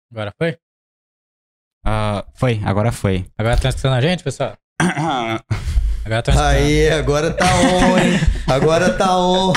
Agora foi? Foi, agora foi. Agora tá escutando a gente, pessoal? Agora tá escutando. Aí, agora tá on, hein? Agora tá on.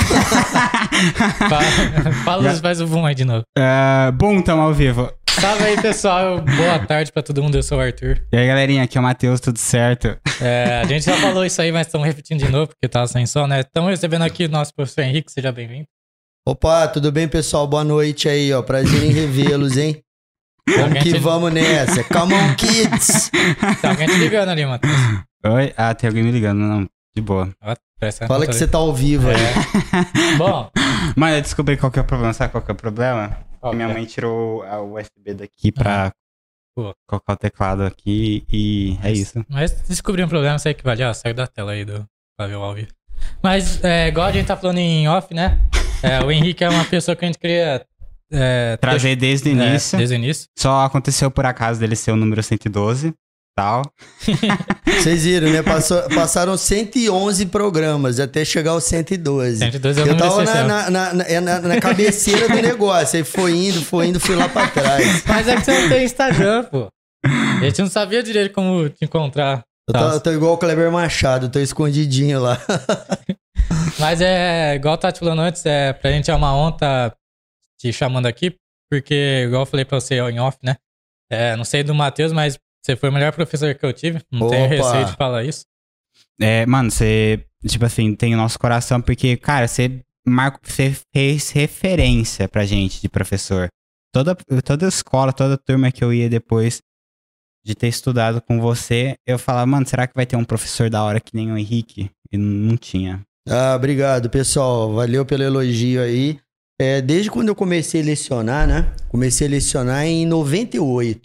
Fala, faz o boom aí de novo. Bom, tamo ao vivo. Salve aí, pessoal. Boa tarde pra todo mundo. Eu sou o Arthur. E aí, galerinha, aqui é o Matheus, tudo certo? A gente já falou isso aí, mas estamos repetindo de novo, porque tava sem som, né? Estamos recebendo aqui o nosso professor Henrique. Seja bem-vindo. Opa, tudo bem, pessoal? Boa noite aí, ó. Prazer em revê-los, hein? Vamos que vamos nessa. Come on, kids! Tem alguém te ligando ali, Matheus. Oi? Tem alguém me ligando, não. De boa. Fala que você tá ao vivo aí. Bom. Mano, eu descobri qual que é o problema. Sabe qual que é o problema? Minha mãe tirou a USB daqui pra colocar o teclado aqui e é isso. Mas descobri um problema, sei que vale. Saiu da tela aí pra ver o ao vivo. Mas, igual a gente tá falando em off, né? O Henrique é uma pessoa que a gente queria trazer desde o início. Desde o início. Só aconteceu por acaso dele ser o número 112. Tal. Vocês viram, né? Passaram 111 programas até chegar ao 112. 112 é o Eu número tava na cabeceira do negócio. Aí foi indo, fui lá pra trás. Mas é que você não tem Instagram, pô. A gente não sabia direito como te encontrar. Eu tô igual o Kleber Machado, tô escondidinho lá. Mas igual eu tava te falando antes, pra gente é uma honra te chamando aqui, porque, igual eu falei pra você em off, né? Não sei do Matheus, mas você foi o melhor professor que eu tive. Não tenho receio de falar isso. Mano, você, tipo assim, tem o nosso coração, porque, cara, você fez referência pra gente de professor. Toda escola, toda turma que eu ia depois de ter estudado com você, eu falava, mano, será que vai ter um professor da hora que nem o Henrique? E não tinha. Obrigado, pessoal. Valeu pelo elogio aí. Desde quando eu comecei a lecionar, né? Comecei a lecionar em 98.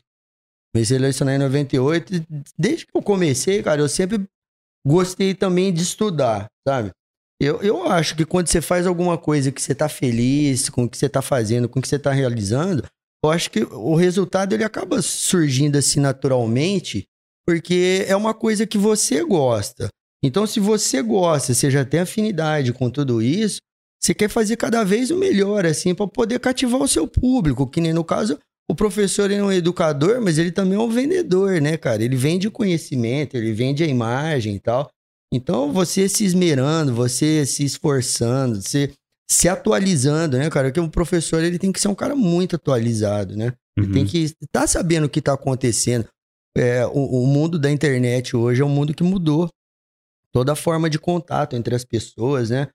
Desde que eu comecei, cara, eu sempre gostei também de estudar, sabe? Eu acho que quando você faz alguma coisa que você tá feliz com o que você tá fazendo, com o que você tá realizando, eu acho que o resultado ele acaba surgindo assim naturalmente, porque é uma coisa que você gosta. Então, se você gosta, você já tem afinidade com tudo isso, você quer fazer cada vez o melhor, assim, para poder cativar o seu público, que nem no caso... O professor é um educador, mas ele também é um vendedor, né, cara? Ele vende conhecimento, ele vende a imagem e tal. Então, você se esmerando, você se esforçando, você se atualizando, né, cara? Porque um professor, ele tem que ser um cara muito atualizado, né? Ele tem que estar sabendo o que está acontecendo. O mundo da internet hoje é um mundo que mudou. Toda a forma de contato entre as pessoas, né?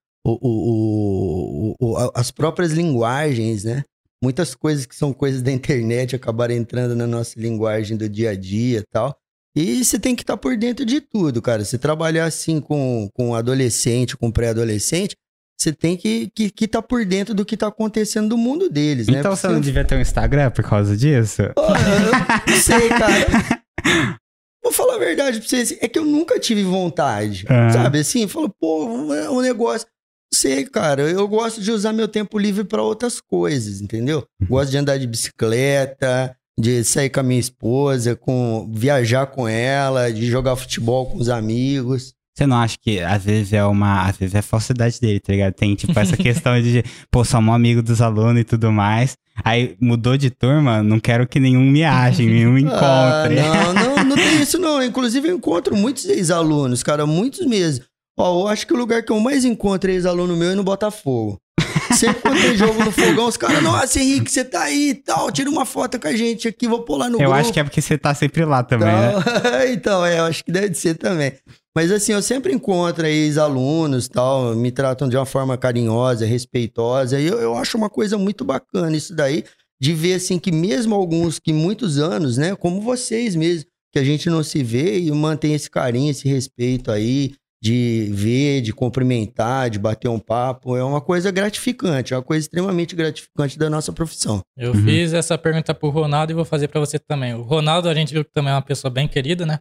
As próprias linguagens, né? Muitas coisas que são coisas da internet acabaram entrando na nossa linguagem do dia a dia e tal. E você tem que estar por dentro de tudo, cara. Se trabalhar assim com adolescente, com pré-adolescente, você tem que estar por dentro do que está acontecendo no mundo deles, né? Então você não devia ter um Instagram por causa disso? Eu não sei, cara. Vou falar a verdade pra vocês, é que eu nunca tive vontade, sabe? Assim, falo, um negócio... Sei, cara, eu gosto de usar meu tempo livre para outras coisas, entendeu? Gosto de andar de bicicleta, de sair com a minha esposa, viajar com ela, de jogar futebol com os amigos. Você não acha que às vezes é falsidade dele, tá ligado? Tem tipo essa questão de, somos amigo dos alunos e tudo mais. Aí mudou de turma, não quero que nenhum me ache, nenhum encontre. Não tem isso não. Inclusive eu encontro muitos ex-alunos, cara, muitos mesmo. Eu acho que o lugar que eu mais encontro ex-aluno meu é no Botafogo. Sempre quando tem jogo no fogão, os caras, nossa, Henrique, você tá aí e tal, tira uma foto com a gente aqui, vou pular no grupo. Eu acho que é porque você tá sempre lá também, então, né? Então, eu acho que deve ser também. Mas assim, eu sempre encontro aí ex-alunos e tal, me tratam de uma forma carinhosa, respeitosa, e eu acho uma coisa muito bacana isso daí, de ver assim que mesmo alguns que muitos anos, né, como vocês mesmo, que a gente não se vê e mantém esse carinho, esse respeito aí, de ver, de cumprimentar, de bater um papo, é uma coisa gratificante, é uma coisa extremamente gratificante da nossa profissão. Eu fiz essa pergunta pro Ronaldo e vou fazer pra você também. O Ronaldo, a gente viu que também é uma pessoa bem querida, né?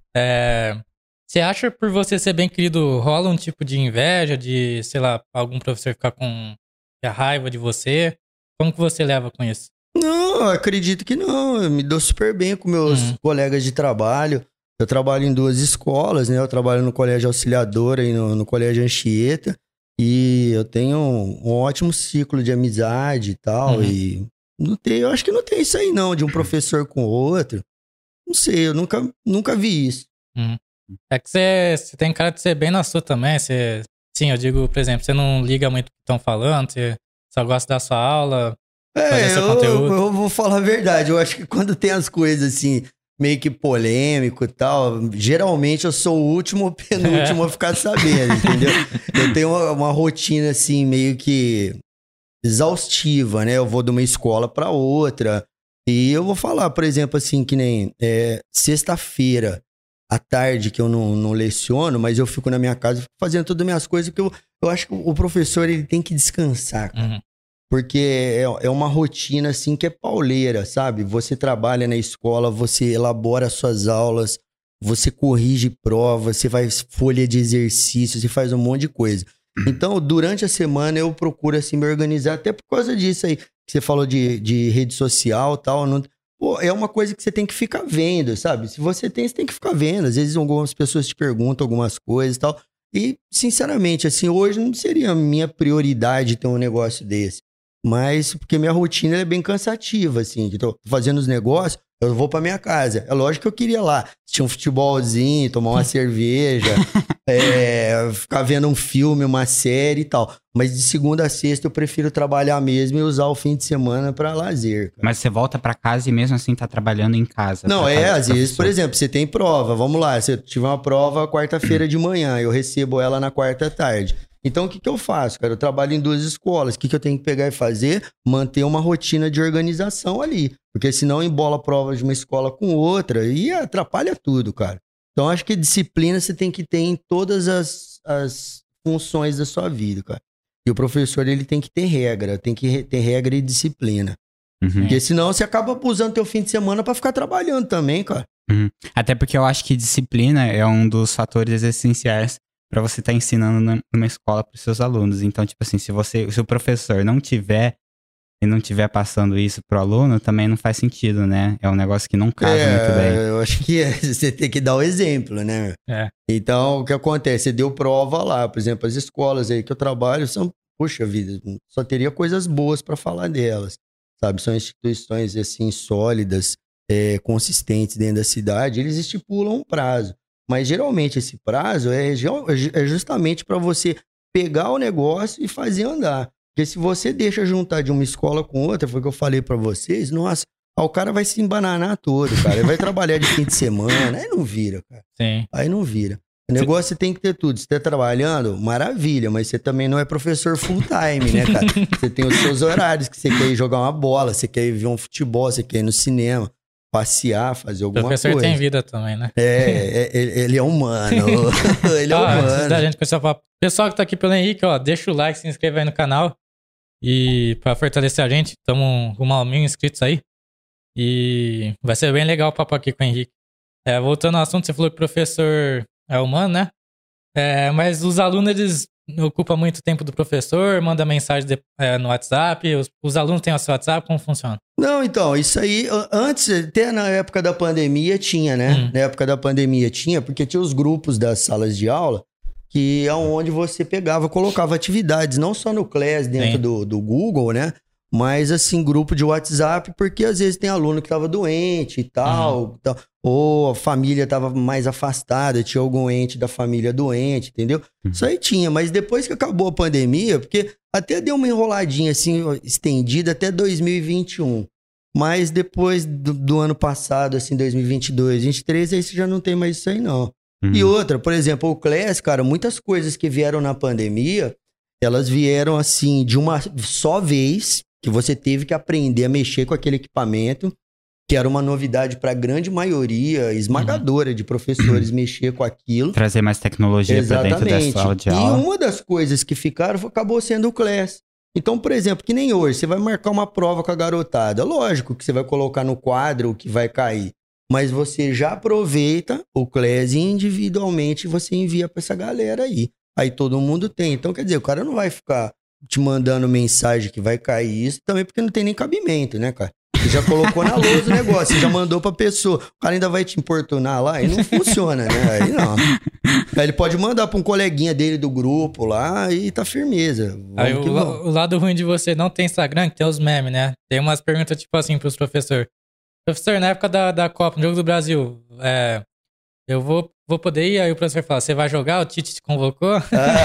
Você acha por você ser bem querido, rola um tipo de inveja, de, sei lá, algum professor ficar com a raiva de você? Como que você leva com isso? Não, eu acredito que não, eu me dou super bem com meus colegas de trabalho. Eu trabalho em 2 escolas, né? Eu trabalho no Colégio Auxiliadora e no Colégio Anchieta. E eu tenho um ótimo ciclo de amizade e tal. E Não tem, eu acho que não tem isso aí não, de um professor com outro. Não sei, eu nunca vi isso. É que você tem cara de ser bem na sua também. Sim, eu digo, por exemplo, você não liga muito o que estão falando, você só gosta da sua aula, fazer seu conteúdo. Eu vou falar a verdade. Eu acho que quando tem as coisas assim, meio que polêmico e tal, geralmente eu sou o último ou penúltimo a ficar sabendo, entendeu? Eu tenho uma rotina assim, meio que exaustiva, né? Eu vou de uma escola para outra. E eu vou falar, por exemplo, assim, que nem sexta-feira à tarde, que eu não leciono, mas eu fico na minha casa fazendo todas as minhas coisas, porque eu acho que o professor ele tem que descansar, cara. Porque é uma rotina, assim, que é pauleira, sabe? Você trabalha na escola, você elabora suas aulas, você corrige prova, você faz folha de exercício, você faz um monte de coisa. Então, durante a semana, eu procuro, assim, me organizar, até por causa disso aí, que você falou de rede social e tal. Pô, é uma coisa que você tem que ficar vendo, sabe? Se você tem, você tem que ficar vendo. Às vezes, algumas pessoas te perguntam algumas coisas e tal. E, sinceramente, assim, hoje não seria a minha prioridade ter um negócio desse. Mas, porque minha rotina é bem cansativa, assim. Tô fazendo os negócios, eu vou pra minha casa. É lógico que eu queria lá assistir um futebolzinho, tomar uma cerveja, ficar vendo um filme, uma série e tal. Mas de segunda a sexta eu prefiro trabalhar mesmo e usar o fim de semana pra lazer. Cara. Mas você volta pra casa e mesmo assim tá trabalhando em casa. Não, às vezes, por exemplo, você tem prova, vamos lá, você tiver uma prova quarta-feira de manhã, eu recebo ela na quarta tarde. Então, o que eu faço, cara? Eu trabalho em 2 escolas. O que eu tenho que pegar e fazer? Manter uma rotina de organização ali. Porque senão embola a prova de uma escola com outra e atrapalha tudo, cara. Então, acho que disciplina você tem que ter em todas as funções da sua vida, cara. E o professor, ele tem que ter regra. Tem que ter regra e disciplina. Porque senão você acaba usando teu fim de semana pra ficar trabalhando também, cara. Até porque eu acho que disciplina é um dos fatores essenciais para você estar ensinando numa escola para os seus alunos. Então, tipo assim, se o professor não tiver passando isso pro aluno, também não faz sentido, né? É um negócio que não casa muito bem. Eu acho que você tem que dar o exemplo, né? Então, o que acontece? Você deu prova lá, por exemplo, as escolas aí que eu trabalho são, puxa vida, só teria coisas boas para falar delas, sabe? São instituições, assim, sólidas, consistentes dentro da cidade, eles estipulam um prazo. Mas geralmente esse prazo é justamente para você pegar o negócio e fazer andar. Porque se você deixa juntar de uma escola com outra, foi o que eu falei para vocês, nossa, o cara vai se embananar todo, cara. Ele vai trabalhar de fim de semana, aí não vira, cara. Sim. Aí não vira. O negócio você tem que ter tudo. Se você tá trabalhando, maravilha, mas você também não é professor full time, né, cara? Você tem os seus horários, que você quer ir jogar uma bola, você quer ir ver um futebol, você quer ir no cinema. Passear, fazer alguma coisa. O professor tem vida também, né? Ele é humano. Ele é humano. Antes da gente começar a falar, pessoal que tá aqui pelo Henrique, ó, deixa o like, se inscreve aí no canal. E pra fortalecer a gente, estamos rumo a 1.000 inscritos aí. E vai ser bem legal o papo aqui com o Henrique. Voltando ao assunto, você falou que o professor é humano, né? Mas os alunos, eles ocupam muito tempo do professor, manda mensagem no WhatsApp. Os alunos têm o seu WhatsApp, como funciona? Não, então, isso aí, antes, até na época da pandemia tinha, né? Na época da pandemia tinha, porque tinha os grupos das salas de aula, que é onde você pegava, colocava atividades, não só no Class, dentro do Google, né? Mas, assim, grupo de WhatsApp, porque às vezes tem aluno que tava doente e tal, ou a família tava mais afastada, tinha algum ente da família doente, entendeu? Isso aí tinha, mas depois que acabou a pandemia, porque até deu uma enroladinha, assim, estendida até 2021. Mas depois do ano passado, assim, 2022, 2023, aí você já não tem mais isso aí, não. E outra, por exemplo, o Class, cara, muitas coisas que vieram na pandemia, elas vieram, assim, de uma só vez, que você teve que aprender a mexer com aquele equipamento, que era uma novidade para a grande maioria esmagadora de professores mexer com aquilo. Trazer mais tecnologia para dentro da sala de aula. E uma das coisas que ficaram acabou sendo o Class. Então, por exemplo, que nem hoje, você vai marcar uma prova com a garotada. Lógico que você vai colocar no quadro o que vai cair, mas você já aproveita o Class e individualmente você envia para essa galera aí. Aí todo mundo tem. Então, quer dizer, o cara não vai ficar te mandando mensagem que vai cair isso, também porque não tem nem cabimento, né, cara? Você já colocou na lousa o negócio, você já mandou pra pessoa. O cara ainda vai te importunar lá e não funciona, né? Aí não. Aí ele pode mandar pra um coleguinha dele do grupo lá e tá firmeza. Aí o lado ruim de você não ter Instagram, que tem os memes, né? Tem umas perguntas tipo assim pros professores. Professor, na época da Copa, no Jogo do Brasil, eu vou poder ir? Aí o professor fala, você vai jogar? O Tite te convocou?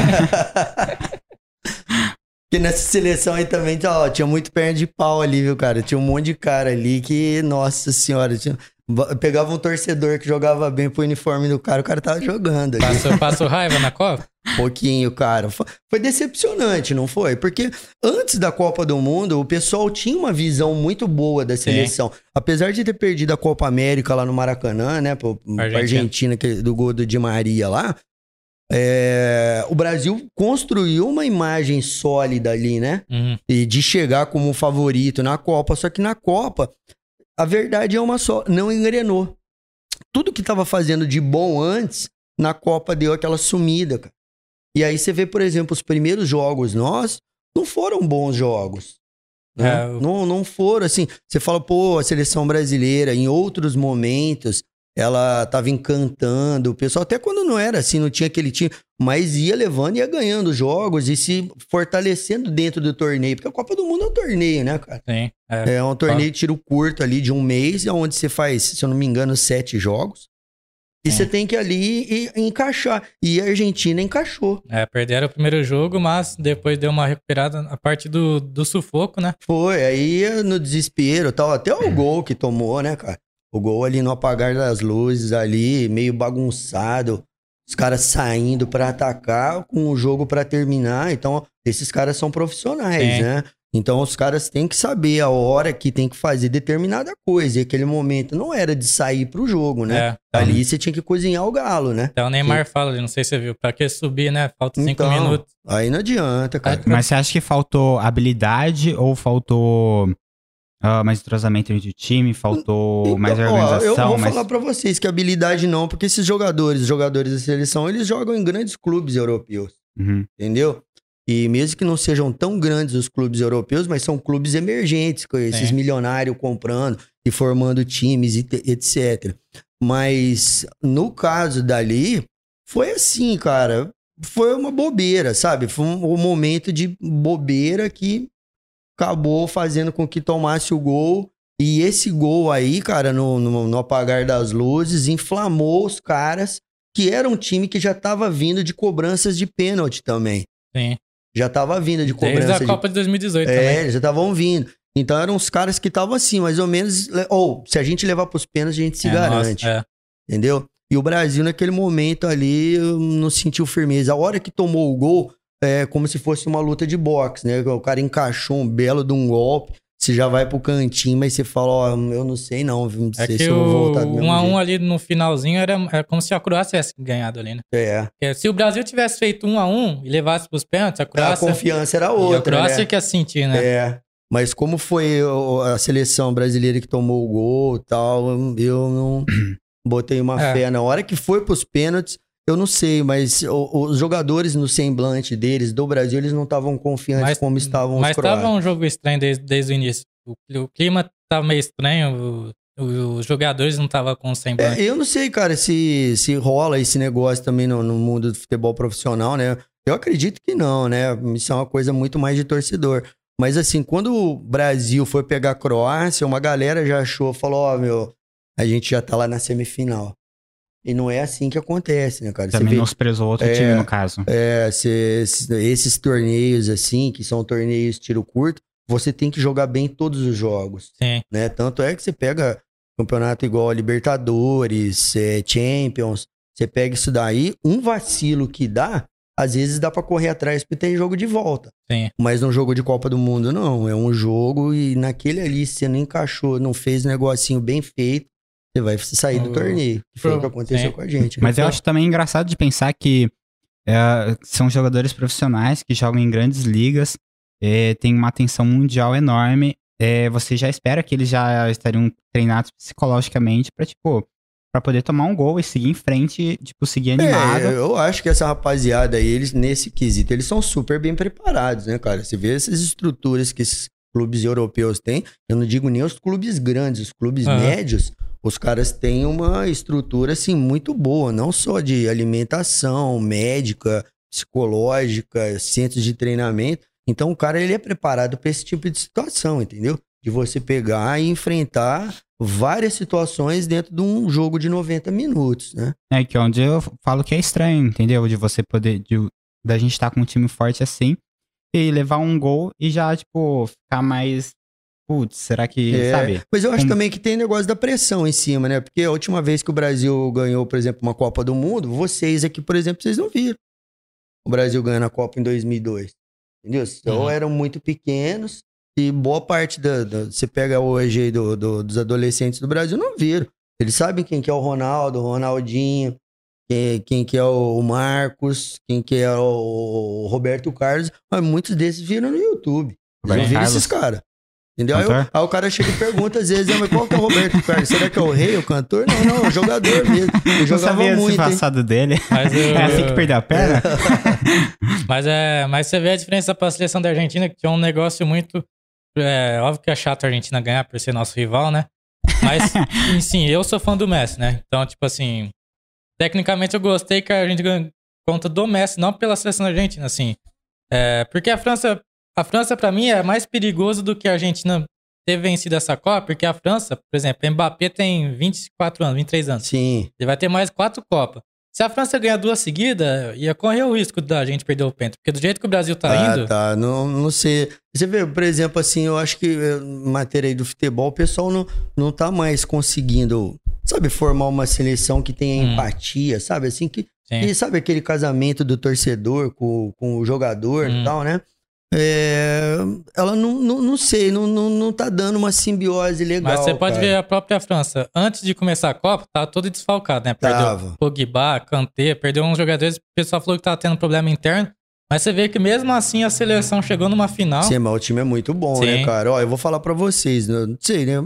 Porque nessa seleção aí também, ó, tinha muito perna de pau ali, viu, cara? Tinha um monte de cara ali que, nossa senhora, pegava um torcedor que jogava bem pro uniforme do cara, o cara tava jogando ali. Passou raiva na Copa? Pouquinho, cara. Foi decepcionante, não foi? Porque antes da Copa do Mundo, o pessoal tinha uma visão muito boa da seleção. Sim. Apesar de ter perdido a Copa América lá no Maracanã, né, pra Argentina, do gol do Di Maria lá, o Brasil construiu uma imagem sólida ali, né? E de chegar como favorito na Copa. Só que na Copa, a verdade é uma só, não engrenou. Tudo que tava fazendo de bom antes, na Copa deu aquela sumida, cara. E aí você vê, por exemplo, os primeiros jogos nossos não foram bons jogos. Né? Não foram, assim. Você fala, pô, a seleção brasileira, em outros momentos, ela tava encantando o pessoal. Até quando não era assim, não tinha aquele time, mas ia levando e ia ganhando jogos e se fortalecendo dentro do torneio. Porque a Copa do Mundo é um torneio, né, cara? Sim. É um torneio de tiro curto ali de um mês, onde você faz, se eu não me engano, 7 jogos. E você tem que ali encaixar. E a Argentina encaixou. Perderam o primeiro jogo, mas depois deu uma recuperada a parte do sufoco, né? Foi, aí no desespero e tal. Até o gol que tomou, né, cara? O gol ali no apagar das luzes ali, meio bagunçado. Os caras saindo pra atacar com o jogo pra terminar. Então, esses caras são profissionais, né? Então, os caras têm que saber a hora que tem que fazer determinada coisa. E aquele momento não era de sair pro jogo, né? Ali você tinha que cozinhar o galo, né? Então, o Neymar fala, não sei se você viu, pra que subir, né? Falta 5 minutos. Aí não adianta, cara. Mas você acha que faltou habilidade ou faltou mais entrosamento entre o time? Faltou mais organização? Eu vou falar pra vocês que habilidade não, porque esses jogadores da seleção, eles jogam em grandes clubes europeus. Entendeu? E mesmo que não sejam tão grandes os clubes europeus, mas são clubes emergentes, com esses milionários comprando e formando times, etc. Mas no caso dali, foi assim, cara. Foi uma bobeira, sabe? Foi um momento de bobeira que acabou fazendo com que tomasse o gol. E esse gol aí, cara, no apagar das luzes, inflamou os caras, que era um time que já tava vindo de cobranças de pênalti também. Sim. Já tava vindo de cobrança. Desde a Copa de 2018 também. Eles já estavam vindo. Então eram os caras que estavam assim, mais ou menos. Ou se a gente levar pros pênaltis, a gente se garante. Entendeu? E o Brasil, naquele momento ali, não sentiu firmeza. A hora que tomou o gol, é como se fosse uma luta de boxe, né? O cara encaixou um belo de um golpe. Você já vai pro cantinho, mas você fala, ó, eu não sei não sei se eu vou voltar do mesmo 1-1 ali no finalzinho era como se a Croácia tivesse ganhado ali, né? Porque se o Brasil tivesse feito 1-1 e levasse pros pênaltis, a Croácia... A confiança era outra, a Croácia que ia sentir, né? Mas como foi a seleção brasileira que tomou o gol e tal, eu não botei uma fé. Na hora que foi pros pênaltis, eu não sei, mas os jogadores no semblante deles, do Brasil, eles não estavam confiantes como estavam os croatas. Mas tava um jogo estranho desde o início. O clima tava meio estranho, os jogadores não estavam com semblante. Eu não sei, cara, se rola esse negócio também no mundo do futebol profissional, né? Eu acredito que não, né? Isso é uma coisa muito mais de torcedor. Mas assim, quando o Brasil foi pegar a Croácia, uma galera já achou, falou, a gente já tá lá na semifinal. E não é assim que acontece, né, cara? Também menosprezou outro time, no caso. Esses torneios, assim, que são torneios tiro curto, você tem que jogar bem todos os jogos. Sim. Né? Tanto é que você pega campeonato igual a Libertadores, Champions, você pega isso daí, um vacilo que dá, às vezes dá pra correr atrás porque tem jogo de volta. Sim. Mas no jogo de Copa do Mundo, não. É um jogo e naquele ali, se você não encaixou, não fez um negocinho bem feito, você vai sair do torneio. Que foi o que aconteceu com a gente. Né? Mas eu acho também engraçado de pensar que são jogadores profissionais que jogam em grandes ligas, tem uma atenção mundial enorme. Você já espera que eles já estariam treinados psicologicamente pra poder tomar um gol e seguir em frente, seguir animado. Eu acho que essa rapaziada aí, eles, nesse quesito, eles são super bem preparados, né, cara? Você vê essas estruturas que esses clubes europeus têm, eu não digo nem os clubes grandes, os clubes médios, os caras têm uma estrutura, assim, muito boa, não só de alimentação, médica, psicológica, centros de treinamento. Então, o cara, ele é preparado para esse tipo de situação, entendeu? De você pegar e enfrentar várias situações dentro de um jogo de 90 minutos, né? É que onde eu falo que é estranho, entendeu? De você poder, da gente estar com um time forte assim, e levar um gol e já, tipo, ficar mais... Putz, será que, sabe? Mas eu acho também que tem negócio da pressão em cima, né? Porque a última vez que o Brasil ganhou, por exemplo, uma Copa do Mundo, vocês aqui, por exemplo, vocês não viram o Brasil ganhando a Copa em 2002. Entendeu? Então eram muito pequenos e boa parte você pega hoje aí dos adolescentes do Brasil, não viram. Eles sabem quem que é o Ronaldo, o Ronaldinho, quem que é o Marcos, quem que é o Roberto Carlos, mas muitos desses viram no YouTube. Eles não viram esses caras. Entendeu? Aí o cara chega e pergunta às vezes, mas qual que é o Roberto Carlos? Será que é o rei, o cantor? Não, é o jogador mesmo. Ele jogava sabia muito, esse passado dele. É assim que perdeu a perna? Mas você vê a diferença para a seleção da Argentina, que é um negócio muito... óbvio que é chato a Argentina ganhar por ser nosso rival, né? Mas, sim, eu sou fã do Messi, né? Então, tipo assim, tecnicamente eu gostei que a gente ganhou conta do Messi, não pela seleção da Argentina, assim. Porque a França, pra mim, é mais perigoso do que a Argentina ter vencido essa Copa, porque a França, por exemplo, Mbappé tem 24 anos, 23 anos. Sim. Ele vai ter mais 4 Copas. Se a França ganhar 2 seguidas, ia correr o risco da gente perder o pênalti. Porque do jeito que o Brasil tá indo... Não sei. Você vê, por exemplo, assim, eu acho que matéria aí do futebol, o pessoal não tá mais conseguindo, sabe, formar uma seleção que tenha empatia, sabe? Assim, e sabe aquele casamento do torcedor com o jogador e tal, né? Ela não sei, não tá dando uma simbiose legal. Mas você pode ver a própria França. Antes de começar a Copa, tava todo desfalcado, né? Perdeu Pogba, Kanté, perdeu uns jogadores. O pessoal falou que tava tendo problema interno. Mas você vê que mesmo assim a seleção chegou numa final. Sim, mas o time é muito bom, né, cara? Ó, eu vou falar pra vocês, não sei, né?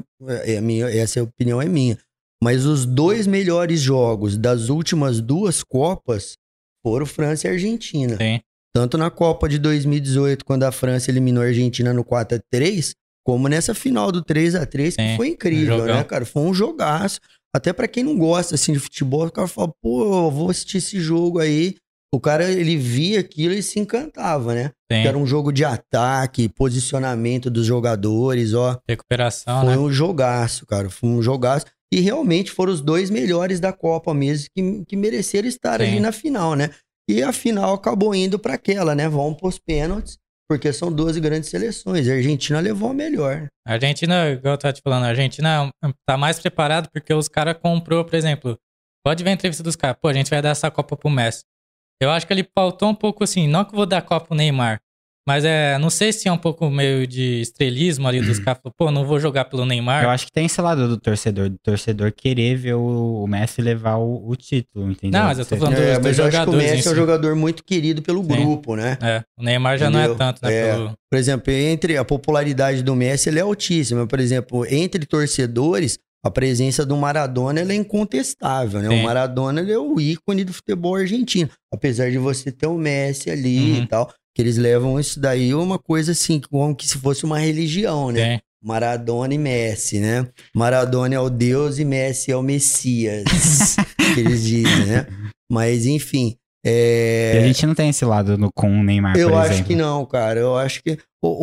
Essa opinião é minha. Mas os 2 melhores jogos das últimas 2 Copas foram França e Argentina. Sim. Tanto na Copa de 2018, quando a França eliminou a Argentina no 4-3, como nessa final do 3-3, que foi incrível, né, cara? Foi um jogaço. Até pra quem não gosta, assim, de futebol, o cara fala, pô, eu vou assistir esse jogo aí. O cara, ele via aquilo e se encantava, né? Que era um jogo de ataque, posicionamento dos jogadores, ó. Recuperação, né? Foi um jogaço, cara. Foi um jogaço. E realmente foram os 2 melhores da Copa mesmo, que mereceram estar ali na final, né? E a final acabou indo para aquela, né? Vão pros pênaltis, porque são 12 grandes seleções. A Argentina levou a melhor. A Argentina, igual eu tava te falando, a Argentina tá mais preparada porque os caras comprou, por exemplo, pode ver a entrevista dos caras, pô, a gente vai dar essa Copa pro Messi. Eu acho que ele faltou um pouco assim, não que eu vou dar a Copa pro Neymar, mas não sei se é um pouco meio de estrelismo ali dos caras, pô, não vou jogar pelo Neymar. Eu acho que tem esse lado do torcedor querer ver o Messi levar o título, entendeu? Não, mas eu tô falando dos mas eu acho que o jogadores. Messi é um jogador muito querido pelo grupo, né? O Neymar já não é tanto, né? Por exemplo, entre a popularidade do Messi, ele é altíssima. Por exemplo, entre torcedores, a presença do Maradona ela é incontestável, né? O Maradona ele é o ícone do futebol argentino. Apesar de você ter o Messi ali e tal, que eles levam isso daí uma coisa assim, como que se fosse uma religião, né? Maradona e Messi, né? Maradona é o Deus e Messi é o Messias, que eles dizem, né? Mas, enfim... E a gente não tem esse lado com o Neymar, por exemplo. Eu acho que não, cara. Eu acho que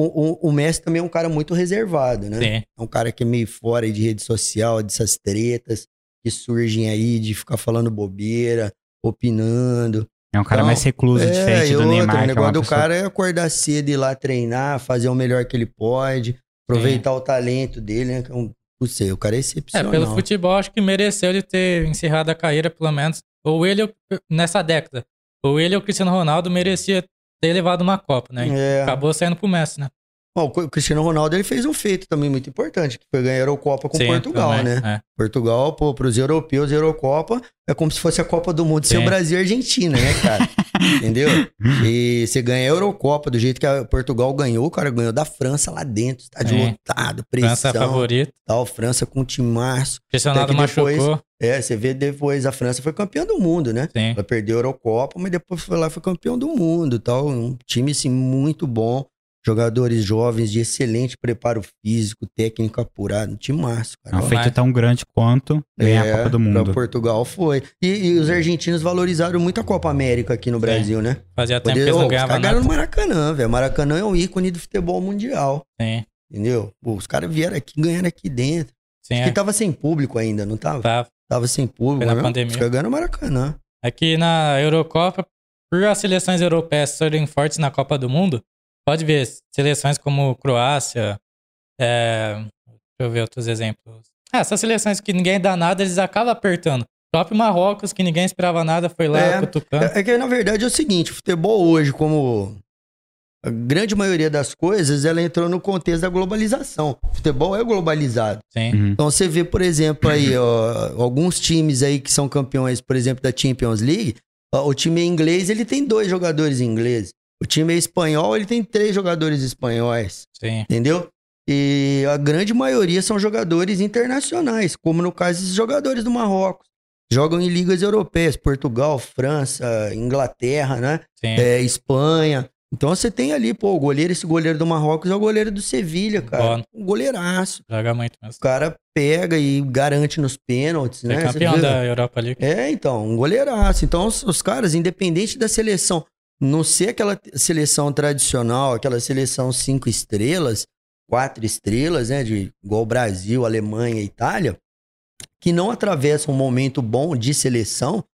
o Messi também é um cara muito reservado, né? Sim. É um cara que é meio fora de rede social, dessas tretas que surgem aí de ficar falando bobeira, opinando. É um cara mais recluso, diferente do Neymar. O negócio do cara é acordar cedo, ir lá treinar, fazer o melhor que ele pode, aproveitar o talento dele, né? Não sei, o cara é excepcional. Pelo futebol, acho que mereceu ele ter encerrado a carreira, pelo menos. Ou ele, nessa década, ou ele ou o Cristiano Ronaldo merecia ter levado uma Copa, né? Acabou saindo pro Messi, né? Bom, o Cristiano Ronaldo ele fez um feito também muito importante, que foi ganhar a Eurocopa com Portugal, também, né? Portugal, pô, pros europeus, a Eurocopa é como se fosse a Copa do Mundo sem o Brasil e a Argentina, né, cara? Entendeu? E você ganha a Eurocopa do jeito que a Portugal ganhou, o cara ganhou da França lá dentro, estádio lotado, pressão. França é favorito. Tal, França com um timaço. Cristiano Ronaldo machucou. Você vê depois, a França foi campeã do mundo, né? Sim. Ela perdeu a Eurocopa, mas depois foi lá e foi campeão do mundo, tal. Um time, assim, muito bom. Jogadores jovens de excelente preparo físico, técnico apurado, time massa, cara. É um feito tão grande quanto ganhar a Copa do Mundo. Pra Portugal foi. E os argentinos valorizaram muito a Copa América aqui no Brasil, né? Fazia tempo que eles não ganhavam nada. Os caras ganharam no Maracanã, velho. Maracanã é um ícone do futebol mundial. Sim. Entendeu? Pô, os caras vieram aqui, ganharam aqui dentro. Sim, Acho que tava sem público ainda, não tava? Tava sem público, foi na pandemia. Os caras ganharam no Maracanã. Aqui na Eurocopa, por as seleções europeias serem fortes na Copa do Mundo, pode ver seleções como Croácia, deixa eu ver outros exemplos. Essas seleções que ninguém dá nada, eles acabam apertando. O próprio Marrocos, que ninguém esperava nada, foi lá cutucando. É que, na verdade, é o seguinte, o futebol hoje, como a grande maioria das coisas, ela entrou no contexto da globalização. O futebol é globalizado. Sim. Então, você vê, por exemplo, aí, alguns times aí que são campeões, por exemplo, da Champions League, o time inglês, ele tem 2 jogadores ingleses. O time espanhol, ele tem 3 jogadores espanhóis. Sim. Entendeu? E a grande maioria são jogadores internacionais, como no caso desses jogadores do Marrocos. Jogam em ligas europeias, Portugal, França, Inglaterra, né? Sim. Espanha. Então você tem ali, pô, esse goleiro do Marrocos é o goleiro do Sevilha, cara. Bom. Um goleiraço. Joga muito mesmo. O cara pega e garante nos pênaltis, né? É campeão da Europa League. Então, um goleiraço. Então os caras, independente da seleção, não ser aquela seleção tradicional, aquela seleção 5 estrelas, 4 estrelas, né? Igual Brasil, Alemanha, Itália, que não atravessam um momento bom de seleção,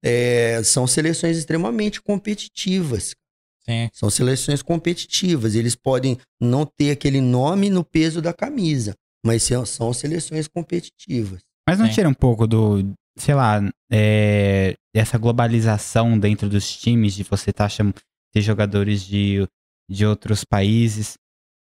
são seleções extremamente competitivas. Sim. São seleções competitivas. Eles podem não ter aquele nome no peso da camisa, mas são seleções competitivas. Mas não tira um pouco do, sei lá, essa globalização dentro dos times, de você ter jogadores de outros países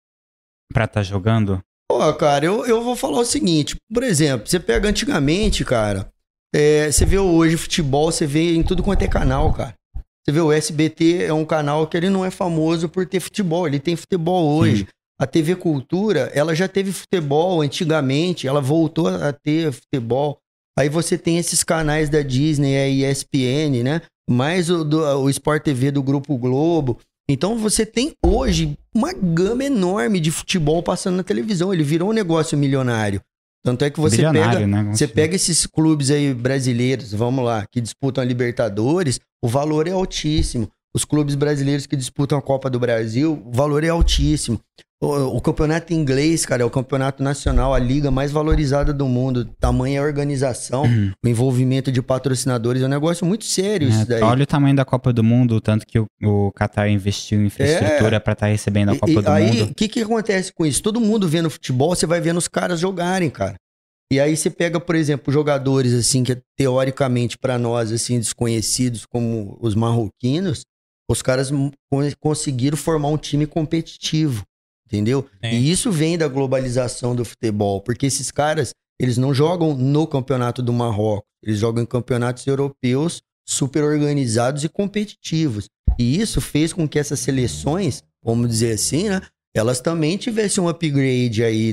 pra estar jogando? Pô, cara, eu vou falar o seguinte. Por exemplo, você pega antigamente, cara, você vê hoje futebol, você vê em tudo quanto é canal, cara. Você vê o SBT é um canal que ele não é famoso por ter futebol, ele tem futebol hoje. Sim. A TV Cultura, ela já teve futebol antigamente, ela voltou a ter futebol. Aí você tem esses canais da Disney, a ESPN, né? Mais o Sport TV do Grupo Globo. Então você tem hoje uma gama enorme de futebol passando na televisão. Ele virou um negócio milionário. Tanto é que você pega esses clubes aí brasileiros, vamos lá, que disputam a Libertadores, o valor é altíssimo. Os clubes brasileiros que disputam a Copa do Brasil, o valor é altíssimo. O campeonato inglês, cara, é o campeonato nacional, a liga mais valorizada do mundo. Tamanha organização, o envolvimento de patrocinadores, é um negócio muito sério isso daí. Olha o tamanho da Copa do Mundo, o tanto que o Qatar investiu em infraestrutura pra estar recebendo a Copa do Mundo. Aí, o que acontece com isso? Todo mundo vendo futebol, você vai vendo os caras jogarem, cara. E aí você pega, por exemplo, jogadores, assim, que teoricamente pra nós, assim, desconhecidos, como os marroquinos, os caras conseguiram formar um time competitivo. Entendeu? Sim. E isso vem da globalização do futebol, porque esses caras, eles não jogam no campeonato do Marrocos, eles jogam em campeonatos europeus super organizados e competitivos. E isso fez com que essas seleções, vamos dizer assim, né, elas também tivessem um upgrade aí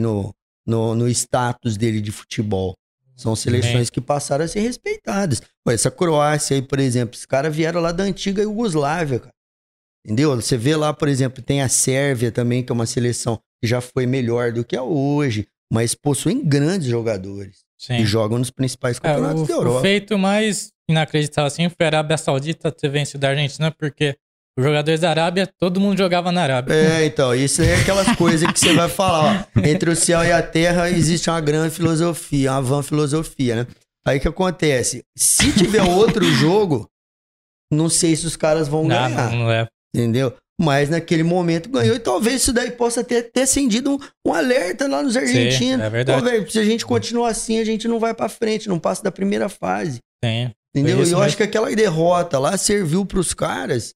no status dele de futebol. São seleções que passaram a ser respeitadas. Pô, essa Croácia aí, por exemplo, os caras vieram lá da antiga Iugoslávia, cara. Entendeu? Você vê lá, por exemplo, tem a Sérvia também, que é uma seleção que já foi melhor do que a hoje, mas possuem grandes jogadores. Sim. E jogam nos principais campeonatos da Europa. O feito mais inacreditável assim foi a Arábia Saudita ter vencido a Argentina, porque os jogadores da Arábia, todo mundo jogava na Arábia. Então, isso é aquelas coisas que você vai falar, ó. Entre o céu e a terra existe uma grande filosofia, uma van filosofia, né? Aí o que acontece? Se tiver outro jogo, não sei se os caras vão ganhar. Não é. Entendeu? Mas naquele momento ganhou. E talvez isso daí possa ter acendido um alerta lá nos argentinos. Sim, é verdade. Pô, véio, se a gente continuar assim, a gente não vai pra frente, não passa da primeira fase. Sim. Entendeu? E eu acho que aquela derrota lá serviu pros caras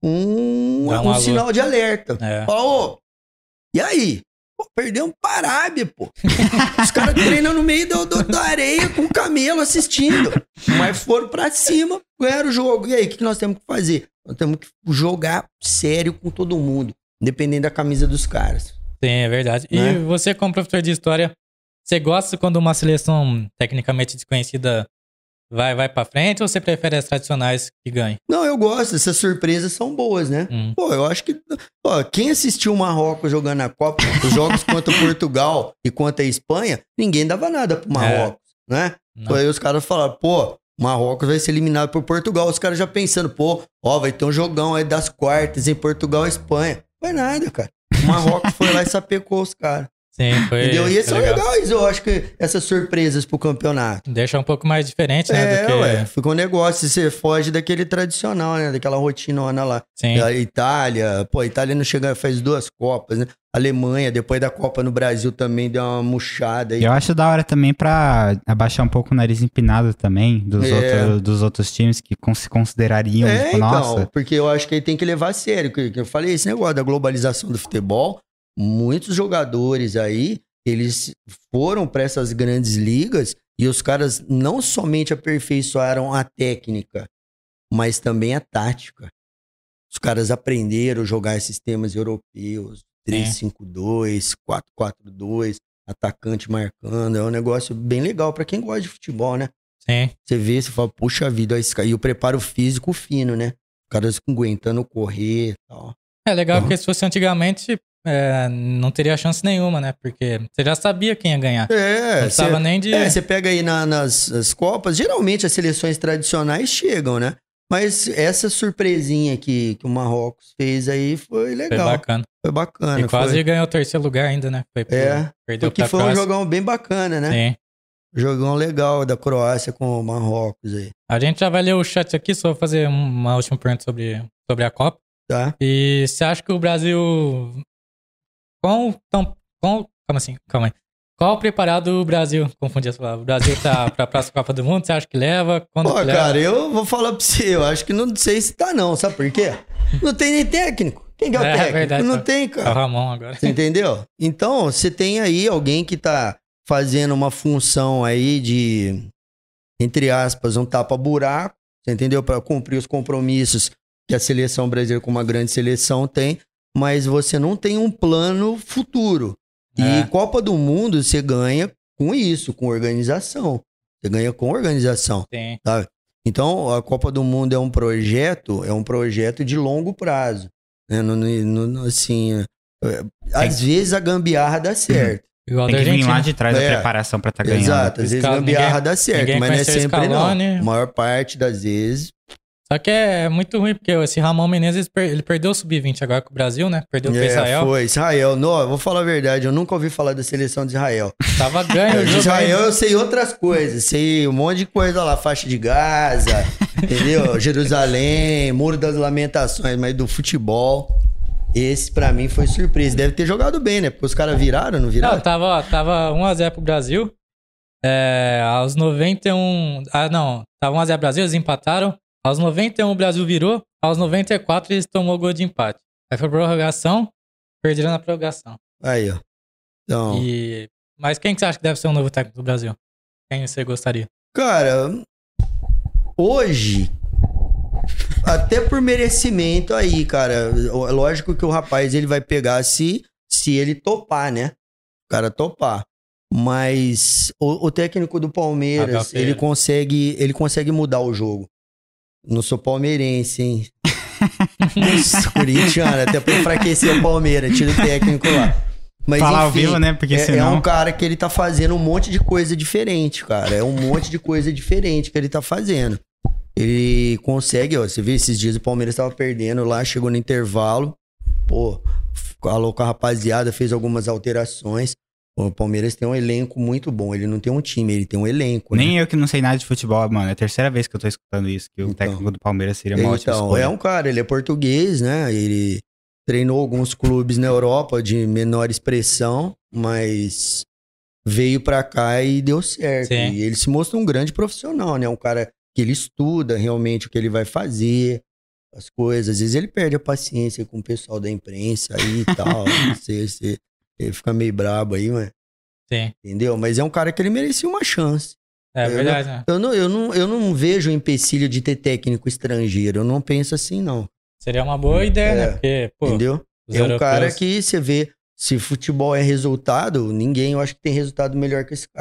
um sinal de alerta. Falou, e aí? Pô, perdemos pra Arábia, pô. Os caras treinam no meio da areia com o camelo assistindo. Mas foram pra cima, ganharam o jogo. E aí, o que nós temos que fazer? Nós temos que jogar sério com todo mundo, independente da camisa dos caras. Sim, é verdade. Né? E você, como professor de história, você gosta quando uma seleção tecnicamente desconhecida vai pra frente ou você prefere as tradicionais que ganhem? Não, eu gosto, essas surpresas são boas, né? Pô, eu acho que... Ó, quem assistiu o Marrocos jogando na Copa, os jogos contra Portugal e contra a Espanha, ninguém dava nada pro Marrocos, né? Pô, aí os caras falaram, pô, o Marrocos vai ser eliminado por Portugal. Os caras já pensando, pô, ó, vai ter um jogão aí das quartas em Portugal e Espanha. Não foi nada, cara. O Marrocos foi lá e sapecou os caras. Sim, foi. Entendeu? E esses são legal. legais, eu acho que essas surpresas pro campeonato. Deixa um pouco mais diferente, né? Do que... Ué, fica um negócio, você foge daquele tradicional, né? Daquela rotinona lá. Sim. A Itália, pô, a Itália não chega, faz 2 Copas, né? A Alemanha, depois da Copa no Brasil também deu uma murchada aí. Eu acho da hora também pra abaixar um pouco o nariz empinado também dos outros times que se considerariam, tipo, nossa. Porque eu acho que aí tem que levar a sério, que eu falei, esse negócio da globalização do futebol, muitos jogadores aí, eles foram para essas grandes ligas e os caras não somente aperfeiçoaram a técnica, mas também a tática. Os caras aprenderam a jogar sistemas europeus, 3-5-2, 4-4-2, atacante marcando. É um negócio bem legal para quem gosta de futebol, né? Sim. Você vê, você fala, puxa vida, e o preparo físico fino, né? Os caras aguentando correr e tal. É legal porque se fosse antigamente, não teria chance nenhuma, né? Porque você já sabia quem ia ganhar. Não precisava nem de... você pega aí nas Copas, geralmente as seleções tradicionais chegam, né? Mas essa surpresinha que o Marrocos fez aí foi legal. Foi bacana. E quase ganhou o 3º lugar ainda, né? Perdeu porque foi um jogão bem bacana, né? Sim. Jogão legal da Croácia com o Marrocos aí. A gente já vai ler o chat aqui, só vou fazer uma última pergunta sobre a Copa. Tá. E você acha que o Brasil... Calma aí. Qual preparado o Brasil? Confundi as palavras. O Brasil tá pra próxima Copa do Mundo? Você acha que leva? Quando que leva? Cara, eu vou falar pra você. Eu acho que não sei se tá não. Sabe por quê? Não tem nem técnico. Quem que é o técnico? Verdade, não tem, cara. É o Ramon agora. Você entendeu? Então, você tem aí alguém que tá fazendo uma função aí de, entre aspas, um tapa-buraco. Você entendeu? Pra cumprir os compromissos que a seleção brasileira, com uma grande seleção, tem. Mas você não tem um plano futuro. E Copa do Mundo você ganha com isso, com organização. Você ganha com organização. Sim. Sabe? Então, a Copa do Mundo é um projeto de longo prazo. Né? Assim, às vezes a gambiarra dá certo. Tem que vir lá de trás da preparação pra estar ganhando. Exato, às vezes a gambiarra dá certo, mas não é sempre não. A maior parte das vezes... Só que é muito ruim, porque esse Ramon Menezes, ele perdeu o Sub-20 agora com o Brasil, né? Perdeu pro Israel. Foi, Israel. Não, eu vou falar a verdade, eu nunca ouvi falar da seleção de Israel. Tava ganho o jogo. Israel eu sei outras coisas, sei um monte de coisa lá, faixa de Gaza, entendeu? Jerusalém, Muro das Lamentações, mas do futebol, esse pra mim foi surpresa. Deve ter jogado bem, né? Porque os caras viraram, não viraram? Não, tava 1-0 pro Brasil, aos 91... tava 1-0 pro Brasil, eles empataram. Aos 91 o Brasil virou, aos 94 eles tomou gol de empate. Aí foi prorrogação, perderam na prorrogação. Aí, ó. Então... Mas quem que você acha que deve ser o novo técnico do Brasil? Quem você gostaria? Cara, hoje, até por merecimento aí, cara, lógico que o rapaz ele vai pegar se ele topar, né? O cara topar. Mas o técnico do Palmeiras, ele consegue mudar o jogo. Não sou palmeirense, hein? Sou corintiano, até pra enfraquecer o Palmeiras, tira o técnico lá. Mas, falar enfim, ao vivo, né? Porque senão... É um cara que ele tá fazendo um monte de coisa diferente, cara. É um monte de coisa diferente que ele tá fazendo. Ele consegue, ó, você vê, esses dias o Palmeiras tava perdendo lá, chegou no intervalo, pô, falou com a rapaziada, fez algumas alterações. O Palmeiras tem um elenco muito bom. Ele não tem um time, ele tem um elenco. Nem né? eu que não sei nada de futebol, mano. É a terceira vez que eu tô escutando isso, que o técnico do Palmeiras seria uma ótima escolha. É um cara, ele é português, né? Ele treinou alguns clubes na Europa de menor expressão, mas veio pra cá e deu certo. Sim. E ele se mostra um grande profissional, né? Um cara que ele estuda realmente o que ele vai fazer, as coisas. Às vezes ele perde a paciência com o pessoal da imprensa aí e tal. Ele fica meio brabo aí, mas... Sim. Entendeu? Mas é um cara que ele merecia uma chance. É verdade, né? Eu não vejo o empecilho de ter técnico estrangeiro. Eu não penso assim, não. Seria uma boa ideia, né? Porque, pô... Entendeu? É um cara que você vê... Se futebol é resultado, ninguém eu acho que tem resultado melhor que esse cara.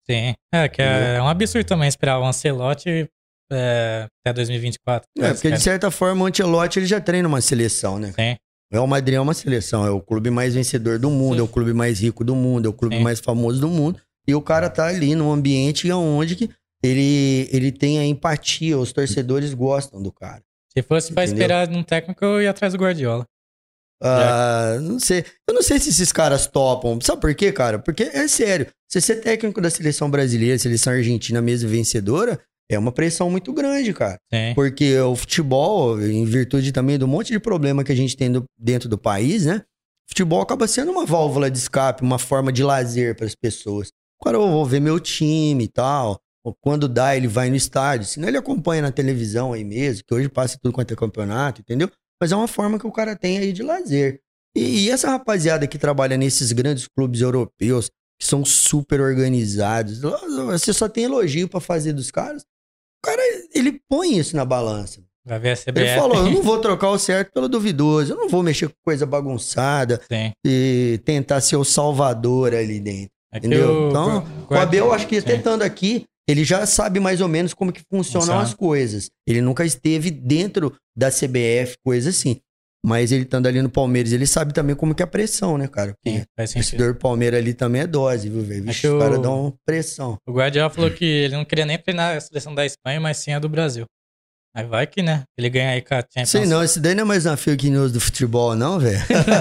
Sim. Que é um absurdo também esperar o Ancelotti até 2024. Porque de certa forma o Ancelotti ele já treina uma seleção, né? Sim. O Real Madrid é uma seleção, é o clube mais vencedor do mundo, é o clube mais rico do mundo, é o clube mais famoso do mundo. E o cara tá ali num ambiente onde que ele tem a empatia, os torcedores gostam do cara. Se fosse pra esperar um técnico, eu ia atrás do Guardiola. Não sei. Eu não sei se esses caras topam. Sabe por quê, cara? Porque é sério. Você ser técnico da seleção brasileira, seleção argentina mesmo vencedora, é uma pressão muito grande, cara. Sim. Porque o futebol, em virtude também do monte de problema que a gente tem dentro do país, né? O futebol acaba sendo uma válvula de escape, uma forma de lazer para as pessoas. Agora eu vou ver meu time e tal. Quando dá, ele vai no estádio. Senão ele acompanha na televisão aí mesmo, que hoje passa tudo quanto é campeonato, entendeu? Mas é uma forma que o cara tem aí de lazer. E essa rapaziada que trabalha nesses grandes clubes europeus, que são super organizados, você só tem elogio pra fazer dos caras. O cara, ele põe isso na balança. Vai ver a CBF. Ele falou, eu não vou trocar o certo pelo duvidoso, eu não vou mexer com coisa bagunçada. Sim. E tentar ser o salvador ali dentro. Entendeu? Então, o Abel, acho que tentando aqui, ele já sabe mais ou menos como que funcionam as coisas. Ele nunca esteve dentro da CBF, coisa assim. Mas ele estando ali no Palmeiras, ele sabe também como que é a pressão, né, cara? Sim, faz sentido. O torcedor do Palmeiras ali também é dose, viu, velho? Vixe, os caras dão pressão. O Guardiola falou que ele não queria nem treinar a seleção da Espanha, mas sim a do Brasil. Aí vai que, né? Ele ganha aí com a Champions. Sei não, esse daí não é mais uma fake news do futebol, não, velho?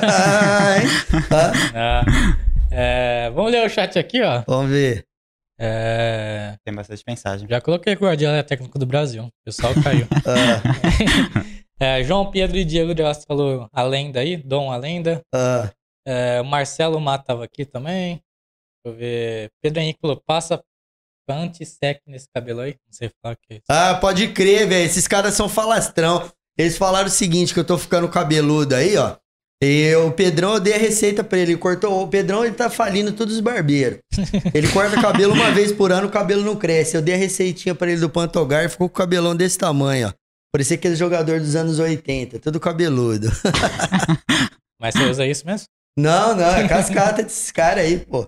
Vamos ler o chat aqui, ó. Vamos ver. Tem bastante mensagem. Já coloquei que o Guardiola é técnico do Brasil. O pessoal caiu. João Pedro e Diego de Osta falou a lenda aí, Dom a lenda. O Marcelo Mato tava aqui também. Deixa eu ver. Pedro Henrique falou, passa anti-sec nesse cabelo aí. Não sei falar o que é isso. Pode crer, velho. Esses caras são falastrão. Eles falaram o seguinte, que eu tô ficando cabeludo aí, ó. E o Pedrão, eu dei a receita pra ele. O Pedrão, ele tá falindo todos os barbeiros. Ele corta cabelo uma vez por ano, o cabelo não cresce. Eu dei a receitinha pra ele do Pantogar e ficou com o cabelão desse tamanho, ó. Parecia aquele jogador dos anos 80, todo cabeludo. Mas você usa isso mesmo? Não, é cascata desses caras aí, pô.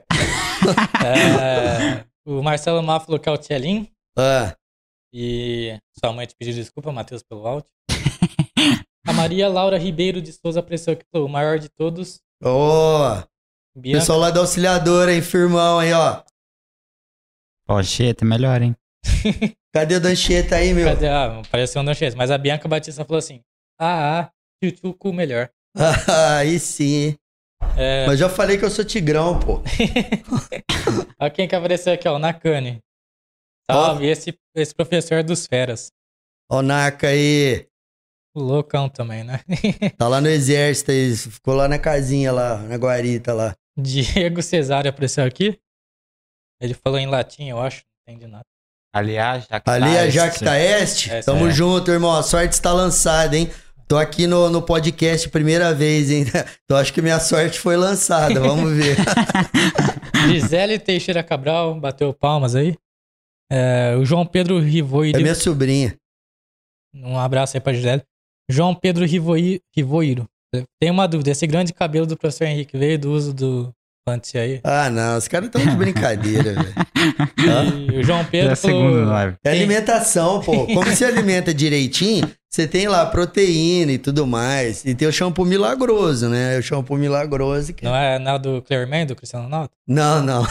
O Marcelo Má falou que é o Tchelim. Ah. E sua mãe te pediu desculpa, Matheus, pelo áudio. A Maria Laura Ribeiro de Souza apreciou que falou, o maior de todos. Ó. Bianca... Pessoal lá da Auxiliadora, hein, firmão aí, ó. Ó, Anchieta, melhor, hein? Cadê o Dancheta aí, meu? Cadê? Apareceu um Dancheta. Mas a Bianca Batista falou assim, tchutchuco melhor. Aí sim. Mas já falei que eu sou tigrão, pô. Olha quem que apareceu aqui, ó, o Nakane. Salve, esse professor dos feras. Ó o Naka aí. O loucão também, né? Tá lá no exército aí, ficou lá na casinha lá, na guarita lá. Diego Cesário apareceu aqui. Ele falou em latim, eu acho, não entendi nada. Aliás, Jacta Este. Tamo junto, irmão. A sorte está lançada, hein? Tô aqui no podcast primeira vez, hein? Então acho que minha sorte foi lançada, vamos ver. Gisele Teixeira Cabral, bateu palmas aí. O João Pedro Rivoiro. É minha sobrinha. Um abraço aí pra Gisele. João Pedro Rivoiro. Tem uma dúvida, esse grande cabelo do professor Henrique veio do uso do Pantse aí? Não, os caras estão de brincadeira, velho. E o João Pedro falou... É alimentação, pô. Como você alimenta direitinho, você tem lá proteína e tudo mais. E tem o shampoo milagroso, né? O shampoo milagroso. Que... Não é nada do Clearman, do Cristiano Ronaldo? Não.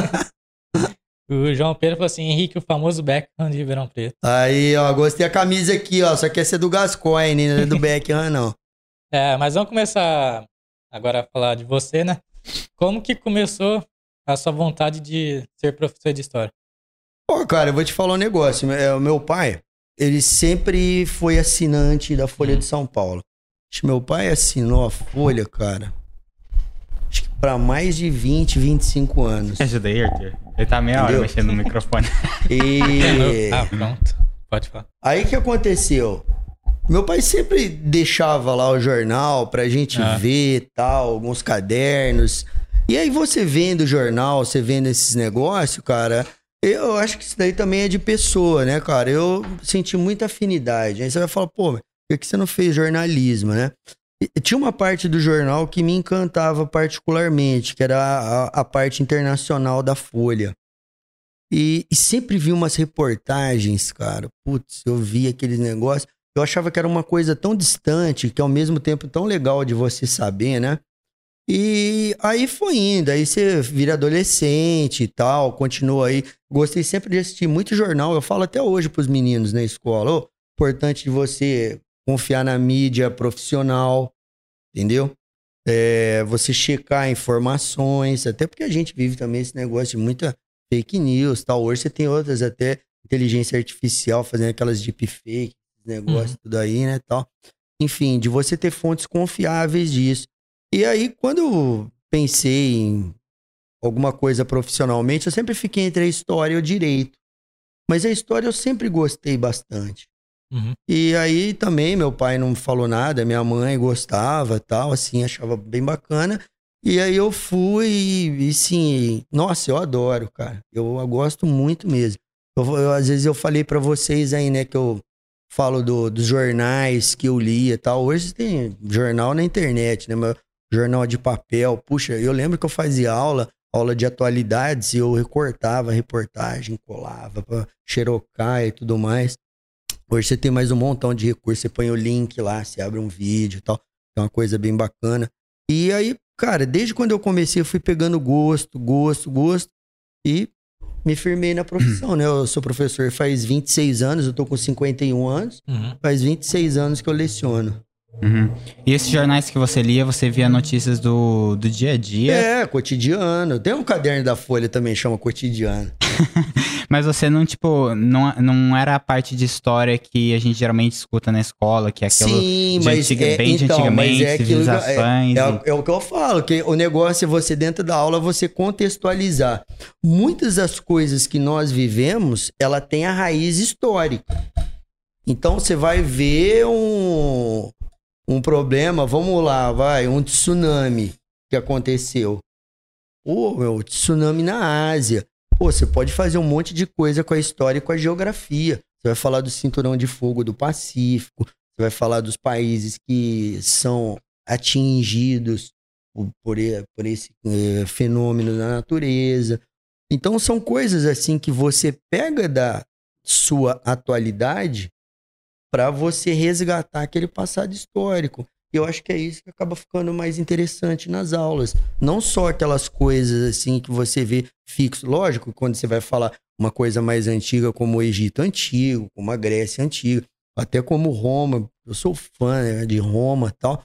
O João Pedro falou assim, Henrique, o famoso Beckham de Ribeirão Preto. Aí, ó, gostei da camisa aqui, ó. Só que essa é do Gascoigne, não é do Beckham, não. Mas vamos começar agora a falar de você, né? Como que começou a sua vontade de ser professor de história? Pô, cara, eu vou te falar um negócio. O meu pai, ele sempre foi assinante da Folha de São Paulo. Acho que meu pai assinou a Folha, cara, acho que pra mais de 20, 25 anos. Me ajuda aí, Arthur. Ele tá meia hora mexendo no microfone. Pronto. Pode falar. Aí o que aconteceu? Meu pai sempre deixava lá o jornal pra gente ver, tal, alguns cadernos. E aí você vendo o jornal, você vendo esses negócios, cara, eu acho que isso daí também é de pessoa, né, cara? Eu senti muita afinidade. Aí você vai falar, pô, por que você não fez jornalismo, né? E tinha uma parte do jornal que me encantava particularmente, que era a parte internacional da Folha. E sempre vi umas reportagens, cara. Putz, eu vi aqueles negócios. Eu achava que era uma coisa tão distante, que ao mesmo tempo tão legal de você saber, né? E aí foi indo. Aí você vira adolescente e tal, continua aí. Gostei sempre de assistir muito jornal. Eu falo até hoje pros meninos na escola. Ô, importante de você confiar na mídia profissional, entendeu? Você checar informações, até porque a gente vive também esse negócio de muita fake news, tal. Hoje você tem outras, até inteligência artificial fazendo aquelas deepfake, negócio, tudo aí, né, tal. Enfim, de você ter fontes confiáveis disso. E aí, quando eu pensei em alguma coisa profissionalmente, eu sempre fiquei entre a história e o direito. Mas a história eu sempre gostei bastante. E aí também meu pai não falou nada, minha mãe gostava, tal, assim, achava bem bacana. E aí eu fui e sim, nossa, eu adoro, cara. Eu gosto muito mesmo. Às vezes eu falei pra vocês aí, né, que eu falo dos jornais que eu lia e tal. Hoje tem jornal na internet, né, mas jornal de papel. Puxa, eu lembro que eu fazia aula de atualidades e eu recortava a reportagem, colava pra xerocar e tudo mais. Hoje você tem mais um montão de recursos, você põe o link lá, você abre um vídeo e tal. É uma coisa bem bacana. E aí, cara, desde quando eu comecei, eu fui pegando gosto e me firmei na profissão, né? Eu sou professor faz 26 anos, eu tô com 51 anos, faz 26 anos que eu leciono. E esses jornais que você lia, você via notícias do dia a dia? Cotidiano. Tem um caderno da Folha também, chama Cotidiano. Mas você não, tipo, não era a parte de história que a gente geralmente escuta na escola, que é aquilo Sim, mas bem de antigamente, civilizações. É o que eu falo, que o negócio é você, dentro da aula, você contextualizar. Muitas das coisas que nós vivemos, ela tem a raiz histórica. Então, você vai ver um problema, vamos lá, um tsunami que aconteceu. Tsunami na Ásia. Você pode fazer um monte de coisa com a história e com a geografia. Você vai falar do cinturão de fogo do Pacífico, você vai falar dos países que são atingidos por esse fenômeno da natureza. Então são coisas assim que você pega da sua atualidade para você resgatar aquele passado histórico. E eu acho que é isso que acaba ficando mais interessante nas aulas. Não só aquelas coisas assim que você vê fixo. Lógico, quando você vai falar uma coisa mais antiga como o Egito Antigo, como a Grécia Antiga, até como Roma. Eu sou fã, né, de Roma e tal.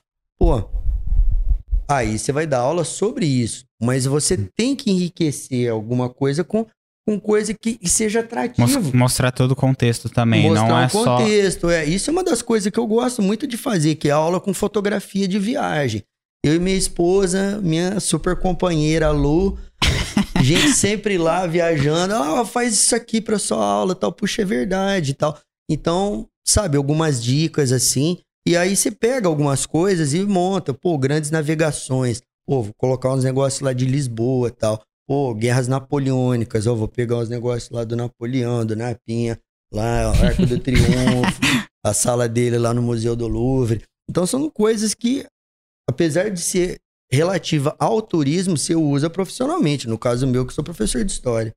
Aí você vai dar aula sobre isso. Mas você tem que enriquecer alguma coisa com coisa que seja atrativo. Mostrar todo o contexto também, mostrar não é contexto, só... Isso é uma das coisas que eu gosto muito de fazer, que é a aula com fotografia de viagem. Eu e minha esposa, minha super companheira, Lu, gente sempre lá viajando, faz isso aqui pra sua aula, tal, puxa, é verdade e tal. Então, sabe, algumas dicas assim, e aí você pega algumas coisas e monta, grandes navegações, vou colocar uns negócios lá de Lisboa e tal. Guerras napoleônicas, vou pegar os negócios lá do Napoleão, do Napinha, lá, o Arco do Triunfo, a sala dele lá no Museu do Louvre. Então são coisas que, apesar de ser relativa ao turismo, você usa profissionalmente. No caso meu, que sou professor de história.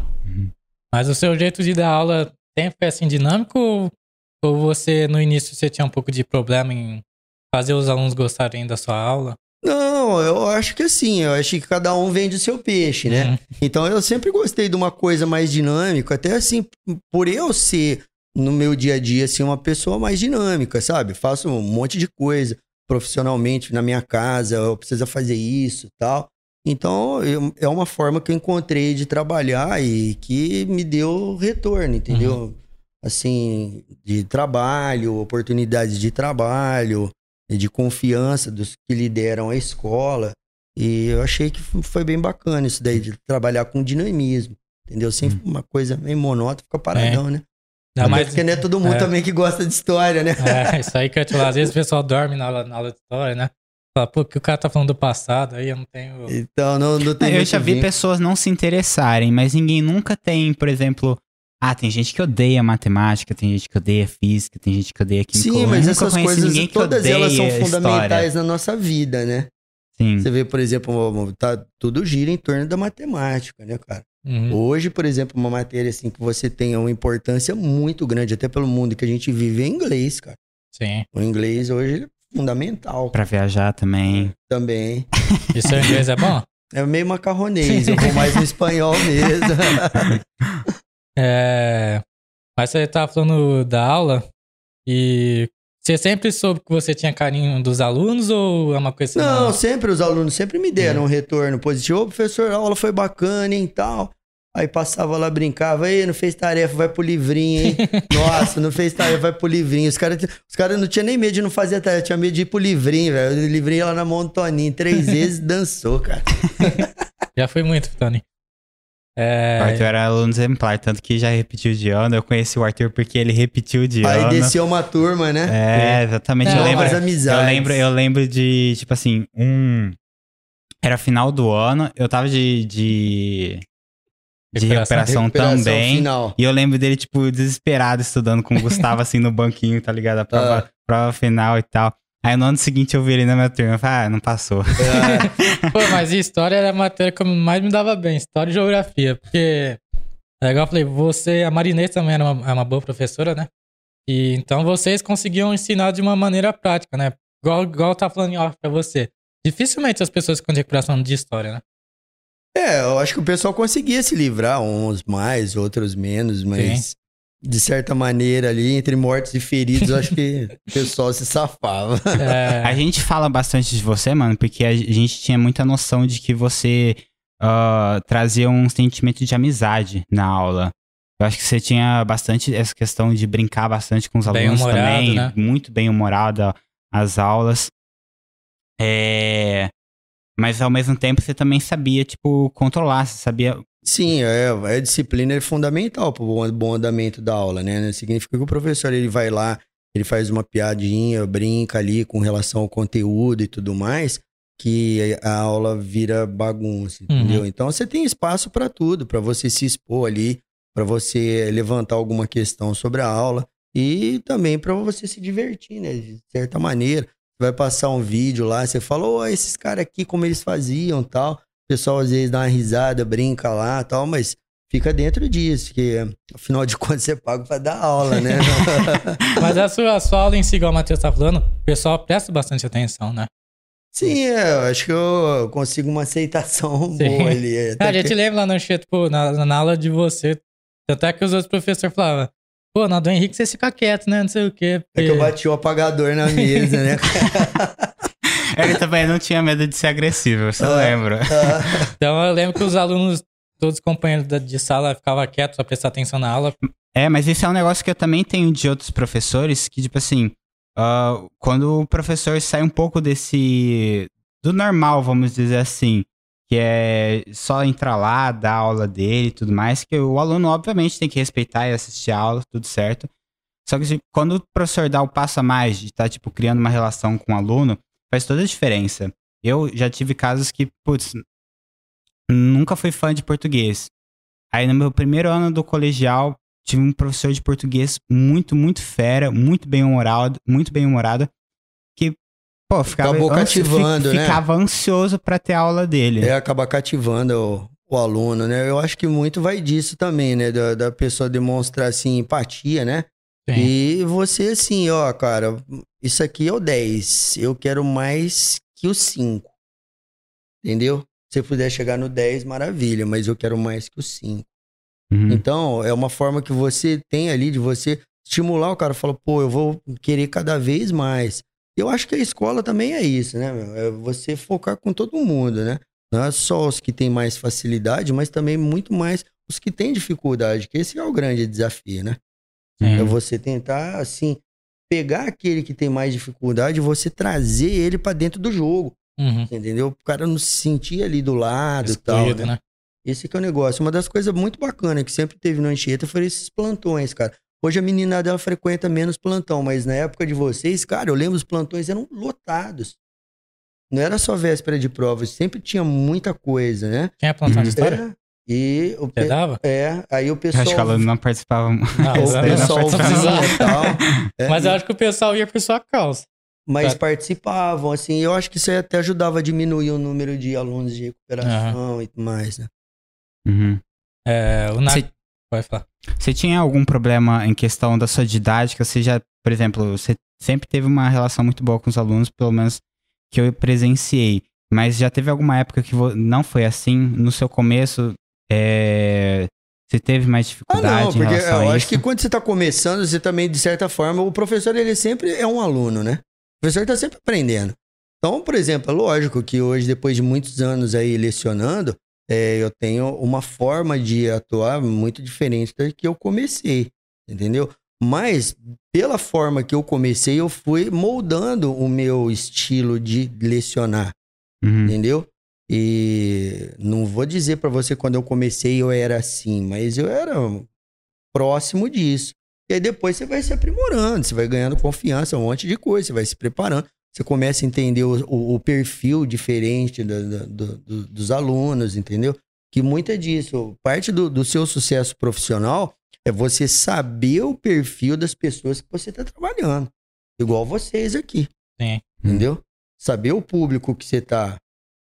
Mas o seu jeito de dar aula sempre é assim dinâmico? Ou você, no início, você tinha um pouco de problema em fazer os alunos gostarem da sua aula? Não, eu acho que assim, eu acho que cada um vende o seu peixe, né? Então eu sempre gostei de uma coisa mais dinâmica, até assim, por eu ser no meu dia a dia assim, uma pessoa mais dinâmica, sabe? Faço um monte de coisa profissionalmente na minha casa, eu preciso fazer isso e tal. Então é uma forma que eu encontrei de trabalhar e que me deu retorno, entendeu? Assim, de trabalho, oportunidades de trabalho, de confiança dos que lideram a escola. E eu achei que foi bem bacana isso daí, de trabalhar com dinamismo, entendeu? Sempre uma coisa meio monótona, fica paradão, né? Porque não é todo mundo também que gosta de história, né? Isso aí que eu ia te falar. Às vezes o pessoal dorme na aula de história, né? Fala, que o cara tá falando do passado, aí eu não tenho... Então, não tem. Eu já vi pessoas não se interessarem, mas ninguém nunca tem, por exemplo... tem gente que odeia matemática, tem gente que odeia física, tem gente que odeia química. Sim, mas essas coisas, todas elas são fundamentais na nossa vida, né? Sim. Você vê, por exemplo, tudo gira em torno da matemática, né, cara? Uhum. Hoje, por exemplo, uma matéria assim que você tenha uma importância muito grande, até pelo mundo que a gente vive, é inglês, cara. Sim. O inglês hoje é fundamental. Pra viajar também. Também. E seu inglês é bom? É meio macarronês, eu vou mais no espanhol mesmo. Mas você tava falando da aula e você sempre soube que você tinha carinho dos alunos ou é uma coisa... Não, sempre os alunos sempre me deram um retorno positivo. Ô, professor, a aula foi bacana, hein, tal. Aí passava lá, brincava, ei, não fez tarefa, vai pro livrinho, hein? Nossa, não fez tarefa, vai pro livrinho. Os caras não tinham nem medo de não fazer tarefa, tinha medo de ir pro livrinho, velho. O livrinho lá na mão do Toninho, 3 vezes dançou, cara. Já foi muito, Tony. O Arthur era aluno exemplar, tanto que já repetiu de ano. Eu conheci o Arthur porque ele repetiu de ano. Aí desceu uma turma, né? Exatamente. Eu lembro de, tipo assim, era final do ano, eu tava de recuperação também. Final. E eu lembro dele, tipo, desesperado, estudando com o Gustavo, assim, no banquinho, tá ligado? A prova final e tal. Aí no ano seguinte eu vi ele na minha turma. Eu falei, não passou. Pô, mas história era a matéria que mais me dava bem. História e geografia. Porque, igual eu falei, a Marinês também é uma boa professora, né? E então vocês conseguiam ensinar de uma maneira prática, né? Igual eu tava falando em off pra você. Dificilmente as pessoas ficam de recuperação de história, né? Eu acho que o pessoal conseguia se livrar, uns mais, outros menos, mas... Sim. De certa maneira ali, entre mortos e feridos, eu acho que o pessoal se safava. A gente fala bastante de você, mano, porque a gente tinha muita noção de que você trazia um sentimento de amizade na aula. Eu acho que você tinha bastante essa questão de brincar bastante com os alunos também. Né? Muito bem-humorado as aulas. Mas ao mesmo tempo você também sabia, tipo, controlar, você sabia... Sim, a disciplina é fundamental para o bom andamento da aula, né? Significa que o professor ele vai lá, ele faz uma piadinha, brinca ali com relação ao conteúdo e tudo mais, que a aula vira bagunça, entendeu? Então você tem espaço para tudo, para você se expor ali, para você levantar alguma questão sobre a aula e também para você se divertir, né? De certa maneira, vai passar um vídeo lá, você fala, esses caras aqui, como eles faziam, tal. O pessoal às vezes dá uma risada, brinca lá e tal, mas fica dentro disso, porque afinal de contas você paga pra dar aula, né? Mas a sua aula em si, igual o Matheus tá falando, o pessoal presta bastante atenção, né? Sim, eu acho que eu consigo uma aceitação boa ali. A gente lembra lá no tipo, na aula de você, até que os outros professores falavam, pô, na do Henrique você fica quieto, né? Não sei o quê. Porque... É que eu bati o apagador na mesa, né? Ele também não tinha medo de ser agressivo, eu só lembro. Então eu lembro que os alunos, todos os companheiros de sala ficavam quietos pra prestar atenção na aula. Mas esse é um negócio que eu também tenho de outros professores, que tipo assim, quando o professor sai um pouco do normal, vamos dizer assim, que é só entrar lá, dar a aula dele e tudo mais, que o aluno obviamente tem que respeitar e assistir a aula, tudo certo. Só que quando o professor dá o passo a mais de estar, tipo, criando uma relação com o aluno, faz toda a diferença. Eu já tive casos que, nunca fui fã de português. Aí no meu primeiro ano do colegial, tive um professor de português muito, muito fera, muito bem-humorado, que, ficava ansioso pra ter aula dele. Acaba cativando o aluno, né? Eu acho que muito vai disso também, né? Da pessoa demonstrar, assim, empatia, né? Sim. E você, assim, cara, isso aqui é o 10. Eu quero mais que o 5. Entendeu? Se eu puder chegar no 10, maravilha, mas eu quero mais que o 5. Então, é uma forma que você tem ali de você estimular o cara. Fala, pô, eu vou querer cada vez mais. Eu acho que a escola também é isso, né, meu? É você focar com todo mundo, né? Não é só os que têm mais facilidade, mas também muito mais os que têm dificuldade, que esse é o grande desafio, né? É você tentar, assim, pegar aquele que tem mais dificuldade e você trazer ele pra dentro do jogo. Entendeu? O cara não se sentir ali do lado e tal, né? Esse que é o negócio. Uma das coisas muito bacanas que sempre teve no Anchieta foram esses plantões, cara. Hoje a menina dela frequenta menos plantão, mas na época de vocês, cara, eu lembro os plantões eram lotados. Não era só véspera de prova, sempre tinha muita coisa, né? Tinha plantão de história? E o dava? Aí o pessoal... Acho que ela não participava. O pessoal vinha e tal. Mas eu acho que o pessoal ia por sua causa. Mas participavam, assim, eu acho que isso aí até ajudava a diminuir o número de alunos de recuperação e tudo mais, né? Pode falar. Você tinha algum problema em questão da sua didática? Você já, por exemplo, você sempre teve uma relação muito boa com os alunos, pelo menos que eu presenciei. Mas já teve alguma época que não foi assim? No seu começo, você teve mais dificuldade em relação a isso? Eu acho que quando você está começando, você também, de certa forma, o professor, ele sempre é um aluno, né? O professor está sempre aprendendo. Então, por exemplo, é lógico que hoje, depois de muitos anos aí lecionando, eu tenho uma forma de atuar muito diferente da que eu comecei, entendeu? Mas, pela forma que eu comecei, eu fui moldando o meu estilo de lecionar, entendeu? E não vou dizer pra você quando eu comecei eu era assim, mas eu era próximo disso. E aí depois você vai se aprimorando, você vai ganhando confiança, um monte de coisa, você vai se preparando. Você começa a entender o perfil diferente dos alunos, entendeu? Que muita disso, parte do seu sucesso profissional é você saber o perfil das pessoas que você está trabalhando. Igual vocês aqui. Sim. Entendeu? Saber o público que você está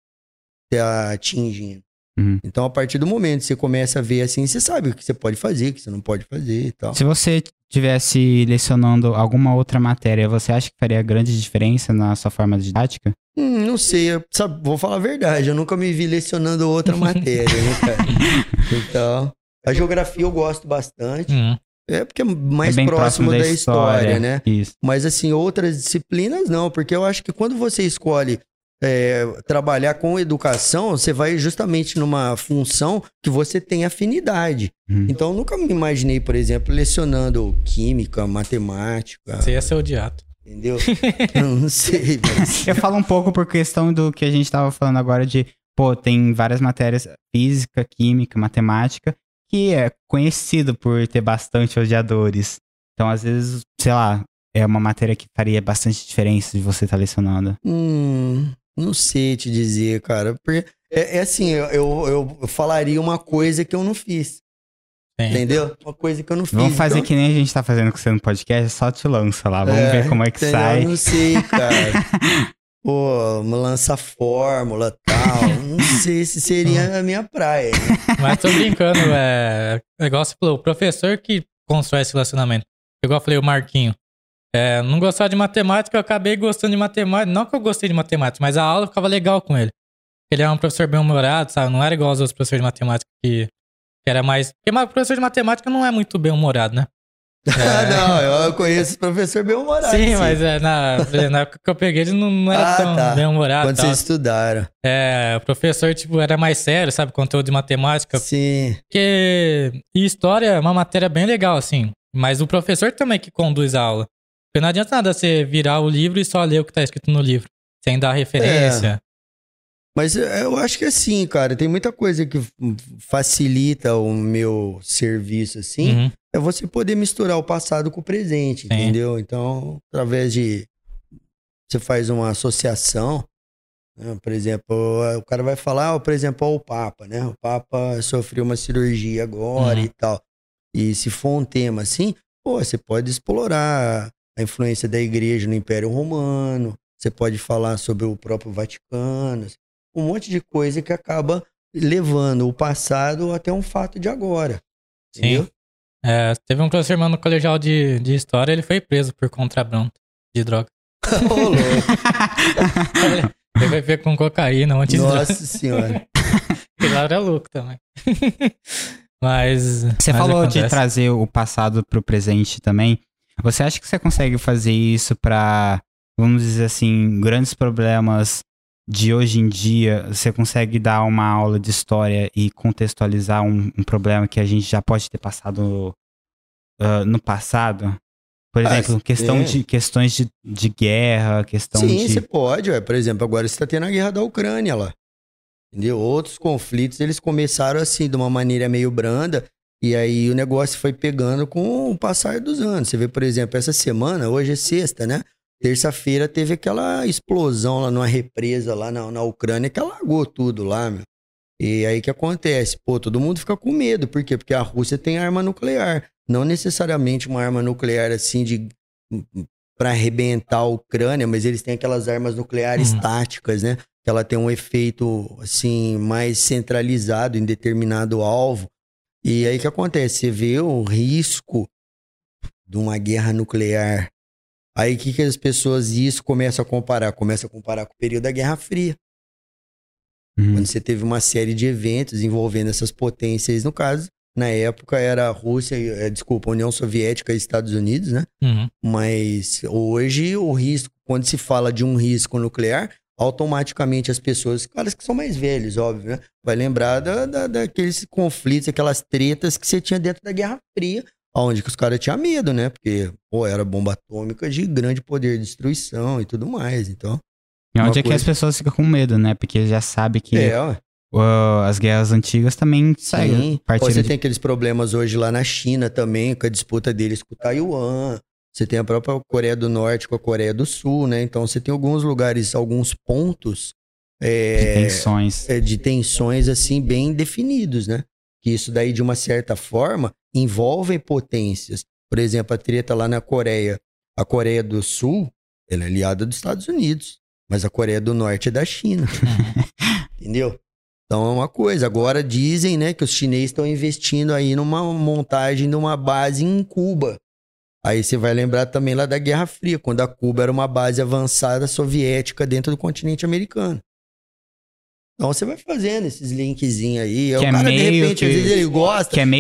atingindo. Então, a partir do momento que você começa a ver assim, você sabe o que você pode fazer, o que você não pode fazer e tal. Se você estivesse lecionando alguma outra matéria, você acha que faria grande diferença na sua forma de didática? Não sei, vou falar a verdade, eu nunca me vi lecionando outra matéria, né, cara? Então, a geografia eu gosto bastante. Porque é mais próximo da história, né? Isso. Mas, assim, outras disciplinas não, porque eu acho que quando você escolhe trabalhar com educação, você vai justamente numa função que você tem afinidade. Então, eu nunca me imaginei, por exemplo, lecionando química, matemática. Você ia ser odiado. Entendeu? Eu não sei, mas... Eu falo um pouco por questão do que a gente tava falando agora de, tem várias matérias, física, química, matemática, que é conhecido por ter bastante odiadores. Então, às vezes, sei lá, é uma matéria que faria bastante diferença de você estar lecionando. Não sei te dizer, cara. Porque é assim, eu falaria uma coisa que eu não fiz. Sim. Entendeu? Uma coisa que eu não fiz. Vamos fazer que nem a gente tá fazendo com você no podcast, só te lança lá. Vamos ver como é que sai. Eu não sei, cara. Pô, lança fórmula e tal. Não sei se seria a minha praia. Né? Mas tô brincando, igual você falou, o professor que constrói esse relacionamento. Igual eu falei, o Marquinho. Não gostava de matemática, eu acabei gostando de matemática. Não que eu gostei de matemática, mas a aula ficava legal com ele. Ele era um professor bem-humorado, sabe? Não era igual aos outros professores de matemática que era mais... Porque o professor de matemática não é muito bem-humorado, né? Não, eu conheço professor bem-humorado. Sim, mas na época que eu peguei ele não era tão bem-humorado. Quando vocês estudaram. O professor, era mais sério, sabe? Conteúdo de matemática. Sim. E história é uma matéria bem legal, assim. Mas o professor também que conduz a aula. Porque não adianta nada você virar o livro e só ler o que tá escrito no livro. Sem dar referência. Mas eu acho que assim, cara, tem muita coisa que facilita o meu serviço, assim. É você poder misturar o passado com o presente, entendeu? Então, através de... Você faz uma associação, né? Por exemplo, o cara vai falar, por exemplo, o Papa, né? O Papa sofreu uma cirurgia agora e tal. E se for um tema assim, você pode explorar a influência da igreja no Império Romano, você pode falar sobre o próprio Vaticano, um monte de coisa que acaba levando o passado até um fato de agora. Entendeu? Sim. Teve um professor meu no colegial de história, ele foi preso por contrabando de droga. Ô, louco. Ele foi ver com cocaína, um monte de droga. Nossa senhora. E lá era louco também. Mas você falou de trazer o passado pro presente também. Você acha que você consegue fazer isso pra, vamos dizer assim, grandes problemas de hoje em dia? Você consegue dar uma aula de história e contextualizar um problema que a gente já pode ter passado no passado? Por exemplo, questões de guerra, Sim, você pode. Por exemplo, agora você está tendo a guerra da Ucrânia lá. Entendeu? Outros conflitos, eles começaram assim, de uma maneira meio branda, e aí o negócio foi pegando com o passar dos anos. Você vê, por exemplo, essa semana, hoje é sexta, né? Terça-feira teve aquela explosão lá numa represa lá na Ucrânia que alagou tudo lá, meu. E aí o que acontece? Todo mundo fica com medo. Por quê? Porque a Rússia tem arma nuclear. Não necessariamente uma arma nuclear assim para arrebentar a Ucrânia, mas eles têm aquelas armas nucleares táticas, né? Que ela tem um efeito assim mais centralizado em determinado alvo. E aí o que acontece? Você vê o risco de uma guerra nuclear. Aí o que as pessoas isso começam a comparar? Começa a comparar com o período da Guerra Fria. Quando você teve uma série de eventos envolvendo essas potências, no caso, na época era a Rússia, a União Soviética e Estados Unidos, né? Mas hoje o risco, quando se fala de um risco nuclear, automaticamente as pessoas, caras que são mais velhos, óbvio, né? Vai lembrar daqueles conflitos, aquelas tretas que você tinha dentro da Guerra Fria, onde que os caras tinham medo, né? Porque, era bomba atômica de grande poder de destruição e tudo mais, então... E onde é que as pessoas ficam com medo, né? Porque já sabe que as guerras antigas também saem. Você tem aqueles problemas hoje lá na China também, com a disputa deles com o Taiwan. Você tem a própria Coreia do Norte com a Coreia do Sul, né? Então você tem alguns lugares, alguns pontos de tensões assim bem definidos, né? Que isso daí, de uma certa forma, envolvem potências. Por exemplo, a treta lá na Coreia. A Coreia do Sul, ela é aliada dos Estados Unidos. Mas a Coreia do Norte é da China. Entendeu? Então é uma coisa. Agora dizem, né, que os chineses estão investindo aí numa montagem de uma base em Cuba. Aí você vai lembrar também lá da Guerra Fria, quando a Cuba era uma base avançada soviética dentro do continente americano. Então você vai fazendo esses linkzinhos aí. O cara, de repente, às vezes ele gosta. Que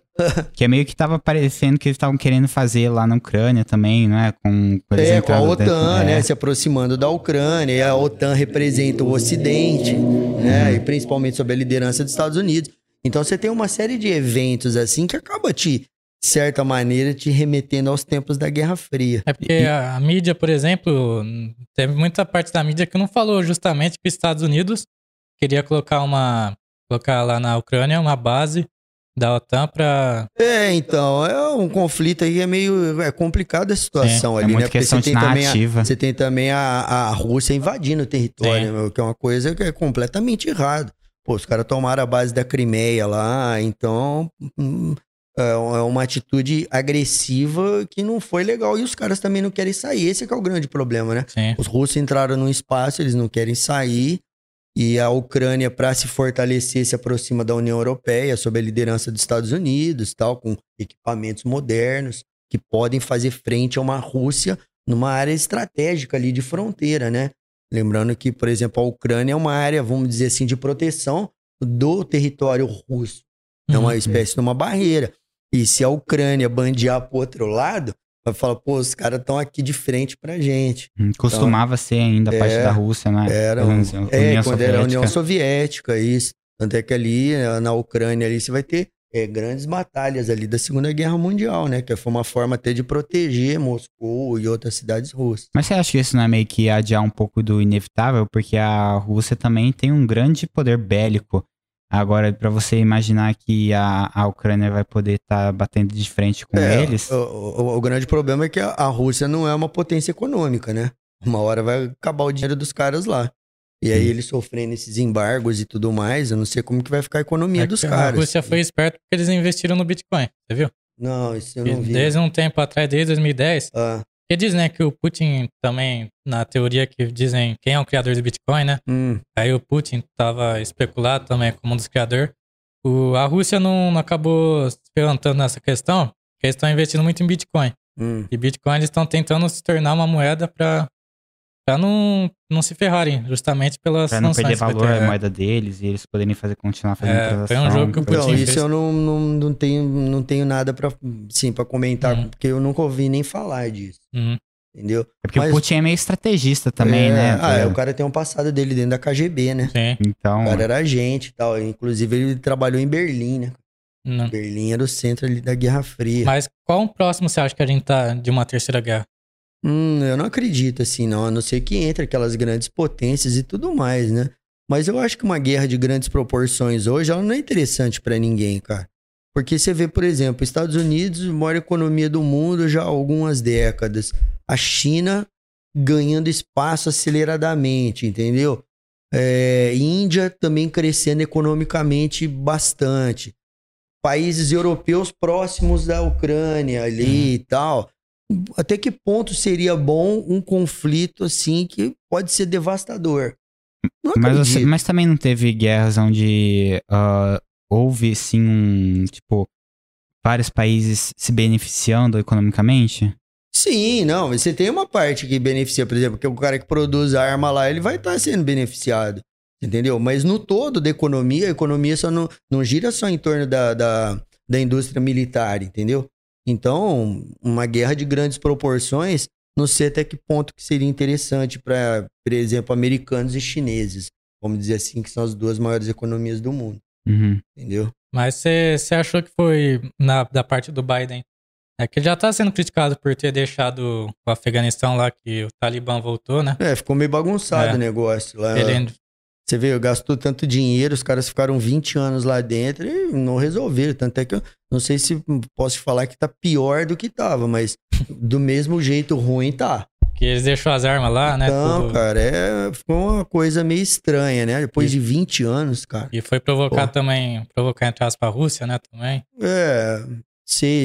é meio que tava parecendo que eles estavam querendo fazer lá na Ucrânia também, né? Com a OTAN, né? Se aproximando da Ucrânia. E a OTAN representa o Ocidente, né? E principalmente sob a liderança dos Estados Unidos. Então você tem uma série de eventos assim que acaba de certa maneira, te remetendo aos tempos da Guerra Fria. É porque a mídia, por exemplo, teve muita parte da mídia que não falou justamente que os Estados Unidos queria colocar lá na Ucrânia uma base da OTAN pra... Então, é um conflito aí, é complicada a situação ali, muita né? Porque questão de narrativa. Você tem também a Rússia invadindo o território, que é uma coisa que é completamente errada. Pô, os caras tomaram a base da Crimeia lá, então... É uma atitude agressiva que não foi legal. E os caras também não querem sair. Esse que é o grande problema, né? Sim. Os russos entraram num espaço, eles não querem sair. E a Ucrânia, para se fortalecer, se aproxima da União Europeia, sob a liderança dos Estados Unidos, tal, com equipamentos modernos que podem fazer frente a uma Rússia numa área estratégica ali de fronteira, né? Lembrando que, por exemplo, a Ucrânia é uma área, vamos dizer assim, de proteção do território russo. É uma espécie de uma barreira. E se a Ucrânia bandear pro outro lado, vai falar, pô, os caras estão aqui de frente pra gente. Costumava ser ainda parte da Rússia, né? Quando era a União Soviética, isso. Tanto é que ali, na Ucrânia, ali, você vai ter grandes batalhas ali da Segunda Guerra Mundial, né? Que foi uma forma até de proteger Moscou e outras cidades russas. Mas você acha que isso não é meio que adiar um pouco do inevitável? Porque a Rússia também tem um grande poder bélico. Agora, para você imaginar que a Ucrânia vai poder estar batendo de frente com eles... O grande problema é que a Rússia não é uma potência econômica, né? Uma hora vai acabar o dinheiro dos caras lá. E aí eles sofrendo esses embargos e tudo mais, eu não sei como que vai ficar a economia dos caras. A Rússia foi esperta porque eles investiram no Bitcoin, você viu? Não, isso eu não vi. Desde um tempo atrás, desde 2010... Porque diz, né, que o Putin também, na teoria que dizem quem é o criador do Bitcoin, né? Aí o Putin tava especulado também como um dos criadores. A Rússia não acabou se perguntando nessa questão, porque eles estão investindo muito em Bitcoin. E Bitcoin eles estão tentando se tornar uma moeda pra não se ferrarem, justamente pelas sanções. Pra não perder valor a moeda deles e eles poderem continuar fazendo transação. Foi um jogo que o Putin fez. Isso eu não tenho nada pra comentar, porque eu nunca ouvi nem falar disso. Entendeu? É porque o Putin é meio estrategista também, né? O cara tem um passado dele dentro da KGB, né? Sim. Então, o cara era agente e tal. Inclusive, ele trabalhou em Berlim, né? Berlim era o centro ali da Guerra Fria. Mas qual o próximo você acha que a gente tá de uma terceira guerra? Eu não acredito assim, não. A não ser que entre aquelas grandes potências e tudo mais, né? Mas eu acho que uma guerra de grandes proporções hoje, ela não é interessante pra ninguém, cara. Porque você vê, por exemplo, Estados Unidos, a maior economia do mundo já há algumas décadas. A China ganhando espaço aceleradamente, entendeu? Índia também crescendo economicamente bastante. Países europeus próximos da Ucrânia ali e tal. Até que ponto seria bom um conflito assim que pode ser devastador? Não acredito. Mas também não teve guerras onde houve, sim, tipo, vários países se beneficiando economicamente? Sim, não, você tem uma parte que beneficia, por exemplo, que o cara que produz a arma lá, ele vai estar sendo beneficiado, entendeu? Mas no todo da economia, a economia só não gira só em torno da indústria militar, entendeu? Então, uma guerra de grandes proporções, não sei até que ponto que seria interessante para, por exemplo, americanos e chineses, vamos dizer assim, que são as duas maiores economias do mundo, Uhum. entendeu? Mas você achou que foi da parte do Biden? É que ele já tá sendo criticado por ter deixado o Afeganistão lá, que o Talibã voltou, né? Ficou meio bagunçado É. o negócio lá. Ele, Você vê, gastou tanto dinheiro, os caras ficaram 20 anos lá dentro e não resolveram. Tanto é que eu não sei se posso te falar que tá pior do que tava, mas do mesmo jeito ruim tá. que eles deixou as armas lá, né? Então, tudo. cara, ficou uma coisa meio estranha, né? Depois de 20 anos, cara. E foi provocar entre aspas, a Rússia, né? Também. Sei,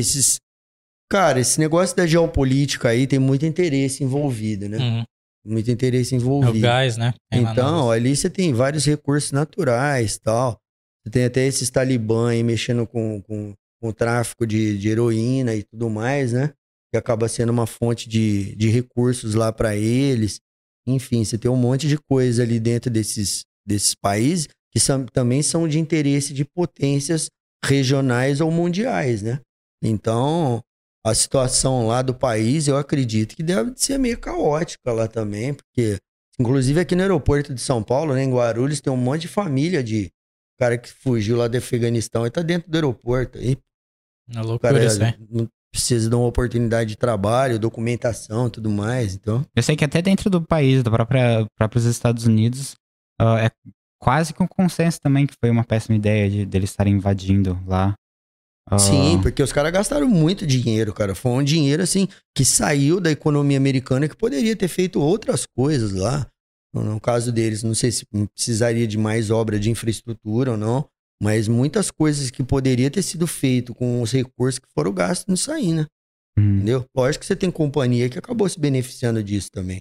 cara, esse negócio da geopolítica aí tem muito interesse envolvido, né? Uhum. Muito interesse É envolvido. o gás, né? Tem lá na Então, Rússia. ali você tem vários recursos naturais e tal. Você tem até esses talibã aí mexendo com o tráfico de heroína e tudo mais, né? Que acaba sendo uma fonte de recursos lá para eles. Enfim, você tem um monte de coisa ali dentro desses países que também são de interesse de potências regionais ou mundiais, né? Então, a situação lá do país, eu acredito que deve ser meio caótica lá também, porque, inclusive aqui no aeroporto de São Paulo, né, em Guarulhos, tem um monte de família de cara que fugiu lá do Afeganistão e tá dentro do aeroporto. E É o loucura cara isso aí. não precisa de uma oportunidade de trabalho, documentação, tudo mais, então... Eu sei que até dentro do país, próprios Estados Unidos, é quase que um consenso também que foi uma péssima ideia deles estarem invadindo lá. Sim, porque os caras gastaram muito dinheiro, cara. Foi um dinheiro, assim, que saiu da economia americana que poderia ter feito outras coisas lá. No caso deles, não sei se precisaria de mais obra de infraestrutura ou não, mas muitas coisas que poderia ter sido feito com os recursos que foram gastos nisso aí, né? Entendeu? Lógico que você tem companhia que acabou se beneficiando disso também.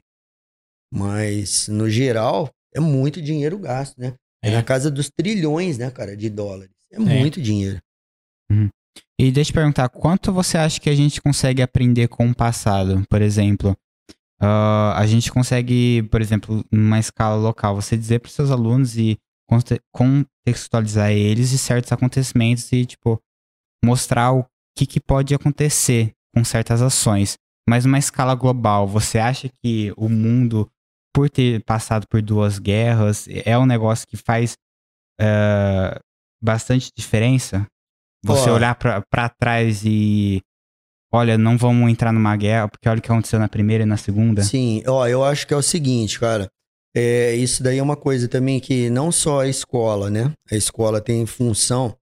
Mas, no geral, é muito dinheiro gasto, né? É na casa dos trilhões, né, cara, de dólares. É muito dinheiro. E deixa eu te perguntar, quanto você acha que a gente consegue aprender com o passado? Por exemplo, a gente consegue, por exemplo, numa escala local, você dizer para os seus alunos e contextualizar eles de certos acontecimentos e, tipo, mostrar o que pode acontecer com certas ações. Mas numa escala global, você acha que o mundo, por ter passado por 2 guerras, é um negócio que faz bastante diferença? Você olhar pra trás e... Olha, não vamos entrar numa guerra, porque olha o que aconteceu na primeira e na segunda. Sim, eu acho que é o seguinte, cara. Isso daí é uma coisa também que não só a escola, né? A escola tem função,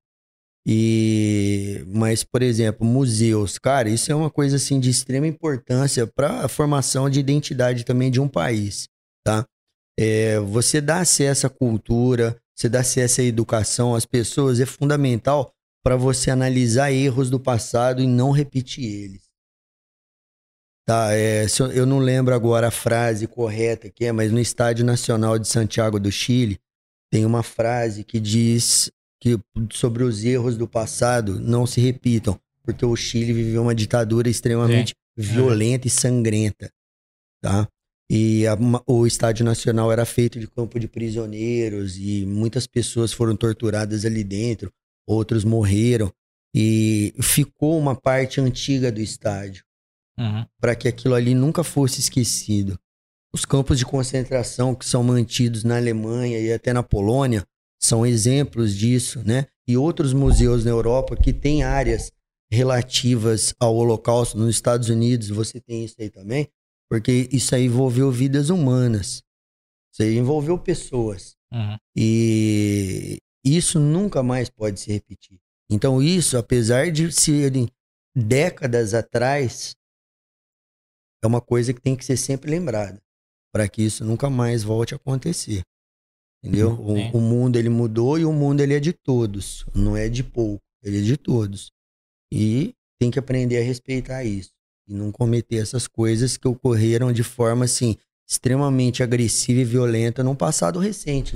mas, por exemplo, museus. Cara, isso é uma coisa, assim, de extrema importância para a formação de identidade também de um país, tá? Você dá acesso à cultura, você dá acesso à educação às pessoas, é fundamental para você analisar erros do passado e não repetir eles. Tá, eu não lembro agora a frase correta que é, mas no Estádio Nacional de Santiago do Chile tem uma frase que diz que sobre os erros do passado não se repitam, porque o Chile viveu uma ditadura extremamente violenta e sangrenta, tá? E o Estádio Nacional era feito de campo de prisioneiros e muitas pessoas foram torturadas ali dentro. Outros morreram e ficou uma parte antiga do estádio para que aquilo ali nunca fosse esquecido. Os campos de concentração que são mantidos na Alemanha e até na Polônia são exemplos disso, né? E outros museus na Europa que têm áreas relativas ao Holocausto. Nos Estados Unidos você tem isso aí também, porque isso aí envolveu vidas humanas. Isso aí envolveu pessoas. E isso nunca mais pode se repetir. Então isso, apesar de serem décadas atrás, é uma coisa que tem que ser sempre lembrada, para que isso nunca mais volte a acontecer. Entendeu? O mundo, ele mudou e o mundo, ele é de todos. Não é de pouco, ele é de todos. E tem que aprender a respeitar isso. E não cometer essas coisas que ocorreram de forma, assim, extremamente agressiva e violenta num passado recente, né?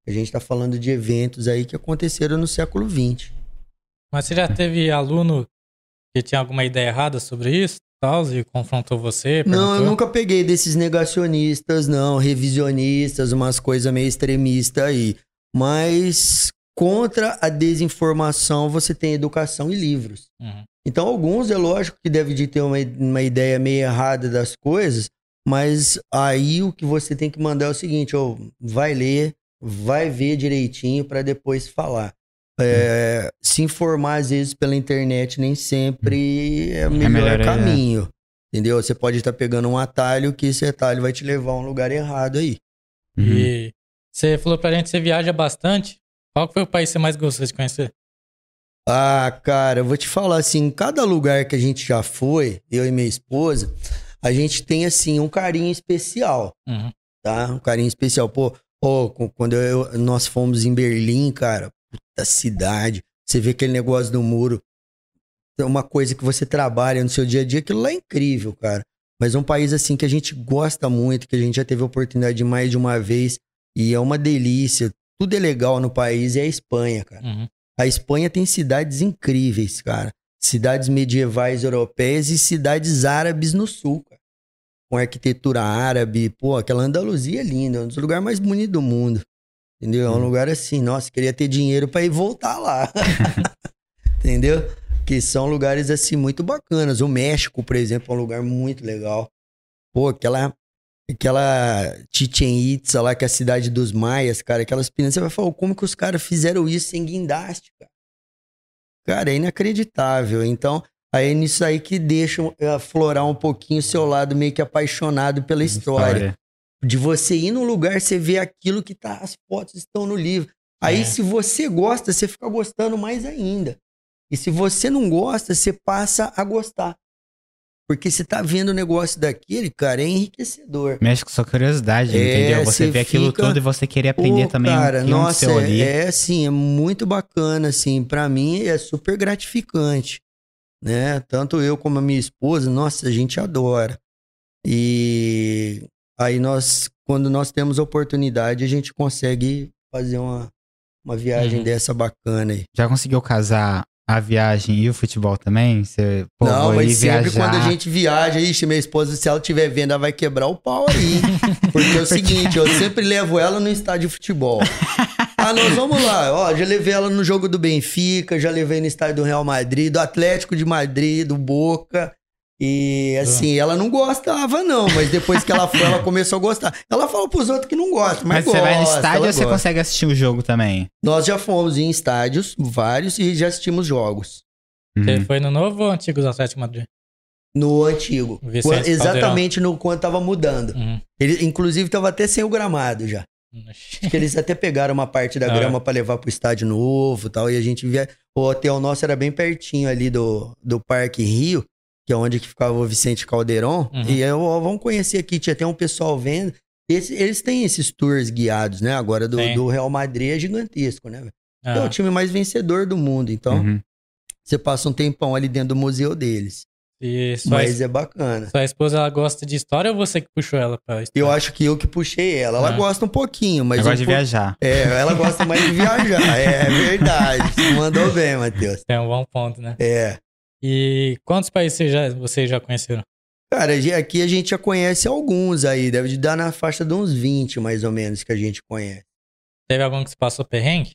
A gente tá falando de eventos aí que aconteceram no século XX. Mas você já teve aluno que tinha alguma ideia errada sobre isso tal, e confrontou você? Não, perguntou? eu nunca peguei desses negacionistas, não, revisionistas, umas coisas meio extremistas aí. Mas contra a desinformação você tem educação e livros. Uhum. Então alguns é lógico que devem de ter uma ideia meio errada das coisas, mas aí o que você tem que mandar é o seguinte, ó, vai ler, vai ver direitinho para depois falar. Se informar às vezes pela internet nem sempre é o melhor caminho. Entendeu? Você pode estar pegando um atalho que esse atalho vai te levar a um lugar errado aí. E você falou pra gente que você viaja bastante. Qual que foi o país que você mais gostou de conhecer? Ah, cara, eu vou te falar assim, cada lugar que a gente já foi, eu e minha esposa, a gente tem assim um carinho especial, tá? Um carinho especial. Pô, quando nós fomos em Berlim, cara, puta cidade, você vê aquele negócio do muro, é uma coisa que você trabalha no seu dia a dia, aquilo lá é incrível, cara. Mas é um país assim que a gente gosta muito, que a gente já teve a oportunidade de mais de uma vez e é uma delícia. Tudo é legal no país, é a Espanha, cara. A Espanha tem cidades incríveis, cara. Cidades medievais europeias e cidades árabes no sul, cara. Com arquitetura árabe, pô, aquela Andaluzia é linda, é um dos lugares mais bonitos do mundo. Entendeu? É um lugar assim, nossa, queria ter dinheiro pra ir voltar lá. Entendeu? Que são lugares assim muito bacanas. O México, por exemplo, é um lugar muito legal. Pô, aquela Chichén Itzá lá, que é a cidade dos maias, cara, aquelas pirâmides, você vai falar, como que os caras fizeram isso sem guindaste, cara? Cara, é inacreditável. Então, aí é nisso aí que deixa aflorar um pouquinho o seu lado meio que apaixonado pela história. De você ir num lugar, você vê aquilo que tá, as fotos estão no livro. Aí, se você gosta, você fica gostando mais ainda. E se você não gosta, você passa a gostar. Porque você tá vendo o negócio daquele, cara, é enriquecedor. Mexe com sua curiosidade, entendeu? Você vê aquilo tudo e você querer aprender também cara, o que nossa, aconteceu ali. assim, é muito bacana, assim. Pra mim, é super gratificante, né? Tanto eu como a minha esposa, nossa, a gente adora. E aí quando nós temos a oportunidade, a gente consegue fazer uma viagem dessa bacana aí. Já conseguiu casar a viagem e o futebol também? Você, não, mas sempre quando a gente viaja, ixi, minha esposa, se ela estiver vendo, ela vai quebrar o pau aí. Porque é o seguinte, eu sempre levo ela no estádio de futebol. Nós vamos lá. Ó, já levei ela no jogo do Benfica, já levei no estádio do Real Madrid, do Atlético de Madrid, do Boca. E assim, ela não gostava não, mas depois que ela foi, ela começou a gostar. Ela fala pros outros que não gostam, mas gosta. Você vai no estádio ou você consegue assistir o jogo também? Nós já fomos em estádios, vários, e já assistimos jogos. Você foi no novo ou antigo do Atlético Madrid? No antigo. Exatamente quando tava mudando. Ele, inclusive, tava até sem o gramado já. Acho que eles até pegaram uma parte da grama pra levar pro estádio novo e tal, e a gente via... O hotel nosso era bem pertinho ali do Parque Rio, que é onde que ficava o Vicente Calderon, e vamos conhecer aqui, tinha até um pessoal vendo, eles têm esses tours guiados, né, agora do Real Madrid é gigantesco, né, é o time mais vencedor do mundo, então você passa um tempão ali dentro do museu deles, mas é bacana. Sua esposa, ela gosta de história ou você que puxou ela pra história? Eu acho que eu que puxei ela gosta um pouquinho, mas... Ela gosta de viajar. Ela gosta mais de viajar, é verdade, você mandou bem, Matheus. É um bom ponto, né? E quantos países vocês já conheceram? Cara, aqui a gente já conhece alguns aí. Deve dar na faixa de uns 20, mais ou menos, que a gente conhece. Teve algum que se passou perrengue?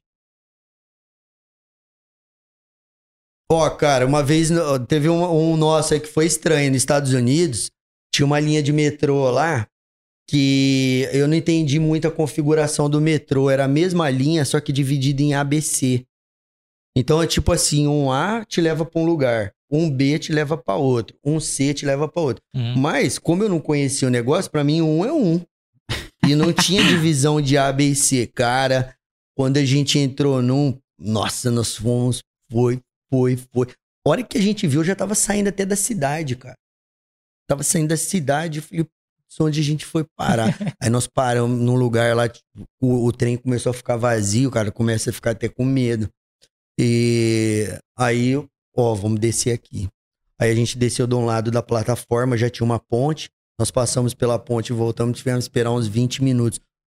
Cara, uma vez teve um nosso aí que foi estranho. Nos Estados Unidos, tinha uma linha de metrô lá que eu não entendi muito a configuração do metrô. Era a mesma linha, só que dividida em ABC. Então é tipo assim, um A te leva pra um lugar, um B te leva pra outro, um C te leva pra outro. Mas, como eu não conhecia o negócio, pra mim um é um. E não tinha divisão de A, B e C. Cara, quando a gente entrou nossa, nós fomos, foi. A hora que a gente viu, eu já tava saindo até da cidade, cara. Tava saindo da cidade, eu falei, onde a gente foi parar? Aí nós paramos num lugar lá, o trem começou a ficar vazio, cara, começa a ficar até com medo. E aí, vamos descer aqui. Aí a gente desceu de um lado da plataforma, já tinha uma ponte. Nós passamos pela ponte e voltamos, tivemos que esperar uns 20 minutos.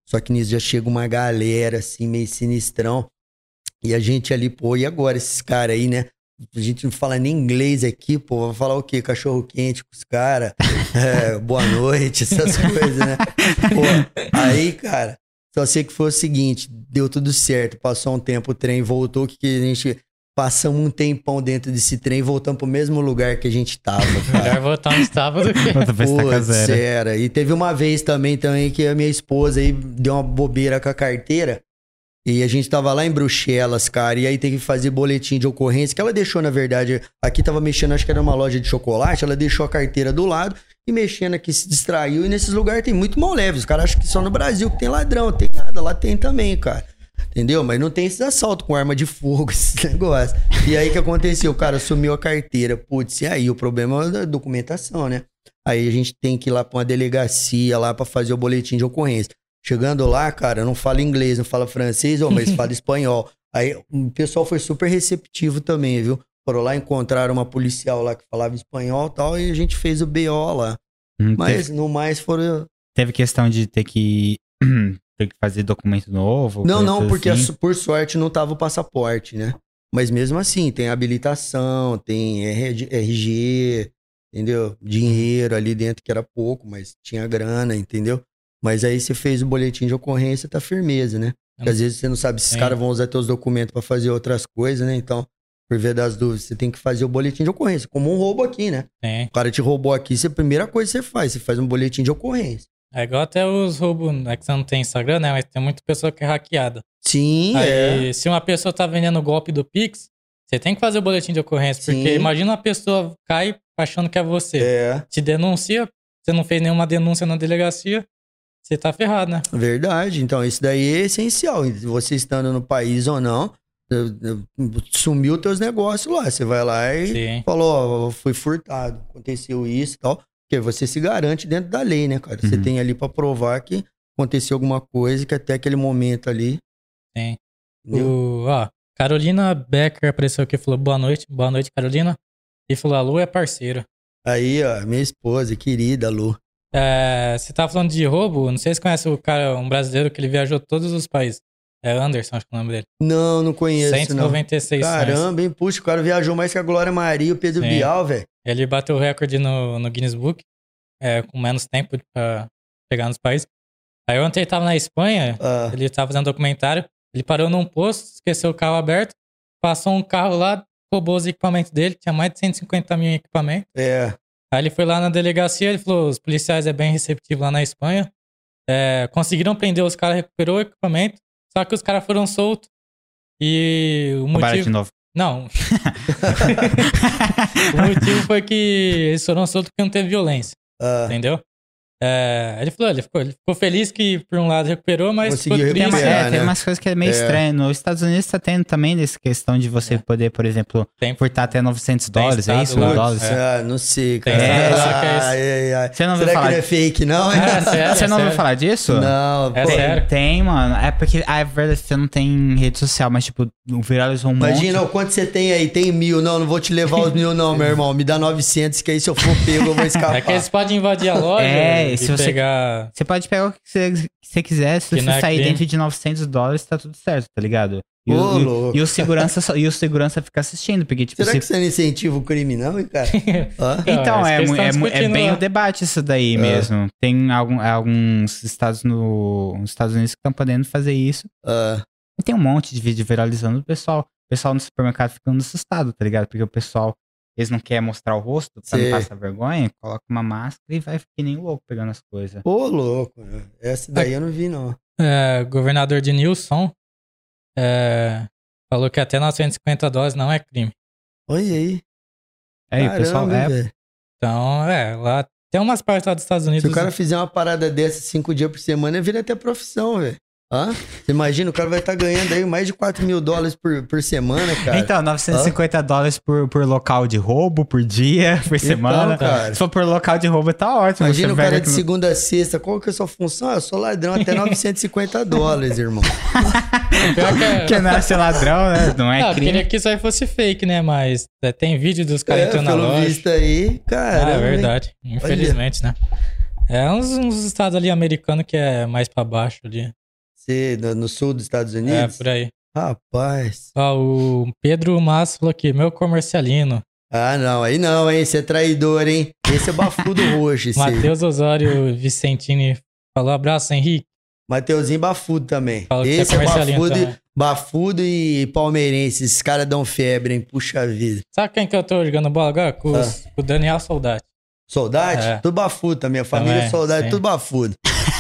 Só que nisso já chega uma galera, assim, meio sinistrão. E a gente ali, pô, e agora esses caras aí, né? A gente não fala nem inglês aqui, pô. Vai falar o quê? Cachorro quente com os caras. Boa noite, essas coisas, né? Pô, aí, cara, só sei que foi o seguinte, deu tudo certo. Passou um tempo, o trem voltou, que a gente... Passamos um tempão dentro desse trem e voltamos pro mesmo lugar que a gente tava, cara. Melhor voltar onde estava do que... Putz, era. E teve uma vez também que a minha esposa aí deu uma bobeira com a carteira. E a gente tava lá em Bruxelas, cara. E aí teve que fazer boletim de ocorrência. Que ela deixou, na verdade... Aqui tava mexendo, acho que era uma loja de chocolate. Ela deixou a carteira do lado e mexendo aqui, se distraiu. E nesses lugares tem muito mal leve. Os caras acham que só no Brasil que tem ladrão. Tem nada. Lá tem também, cara. Entendeu? Mas não tem esses assaltos com arma de fogo, esses negócios. E aí o que aconteceu? O cara sumiu a carteira. Putz, e aí o problema é da documentação, né? Aí a gente tem que ir lá pra uma delegacia lá pra fazer o boletim de ocorrência. Chegando lá, cara, não fala inglês, não fala francês, mas fala espanhol. Aí o pessoal foi super receptivo também, viu? Foram lá, encontraram uma policial lá que falava espanhol e tal, e a gente fez o BO lá. Mas no mais foram... Teve questão de ter que fazer documento novo? Não, porque assim? por sorte não tava o passaporte, né? Mas mesmo assim, tem habilitação, tem RG, entendeu? Dinheiro ali dentro, que era pouco, mas tinha grana, entendeu? Mas aí você fez o boletim de ocorrência, tá firmeza, né? Porque às vezes você não sabe se os caras vão usar teus documentos pra fazer outras coisas, né? Então, por via das dúvidas, você tem que fazer o boletim de ocorrência. Como um roubo aqui, né? Tem. O cara te roubou aqui, a primeira coisa que você faz um boletim de ocorrência. É igual até os roubos, é que você não tem Instagram, né? Mas tem muita pessoa que é hackeada. Sim, aí, se uma pessoa tá vendendo o golpe do Pix, você tem que fazer o boletim de ocorrência. Sim. Porque imagina uma pessoa cai achando que é você. Te denuncia, você não fez nenhuma denúncia na delegacia, você tá ferrado, né? Verdade. Então, isso daí é essencial. Você estando no país ou não, sumiu teus negócios lá. Você vai lá e falou, ó, fui furtado, aconteceu isso e tal. Porque você se garante dentro da lei, né, cara? Você tem ali pra provar que aconteceu alguma coisa, que até aquele momento ali... Tem. Carolina Becker apareceu aqui e falou, boa noite, Carolina. E falou, a Lu é parceira. Aí, ó, minha esposa, querida Lu. Você tava falando de roubo, não sei se conhece o cara, um brasileiro que ele viajou todos os países. É Anderson, acho que é o nome dele. Não conheço, 196 não. Caramba, hein? Puxa, o cara viajou mais que a Glória Maria e o Pedro Bial, velho. Ele bateu o recorde no Guinness Book, com menos tempo pra chegar nos países. Aí ontem ele tava na Espanha, ele tava fazendo documentário, ele parou num posto, esqueceu o carro aberto, passou um carro lá, roubou os equipamentos dele, tinha mais de 150 mil em equipamento. Aí ele foi lá na delegacia, ele falou, os policiais é bem receptivo lá na Espanha, conseguiram prender os caras, recuperou o equipamento, só que os caras foram soltos. E o motivo... de novo. Não. O motivo foi que eles foram soltos porque não teve violência. Entendeu? Ele ficou feliz que, por um lado, recuperou, mas ficou triste. Tem umas coisas que é meio estranho. Nos Estados Unidos tá tendo também dessa questão de você poder, por exemplo, furtar até $900, é isso? Não sei, cara. Você não Será falar... que não é fake, não? Você não ouviu falar disso? Não, sério. Tem, mano. É porque, é verdade, você não tem rede social, mas, tipo, viralizou um monte. Imagina, o quanto você tem aí? Tem 1.000. Não vou te levar os 1.000, não, meu irmão. Me dá 900, que aí se eu for pego, eu vou escapar. É que eles podem invadir a loja se você pegar... Você pode pegar o que você quiser. Se você sair dentro de $900, tá tudo certo, tá ligado? E o segurança fica assistindo, porque, tipo... Será que você não incentiva o crime, não, cara? Então, é bem o debate isso daí mesmo. Tem alguns estados nos Estados Unidos que estão podendo fazer isso. E tem um monte de vídeo viralizando do pessoal. O pessoal no supermercado ficando assustado, tá ligado? Porque o pessoal... Eles não querem mostrar o rosto pra não passar vergonha, coloca uma máscara e vai que nem louco pegando as coisas. Ô, louco. Essa daí eu não vi, não. Governador de Nilson falou que até $950 não é crime. Olha aí. Caramba, o pessoal Então, lá tem umas partes lá dos Estados Unidos. Se o cara fizer uma parada dessa 5 dias por semana, vira até profissão, velho. Você imagina, o cara vai estar ganhando aí mais de $4.000 por semana, cara. Então, $950 por local de roubo, por dia, por semana. Cara. Se for por local de roubo, tá ótimo. Imagina o cara de segunda a sexta, qual que é a sua função? Eu sou ladrão, até $950, irmão. Que não é ser ladrão, né? Não é crime. Eu queria que isso aí fosse fake, né? Mas tem vídeo dos caras entrando na loja. Pelo visto aí, cara. É verdade. Infelizmente, né? É uns estados ali americanos que é mais pra baixo ali. No sul dos Estados É, Unidos? por aí. Rapaz. Ó, o Pedro Massa falou aqui, meu comercialino. Ah, não. Aí não, hein? Você é traidor, hein? Esse é bafudo roxo, esse aí. Matheus Osório Vicentini falou, abraço, Henrique. Mateuzinho bafudo também. Falou que Esse é é comercialino bafudo, também. bafudo e palmeirense. Esses caras dão febre, hein? Puxa vida. Sabe quem que eu tô jogando bola agora? Com o Daniel Soldati. Soldade? É. Tudo bafudo também. A família Também, Soldade, sim. tudo bafudo.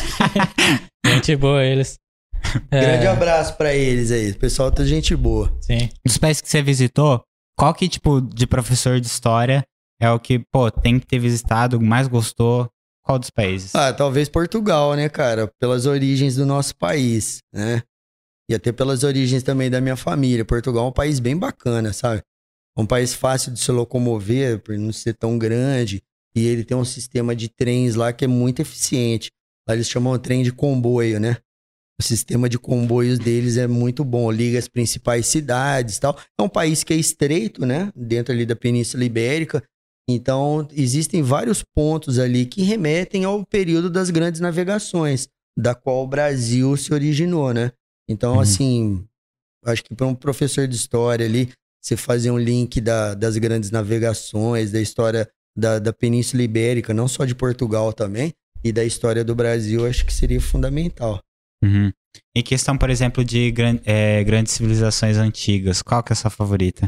Gente boa, eles. Grande abraço pra eles aí. O pessoal tá gente boa. Sim. Dos países que você visitou, qual que tipo de professor de história é o que, pô, tem que ter visitado, mais gostou? Qual dos países? Ah, talvez Portugal, né, cara? Pelas origens do nosso país, né? E até pelas origens também da minha família. Portugal é um país bem bacana, sabe? É um país fácil de se locomover, por não ser tão grande. E ele tem um sistema de trens lá que é muito eficiente. Lá eles chamam trem de comboio, né? O sistema de comboios deles é muito bom, liga as principais cidades e tal. É um país que é estreito, né? Dentro ali da Península Ibérica. Então, existem vários pontos ali que remetem ao período das grandes navegações, da qual o Brasil se originou, né? Então, assim, acho que para um professor de história ali, você fazer um link das grandes navegações, da história da Península Ibérica, não só de Portugal também, e da história do Brasil, acho que seria fundamental. Uhum. Em questão, por exemplo, de grandes civilizações antigas, qual que é a sua favorita?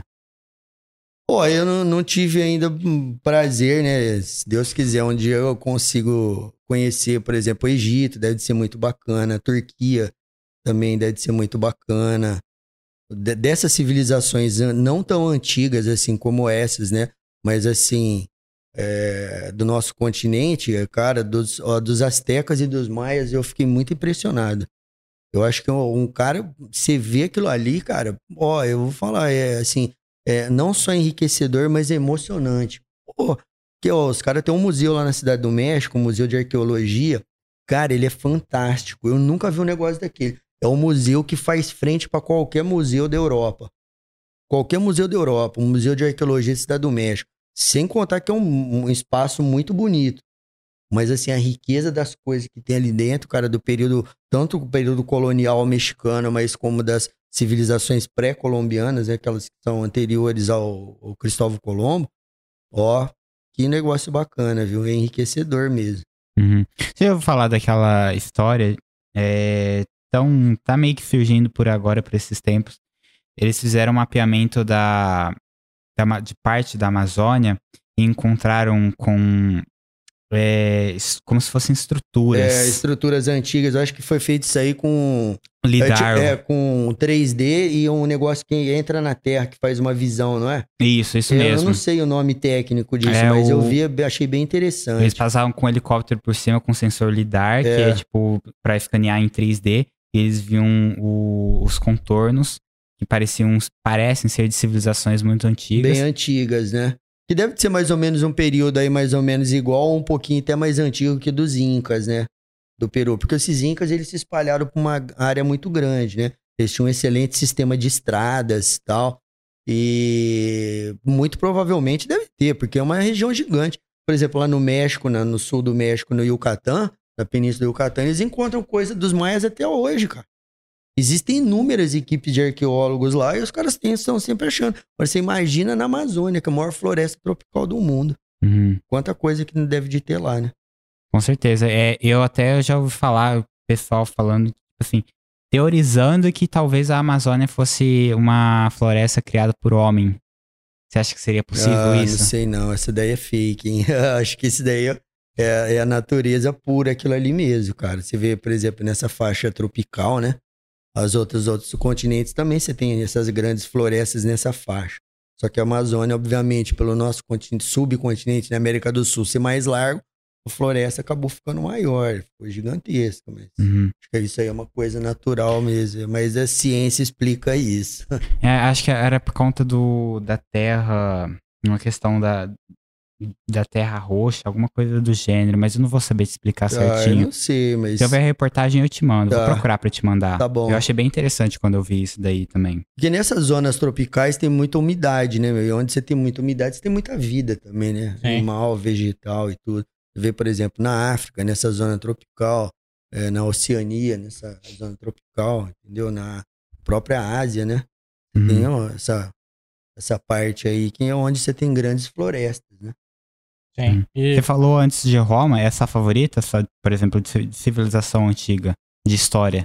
Pô, eu não tive ainda prazer, né? Se Deus quiser, um dia eu consigo conhecer, por exemplo, o Egito, deve ser muito bacana. A Turquia também deve ser muito bacana. Dessas civilizações não tão antigas assim como essas, né? Mas assim, do nosso continente, cara, dos astecas e dos maias, eu fiquei muito impressionado. Eu acho que um cara, você vê aquilo ali, cara, ó, eu vou falar, assim, não só enriquecedor, mas emocionante. Pô, que, ó, os caras têm um museu lá na Cidade do México, um museu de arqueologia. Cara, ele é fantástico. Eu nunca vi um negócio daquele. É um museu que faz frente para qualquer museu da Europa. Qualquer museu da Europa, um museu de arqueologia da Cidade do México. Sem contar que é um espaço muito bonito. Mas, assim, a riqueza das coisas que tem ali dentro, cara, do período, tanto o período colonial mexicano, mas como das civilizações pré-colombianas, né, aquelas que são anteriores ao Cristóvão Colombo. Ó, que negócio bacana, viu? É enriquecedor mesmo. Uhum. Você ouviu falar daquela história? Então, tá meio que surgindo por agora, por esses tempos. Eles fizeram um mapeamento de parte da Amazônia e encontraram com como se fossem estruturas. Estruturas antigas. Eu acho que foi feito isso aí com LIDAR. com 3D e um negócio que entra na Terra, que faz uma visão, não é? Isso mesmo. Eu não sei o nome técnico disso, mas eu vi, achei bem interessante. Eles passavam com um helicóptero por cima com sensor LIDAR, que é tipo pra escanear em 3D. E eles viam os contornos que parecem ser de civilizações muito antigas. Bem antigas, né? Que deve ser mais ou menos um período aí mais ou menos igual, ou um pouquinho até mais antigo que dos Incas, né? Do Peru. Porque esses Incas, eles se espalharam por uma área muito grande, né? Eles tinham um excelente sistema de estradas e tal. E muito provavelmente deve ter, porque é uma região gigante. Por exemplo, lá no México, no sul do México, no Yucatán, na Península do Yucatán, eles encontram coisa dos maias até hoje, cara. Existem inúmeras equipes de arqueólogos lá e os caras estão sempre achando. Mas você imagina na Amazônia, que é a maior floresta tropical do mundo. Uhum. Quanta coisa que não deve de ter lá, né? Com certeza. Eu até já ouvi falar, o pessoal falando, assim, teorizando que talvez a Amazônia fosse uma floresta criada por homem. Você acha que seria possível isso? Não sei não, essa daí é fake, hein? Acho que isso daí é a natureza pura, aquilo ali mesmo, cara. Você vê, por exemplo, nessa faixa tropical, né? Os outros continentes também você tem essas grandes florestas nessa faixa. Só que a Amazônia, obviamente, pelo nosso subcontinente, na América do Sul, ser mais largo, a floresta acabou ficando maior, ficou gigantesca. Mas acho que isso aí é uma coisa natural mesmo. Mas a ciência explica isso. Acho que era por conta da terra, uma questão da terra roxa, alguma coisa do gênero, mas eu não vou saber te explicar certinho. Eu não sei, mas... Se eu ver a reportagem, eu te mando. Vou procurar pra te mandar. Tá bom. Eu achei bem interessante quando eu vi isso daí também. Porque nessas zonas tropicais tem muita umidade, né, meu? E onde você tem muita umidade, você tem muita vida também, né? Sim. Animal, vegetal e tudo. Você vê, por exemplo, na África, nessa zona tropical, na Oceania, nessa zona tropical, entendeu? Na própria Ásia, né? Uhum. Tem ó, essa parte aí que é onde você tem grandes florestas, né? Sim. E Você falou antes de Roma, é essa favorita, por exemplo, de civilização antiga, de história?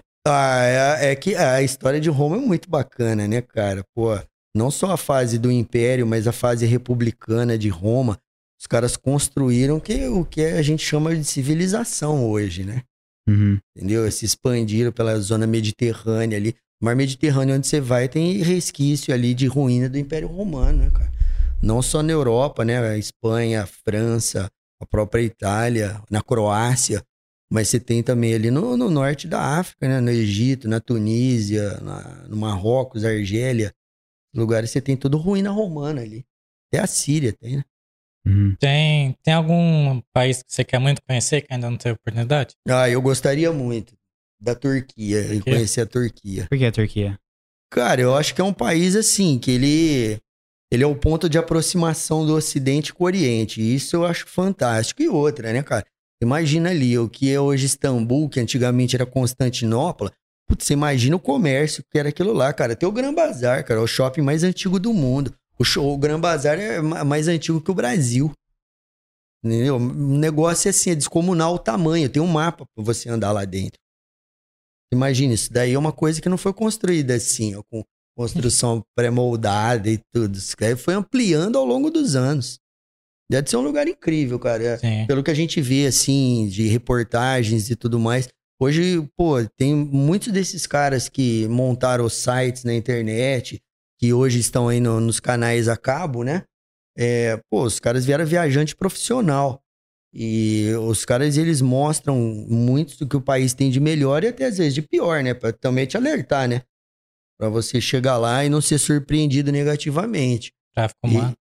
É que a história de Roma é muito bacana, né, cara? Pô, não só a fase do Império, mas a fase republicana de Roma. Os caras construíram o que a gente chama de civilização hoje, né? Uhum. Entendeu? Se expandiram pela zona mediterrânea ali. O mar Mediterrâneo, onde você vai, tem resquício ali de ruína do Império Romano, né, cara? Não só na Europa, né? A Espanha, a França, a própria Itália, na Croácia. Mas você tem também ali no norte da África, né? No Egito, na Tunísia, no Marrocos, Argélia. Lugares você tem tudo ruína romana ali. Até a Síria tem, né? Uhum. tem algum país que você quer muito conhecer que ainda não teve oportunidade? Eu gostaria muito da Turquia, de conhecer a Turquia. Por que a Turquia? Cara, eu acho que é um país assim, que ele é o ponto de aproximação do Ocidente com o Oriente. E isso eu acho fantástico. E outra, né, cara? Imagina ali, o que é hoje Istambul, que antigamente era Constantinopla. Putz, você imagina o comércio que era aquilo lá, cara. Tem o Gran Bazar, cara, o shopping mais antigo do mundo. O Gran Bazar é mais antigo que o Brasil. Entendeu? O negócio é assim, é descomunal o tamanho. Tem um mapa pra você andar lá dentro. Imagina, isso daí é uma coisa que não foi construída assim, ó, com construção pré-moldada e tudo. Isso daí foi ampliando ao longo dos anos. Deve ser um lugar incrível, cara. Sim. Pelo que a gente vê, assim, de reportagens e tudo mais. Hoje, pô, tem muitos desses caras que montaram os sites na internet, que hoje estão aí nos canais a cabo, né? Os caras vieram viajante profissional. E os caras, eles mostram muito do que o país tem de melhor e até às vezes de pior, né? Pra também te alertar, né? Pra você chegar lá e não ser surpreendido negativamente. Tráfico humano.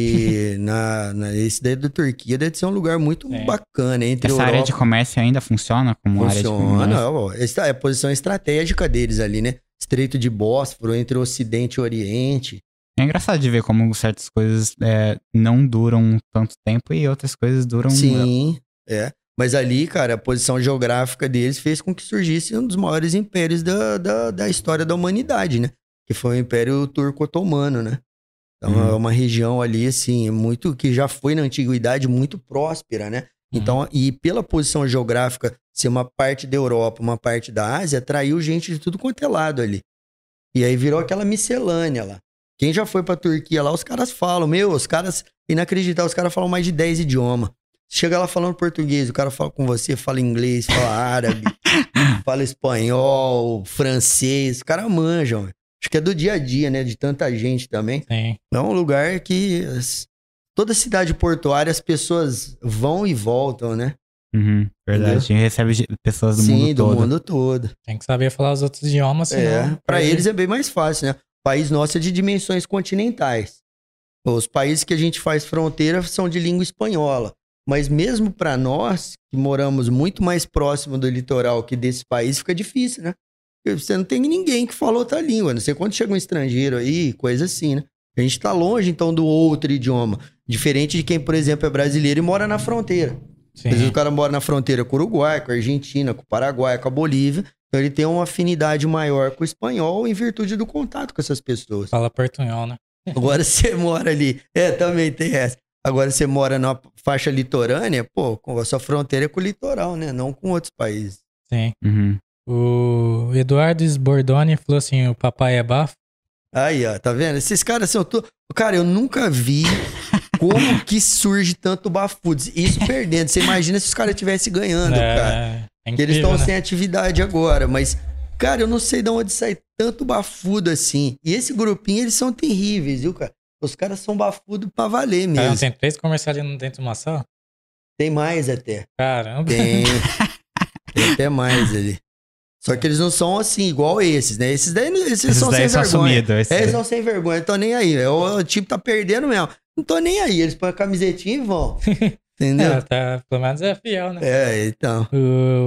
Esse daí da Turquia deve ser um lugar muito bacana. Entre Essa área de comércio ainda funciona como área de comércio? Funciona, essa é a posição estratégica deles ali, né? Estreito de Bósforo, entre o Ocidente e o Oriente. É engraçado de ver como certas coisas não duram tanto tempo e outras coisas duram... Sim, Mas ali, cara, a posição geográfica deles fez com que surgisse um dos maiores impérios da história da humanidade, né? Que foi o Império Turco-Otomano, né? Então é uma região ali, assim, muito que já foi na antiguidade muito próspera, né? Então, e pela posição geográfica ser uma parte da Europa, uma parte da Ásia, atraiu gente de tudo quanto é lado ali. E aí virou aquela miscelânea lá. Quem já foi pra Turquia lá, os caras falam, os caras, inacreditável, os caras falam mais de 10 idiomas. Chega lá falando português, o cara fala com você, fala inglês, fala árabe, fala espanhol, francês, os caras manjam. Acho que é do dia a dia, né? De tanta gente também. Sim. É um lugar que toda cidade portuária as pessoas vão e voltam, né? Uhum, verdade. Entendeu? Recebe pessoas do mundo Sim, do todo. mundo todo. Tem que saber falar os outros idiomas, senão... Pra eles é bem mais fácil, né? O país nosso é de dimensões continentais. Os países que a gente faz fronteira são de língua espanhola. Mas mesmo pra nós, que moramos muito mais próximo do litoral que desse país, fica difícil, né? Porque você não tem ninguém que fala outra língua. Não sei quando chega um estrangeiro aí, coisa assim, né? A gente tá longe, então, do outro idioma. Diferente de quem, por exemplo, é brasileiro e mora na fronteira. Sim. Às vezes o cara mora na fronteira com o Uruguai, com a Argentina, com o Paraguai, com a Bolívia. Então ele tem uma afinidade maior com o espanhol em virtude do contato com essas pessoas. Fala portunhol, né? Agora você mora ali... também tem essa. Agora você mora na faixa litorânea, a sua fronteira é com o litoral, né? Não com outros países. Sim. Uhum. O Eduardo Sbordoni falou assim, o papai é bafo. Aí, ó, tá vendo? Esses caras são... Cara, eu nunca vi como que surge tanto bafudos. Isso perdendo. Você imagina se os caras estivessem ganhando, cara. É incrível, que eles estão né? sem atividade agora. Mas, cara, eu não sei de onde sai tanto bafudo assim. E esse grupinho, eles são terríveis, viu, cara? Os caras são bafudos pra valer mesmo. Cara, tem 3 comerciais ali dentro de uma sala? Tem mais até. Caramba. Tem até mais ali. Só que eles não são assim, igual esses, né? Esses são sem vergonha. Sumido, Eles são sem vergonha, não tô nem aí. O time tá perdendo mesmo. Não tô nem aí. Eles põem a camisetinha e vão. Entendeu? Pelo menos é fiel, né? Então. O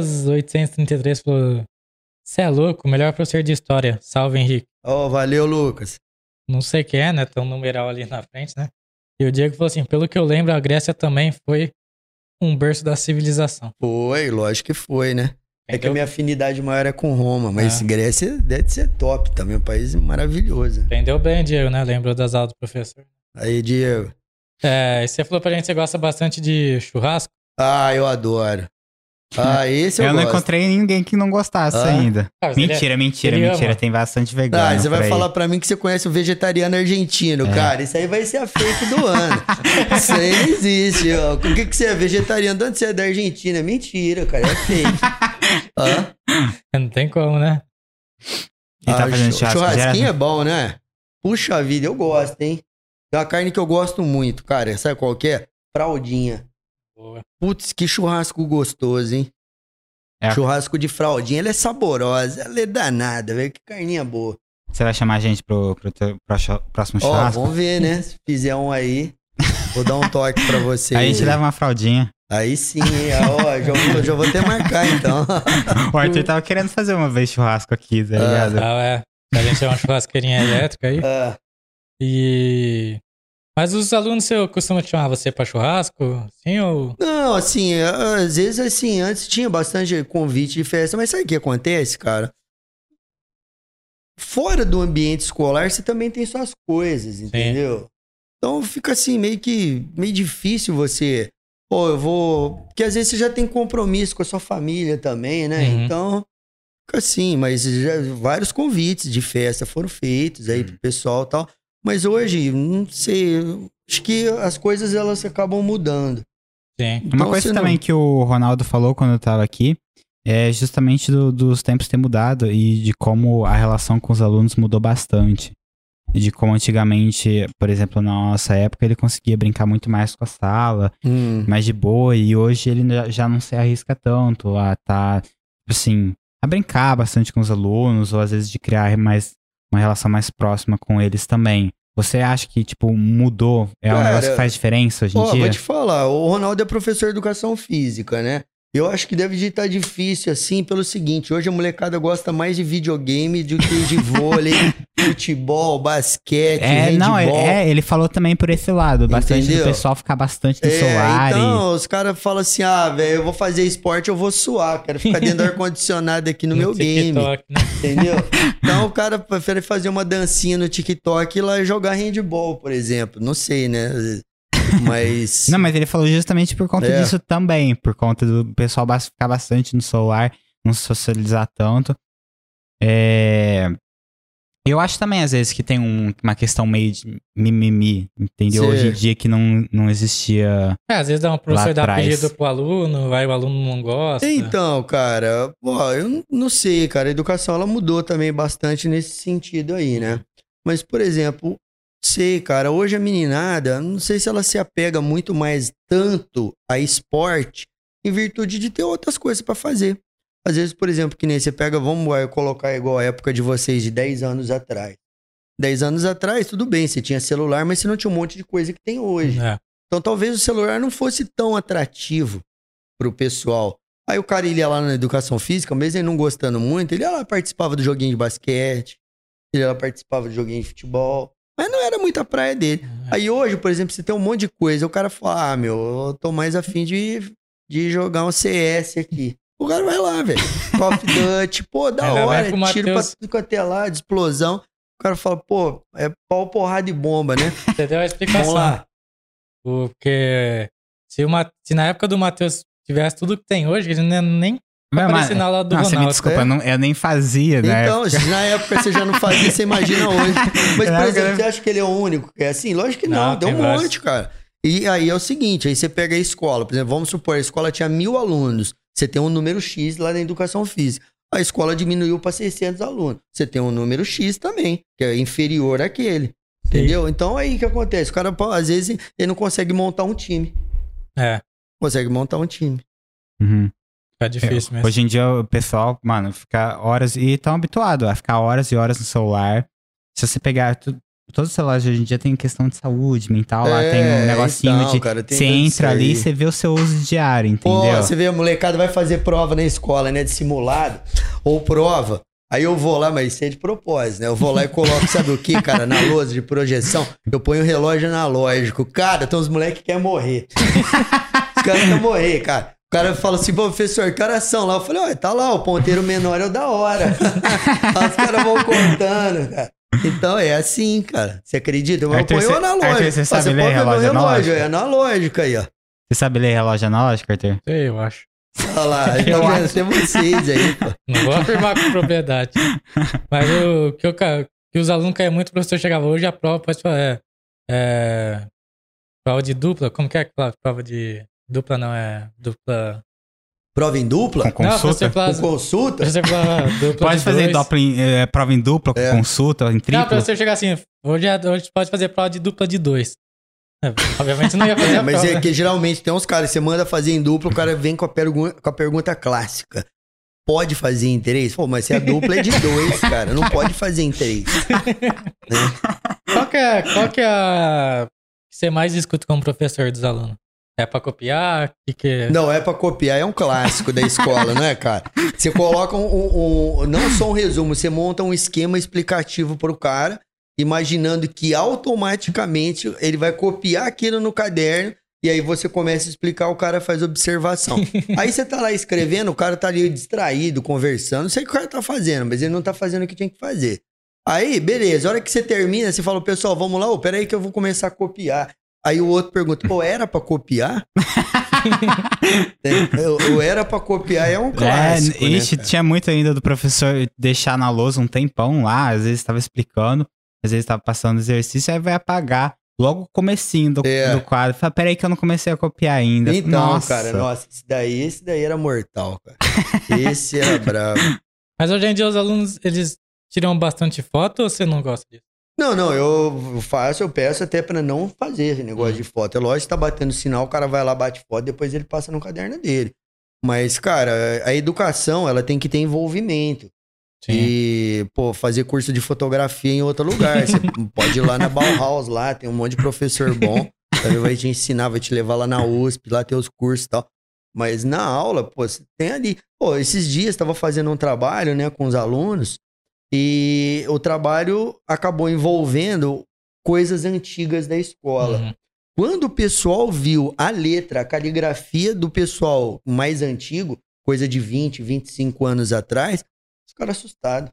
Lucas833 falou: Você é louco, melhor professor de história. Salve, Henrique. Valeu, Lucas. Não sei quem é, né? Tem um numeral ali na frente, né? E o Diego falou assim: pelo que eu lembro, a Grécia também foi um berço da civilização. Foi, lógico que foi, né? É que a minha afinidade maior é com Roma, mas Grécia deve ser top também, um país maravilhoso. Entendeu bem, Diego, né? Lembrou das aulas do professor. Aí, Diego. E você falou pra gente que você gosta bastante de churrasco? Ah, eu adoro. Esse eu gosto. Eu não encontrei ninguém que não gostasse ainda. Mentira. Tem bastante vegano. Você vai falar pra mim que você conhece o vegetariano argentino, cara. Isso aí vai ser a fake do ano. Isso aí não existe. O que você é? Vegetariano? De onde você é? Da Argentina? Mentira, cara. É fake. Não tem como, né? Tá fazendo churrasquinho é bom, né? Puxa vida, eu gosto, hein? Tem uma carne que eu gosto muito, cara. Sabe qual que é? Fraldinha. Boa. Putz, que churrasco gostoso, hein? Churrasco de fraldinha. Ela é saborosa, ela é danada, velho. Que carninha boa. Você vai chamar a gente pro próximo churrasco? Vamos ver, né? Se fizer um aí, vou dar um toque pra você. Aí a gente leva uma fraldinha. Aí sim, já vou até marcar, então. O Arthur tava querendo fazer uma vez churrasco aqui, tá ligado? A gente é uma churrasqueirinha elétrica aí. Mas os alunos, você costuma chamar você pra churrasco? Sim ou... Não, assim, às vezes, assim, antes tinha bastante convite de festa, mas sabe o que acontece, cara? Fora do ambiente escolar, você também tem suas coisas, entendeu? Sim. Então fica assim, meio difícil você... eu vou... Porque às vezes você já tem compromisso com a sua família também, né? Então, fica assim, mas vários convites de festa foram feitos aí pro pessoal e tal. Mas hoje, não sei, acho que as coisas elas acabam mudando. Sim. Então, uma coisa também que o Ronaldo falou quando eu tava aqui é justamente dos tempos ter mudado e de como a relação com os alunos mudou bastante. E de como antigamente, por exemplo, na nossa época, ele conseguia brincar muito mais com a sala, mais de boa, e hoje ele já não se arrisca tanto a a brincar bastante com os alunos, ou às vezes de criar uma relação mais próxima com eles também. Você acha que, mudou? Um negócio que faz diferença hoje em dia? Vou te falar, o Ronaldo é professor de educação física, né? Eu acho que deve estar difícil, assim, pelo seguinte, hoje a molecada gosta mais de videogame do que de vôlei, futebol, basquete, handball. Ele falou também por esse lado, bastante do pessoal ficar bastante no celular. Então, os caras falam assim, velho, eu vou fazer esporte, eu vou suar, quero ficar dentro do ar-condicionado aqui no meu game, TikTok, né? Entendeu? Então o cara prefere fazer uma dancinha no TikTok e lá jogar handball, por exemplo, não sei, né? Mas... Não, mas ele falou justamente por conta disso também, por conta do pessoal ficar bastante no celular, não socializar tanto. Eu acho também, às vezes, que tem uma questão meio de mimimi, entendeu? Sim. Hoje em dia que não existia. Às vezes dá um professor dar pedido pro aluno, o aluno não gosta. Então, cara, eu não sei, cara, a educação ela mudou também bastante nesse sentido aí, né? Mas, por exemplo, sei, cara, hoje a meninada, não sei se ela se apega muito mais tanto a esporte em virtude de ter outras coisas pra fazer. Às vezes, por exemplo, que nem você pega, vamos colocar igual a época de vocês de 10 anos atrás. 10 anos atrás, tudo bem, você tinha celular, mas você não tinha um monte de coisa que tem hoje. Então talvez o celular não fosse tão atrativo pro pessoal. Aí o cara ia lá na educação física, mesmo ele não gostando muito, ele ia lá, participava do joguinho de basquete, ele ia lá, participava do joguinho de futebol. Mas não era muito a praia dele. Aí hoje, por exemplo, você tem um monte de coisa. O cara fala, eu tô mais afim de jogar um CS aqui. O cara vai lá, velho. Call of Duty, da hora. Tiro pra tudo quanto é lá, de explosão. O cara fala, é pau, porrada e bomba, né? Você deu a explicação. Vamos lá. Porque se na época do Matheus tivesse tudo que tem hoje, ele nem... Mas na aula do Ronaldo. Você me desculpa, eu nem fazia, né? Então, na época você já não fazia, você imagina hoje. Mas, por exemplo, você acha que ele é o único que é assim? Lógico que não, deu um monte, cara. E aí é o seguinte, aí você pega a escola, por exemplo, vamos supor, a escola tinha 1000 alunos, você tem um número X lá na educação física. A escola diminuiu para 600 alunos. Você tem um número X também, que é inferior àquele. Entendeu? Sim. Então aí o que acontece? O cara, às vezes, ele não consegue montar um time. Consegue montar um time. Fica difícil mesmo. Hoje em dia o pessoal, fica horas... E estão habituados a ficar horas e horas no celular. Se você pegar... Todos os celulares hoje em dia tem questão de saúde mental. Lá tem um negocinho de... Cara, você entra ali e você vê o seu uso diário, entendeu? Você vê a molecada vai fazer prova na escola, né? De simulado. Ou prova. Aí eu vou lá, mas isso é de propósito, né? Eu vou lá e coloco, sabe o que, cara? Na lousa de projeção. Eu ponho o relógio analógico. Cara, tem uns moleques que querem morrer. Os caras querem morrer, cara. O cara fala assim, professor, que horas são lá? Eu falei, tá lá, o ponteiro menor é o da hora. Os caras vão contando, cara. Então é assim, cara. Você acredita? Eu ponho analógico. Você sabe ler relógio analógico? É analógico aí, ó. Você sabe ler relógio analógico, Arthur? Sei, eu acho. Olha lá, então tem vocês aí, pô. Não vou afirmar com propriedade. Mas que os alunos caem muito, o professor chegava hoje, a prova pode falar, prova de dupla, como que é prova de dupla não, dupla... Prova em dupla? Com consulta? Com consulta? Dupla pode fazer prova em dupla, com consulta, em tripla? Não, pra você chegar assim, hoje pode fazer prova de dupla de 2. Obviamente não ia fazer a mas prova. É que geralmente tem uns caras, você manda fazer em dupla, o cara vem com a pergunta clássica. Pode fazer em 3? Pô, mas se a dupla é de 2, cara, não pode fazer em 3. Né? Qual que é a que você mais escuta como professor dos alunos? É pra copiar? Não, é pra copiar, é um clássico da escola, não é, cara? Você coloca não só um resumo, você monta um esquema explicativo pro cara, imaginando que automaticamente ele vai copiar aquilo no caderno e aí você começa a explicar, o cara faz observação. Aí você tá lá escrevendo, o cara tá ali distraído, conversando, não sei o que o cara tá fazendo, mas ele não tá fazendo o que tinha que fazer. Aí, beleza, a hora que você termina, você fala, pessoal, vamos lá, peraí que eu vou começar a copiar. Aí o outro pergunta, era pra copiar? O era pra copiar é um clássico, né, tinha muito ainda do professor deixar na lousa um tempão lá, às vezes tava explicando, às vezes tava passando exercício, aí vai apagar logo o comecinho do quadro. Fala, peraí que eu não comecei a copiar ainda. Então, cara, esse daí era mortal, cara. Esse era bravo. Mas hoje em dia os alunos, eles tiram bastante foto ou você não gosta disso? Não, eu peço até pra não fazer esse negócio de foto. É lógico que tá batendo sinal, o cara vai lá, bate foto, depois ele passa no caderno dele. Mas, cara, a educação, ela tem que ter envolvimento. Sim. E, fazer curso de fotografia em outro lugar. Você pode ir lá na Bauhaus, lá tem um monte de professor bom. Também vai te ensinar, vai te levar lá na USP, lá tem os cursos e tal. Mas na aula, você tem ali... esses dias tava fazendo um trabalho, né, com os alunos. E o trabalho acabou envolvendo coisas antigas da escola. Uhum. Quando o pessoal viu a letra, a caligrafia do pessoal mais antigo, coisa de 20, 25 anos atrás, os caras assustados.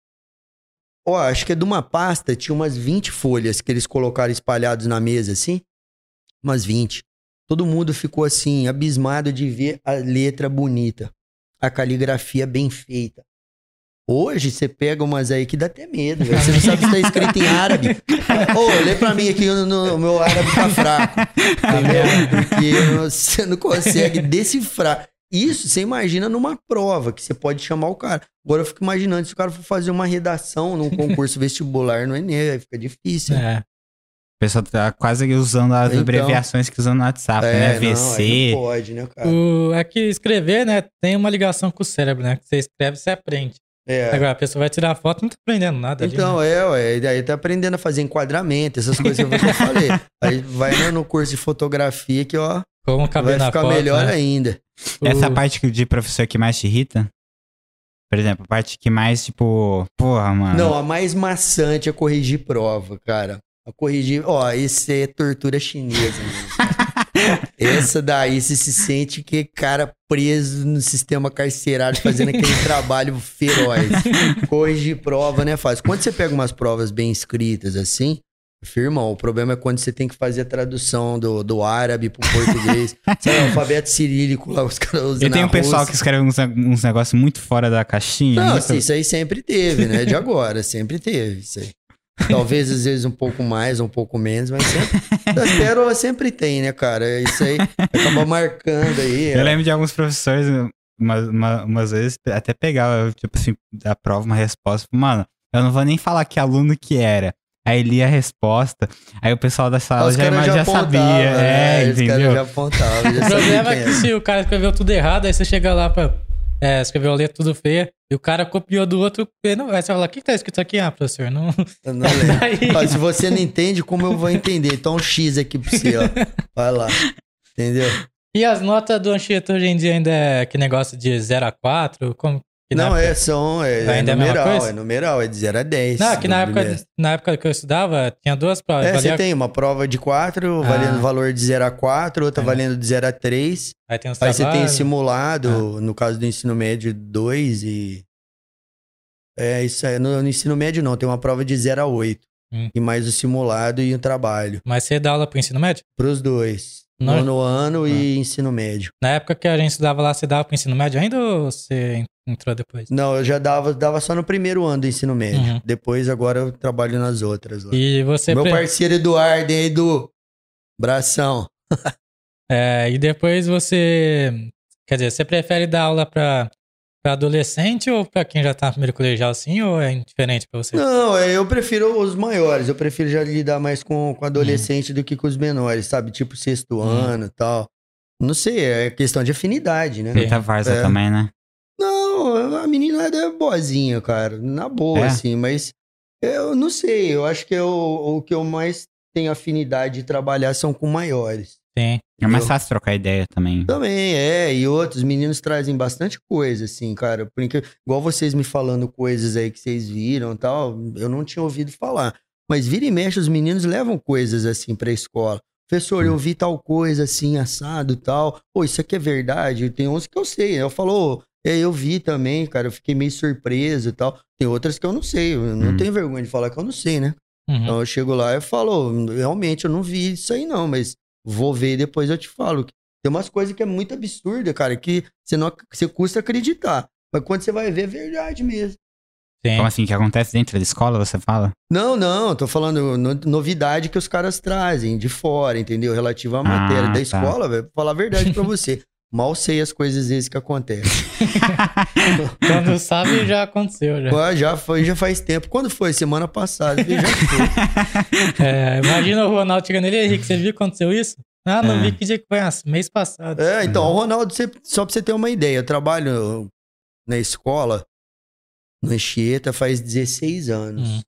Acho que é de uma pasta, tinha umas 20 folhas que eles colocaram espalhados na mesa, assim. Umas 20. Todo mundo ficou assim, abismado de ver a letra bonita. A caligrafia bem feita. Hoje, você pega umas aí que dá até medo, velho. Você não sabe se tá escrito em árabe. Lê pra mim aqui, o meu árabe tá fraco. Entendeu? Porque você não consegue decifrar. Isso você imagina numa prova, que você pode chamar o cara. Agora eu fico imaginando se o cara for fazer uma redação num concurso vestibular no Enem, aí fica difícil. O pessoal tá quase usando as abreviações que usam no WhatsApp, né? VC. Não pode, né, cara? É que escrever, né, tem uma ligação com o cérebro, né? Que você escreve, você aprende. Agora a pessoa vai tirar a foto, não tá aprendendo nada. Então, ali, né? Aí tá aprendendo a fazer enquadramento, essas coisas que eu falei. Aí vai no curso de fotografia que, como caber vai ficar foto, melhor, né? Ainda. Essa parte de professor que mais te irrita? Por exemplo, a parte que mais, tipo... Porra, mano. Não, a mais maçante é corrigir prova, cara. A corrigir... isso é tortura chinesa mesmo. Essa daí você se sente que cara preso no sistema carcerário fazendo aquele trabalho feroz. Corrigir prova, né? Fácil. Quando você pega umas provas bem escritas assim, irmão, o problema é quando você tem que fazer a tradução do árabe pro português. Sabe, o alfabeto cirílico lá, os caras usam. E tem um pessoal que escreve uns negócios muito fora da caixinha. Não, assim, isso aí sempre teve, né? De agora, sempre teve isso aí. Talvez, às vezes, um pouco mais, um pouco menos, mas sempre... Das pérolas sempre tem, né, cara? Isso aí acaba marcando aí. Eu lembro de alguns professores, umas vezes, até pegava, tipo assim, da prova, uma resposta. Mano, eu não vou nem falar que aluno que era. Aí lia a resposta, aí o pessoal da sala já sabia. Entendeu? Os caras já apontavam. O problema é que se o cara escreveu tudo errado, aí você chega lá escreveu a letra tudo feia, e o cara copiou do outro, aí você fala, o que tá escrito aqui? Professor, não... Eu não lembro. Se você não entende, como eu vou entender? Então um X aqui pra você, Vai lá. Entendeu? E as notas do Anchieta hoje em dia ainda é que negócio de 0 a 4? Como Não, Ainda é a mesma numeral, coisa? é numeral, é de 0 a 10. Não, que na época que eu estudava, tinha duas provas. Você tem uma prova de 4, valendo valor de 0 a 4, outra valendo de 0 a 3. Aí tem os Aí você tem trabalhos. simulado, no caso do ensino médio, 2 e... isso aí. No ensino médio não, tem uma prova de 0 a 8. E mais o simulado e o trabalho. Mas você dá aula pro ensino médio? Pros dois. Nono ano e ensino médio. Na época que a gente estudava lá, você dava pro ensino médio ainda ou você entrou depois? Não, eu já dava só no primeiro ano do ensino médio. Depois, agora eu trabalho nas outras lá. E você... Meu parceiro Eduardo, hein, Edu? Bração. E depois você... Quer dizer, você prefere dar aula pra adolescente ou pra quem já tá no primeiro colegial assim, ou é indiferente pra você? Não, eu prefiro os maiores. Eu prefiro já lidar mais com adolescente do que com os menores, sabe? Tipo sexto ano e tal. Não sei, é questão de afinidade, né? Muita várzea também, né? Não, a menina é boazinha, cara. Na boa, assim. Mas eu não sei. Eu acho que o que eu mais tenho afinidade de trabalhar são com maiores. Sim. É mais fácil trocar ideia também. Também, e outros meninos trazem bastante coisa, assim, cara. Porque, igual vocês me falando coisas aí que vocês viram e tal, eu não tinha ouvido falar. Mas vira e mexe, os meninos levam coisas assim pra escola. Professor, eu vi tal coisa assim, assado e tal. Pô, isso aqui é verdade? Tem uns que eu sei. Eu falo, eu vi também, cara, eu fiquei meio surpreso e tal. Tem outras que eu não sei, eu não tenho vergonha de falar que eu não sei, né? Então eu chego lá e falo, realmente eu não vi isso aí não, mas... Vou ver e depois eu te falo. Tem umas coisas que é muito absurda, cara, que você custa acreditar. Mas quando você vai ver, é verdade mesmo. Sim. Como assim? Que acontece dentro da escola, você fala? Não, tô falando novidade que os caras trazem de fora, entendeu? Relativa à matéria da escola, velho. Vou falar a verdade pra você. Mal sei as coisas às vezes que acontecem. Quando sabe, já aconteceu. Já faz tempo. Quando foi? Semana passada. Já foi. Imagina o Ronaldo chegando nele, Henrique, você viu que aconteceu isso? Ah, não vi que dia que foi, mês passado. Então, o Ronaldo, só pra você ter uma ideia, eu trabalho na escola, no Anchieta, faz 16 anos.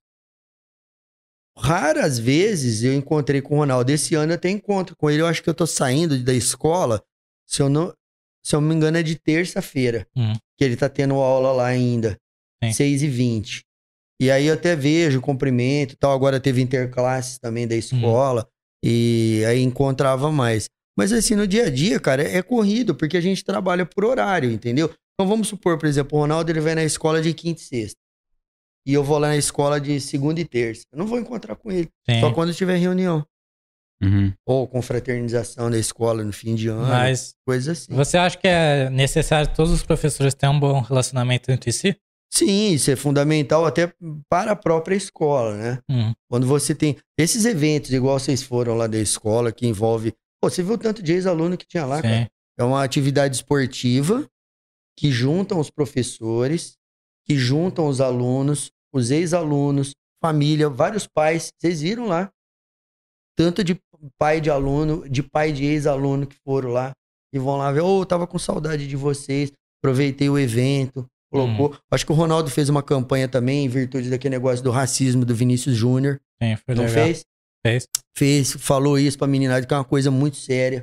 Raras vezes eu encontrei com o Ronaldo. Esse ano eu até encontro com ele. Eu acho que eu tô saindo da escola, se eu não me engano, é de terça-feira. Que ele tá tendo aula lá ainda. 6h20. E aí eu até vejo, cumprimento e tal. Agora teve interclasses também da escola. E aí encontrava mais. Mas assim, no dia a dia, cara, é corrido, porque a gente trabalha por horário, entendeu? Então vamos supor, por exemplo, o Ronaldo ele vai na escola de quinta e sexta. E eu vou lá na escola de segunda e terça. Eu não vou encontrar com ele. Só quando tiver reunião. Ou confraternização da escola no fim de ano. Mas coisas assim. Você acha que é necessário todos os professores terem um bom relacionamento entre si? Sim, isso é fundamental até para a própria escola, né? Quando você tem esses eventos, igual vocês foram lá da escola, que envolve... Pô, você viu o tanto de ex-aluno que tinha lá, cara? É uma atividade esportiva que juntam os professores, que juntam os alunos, os ex-alunos, família, vários pais. Vocês viram lá? Tanto de pai de aluno, de pai de ex-aluno que foram lá e vão lá ver, eu tava com saudade de vocês, aproveitei o evento, colocou. Acho que o Ronaldo fez uma campanha também em virtude daquele negócio do racismo do Vinícius Júnior. Foi não legal. fez? Fez. Falou isso pra meninada, que é uma coisa muito séria.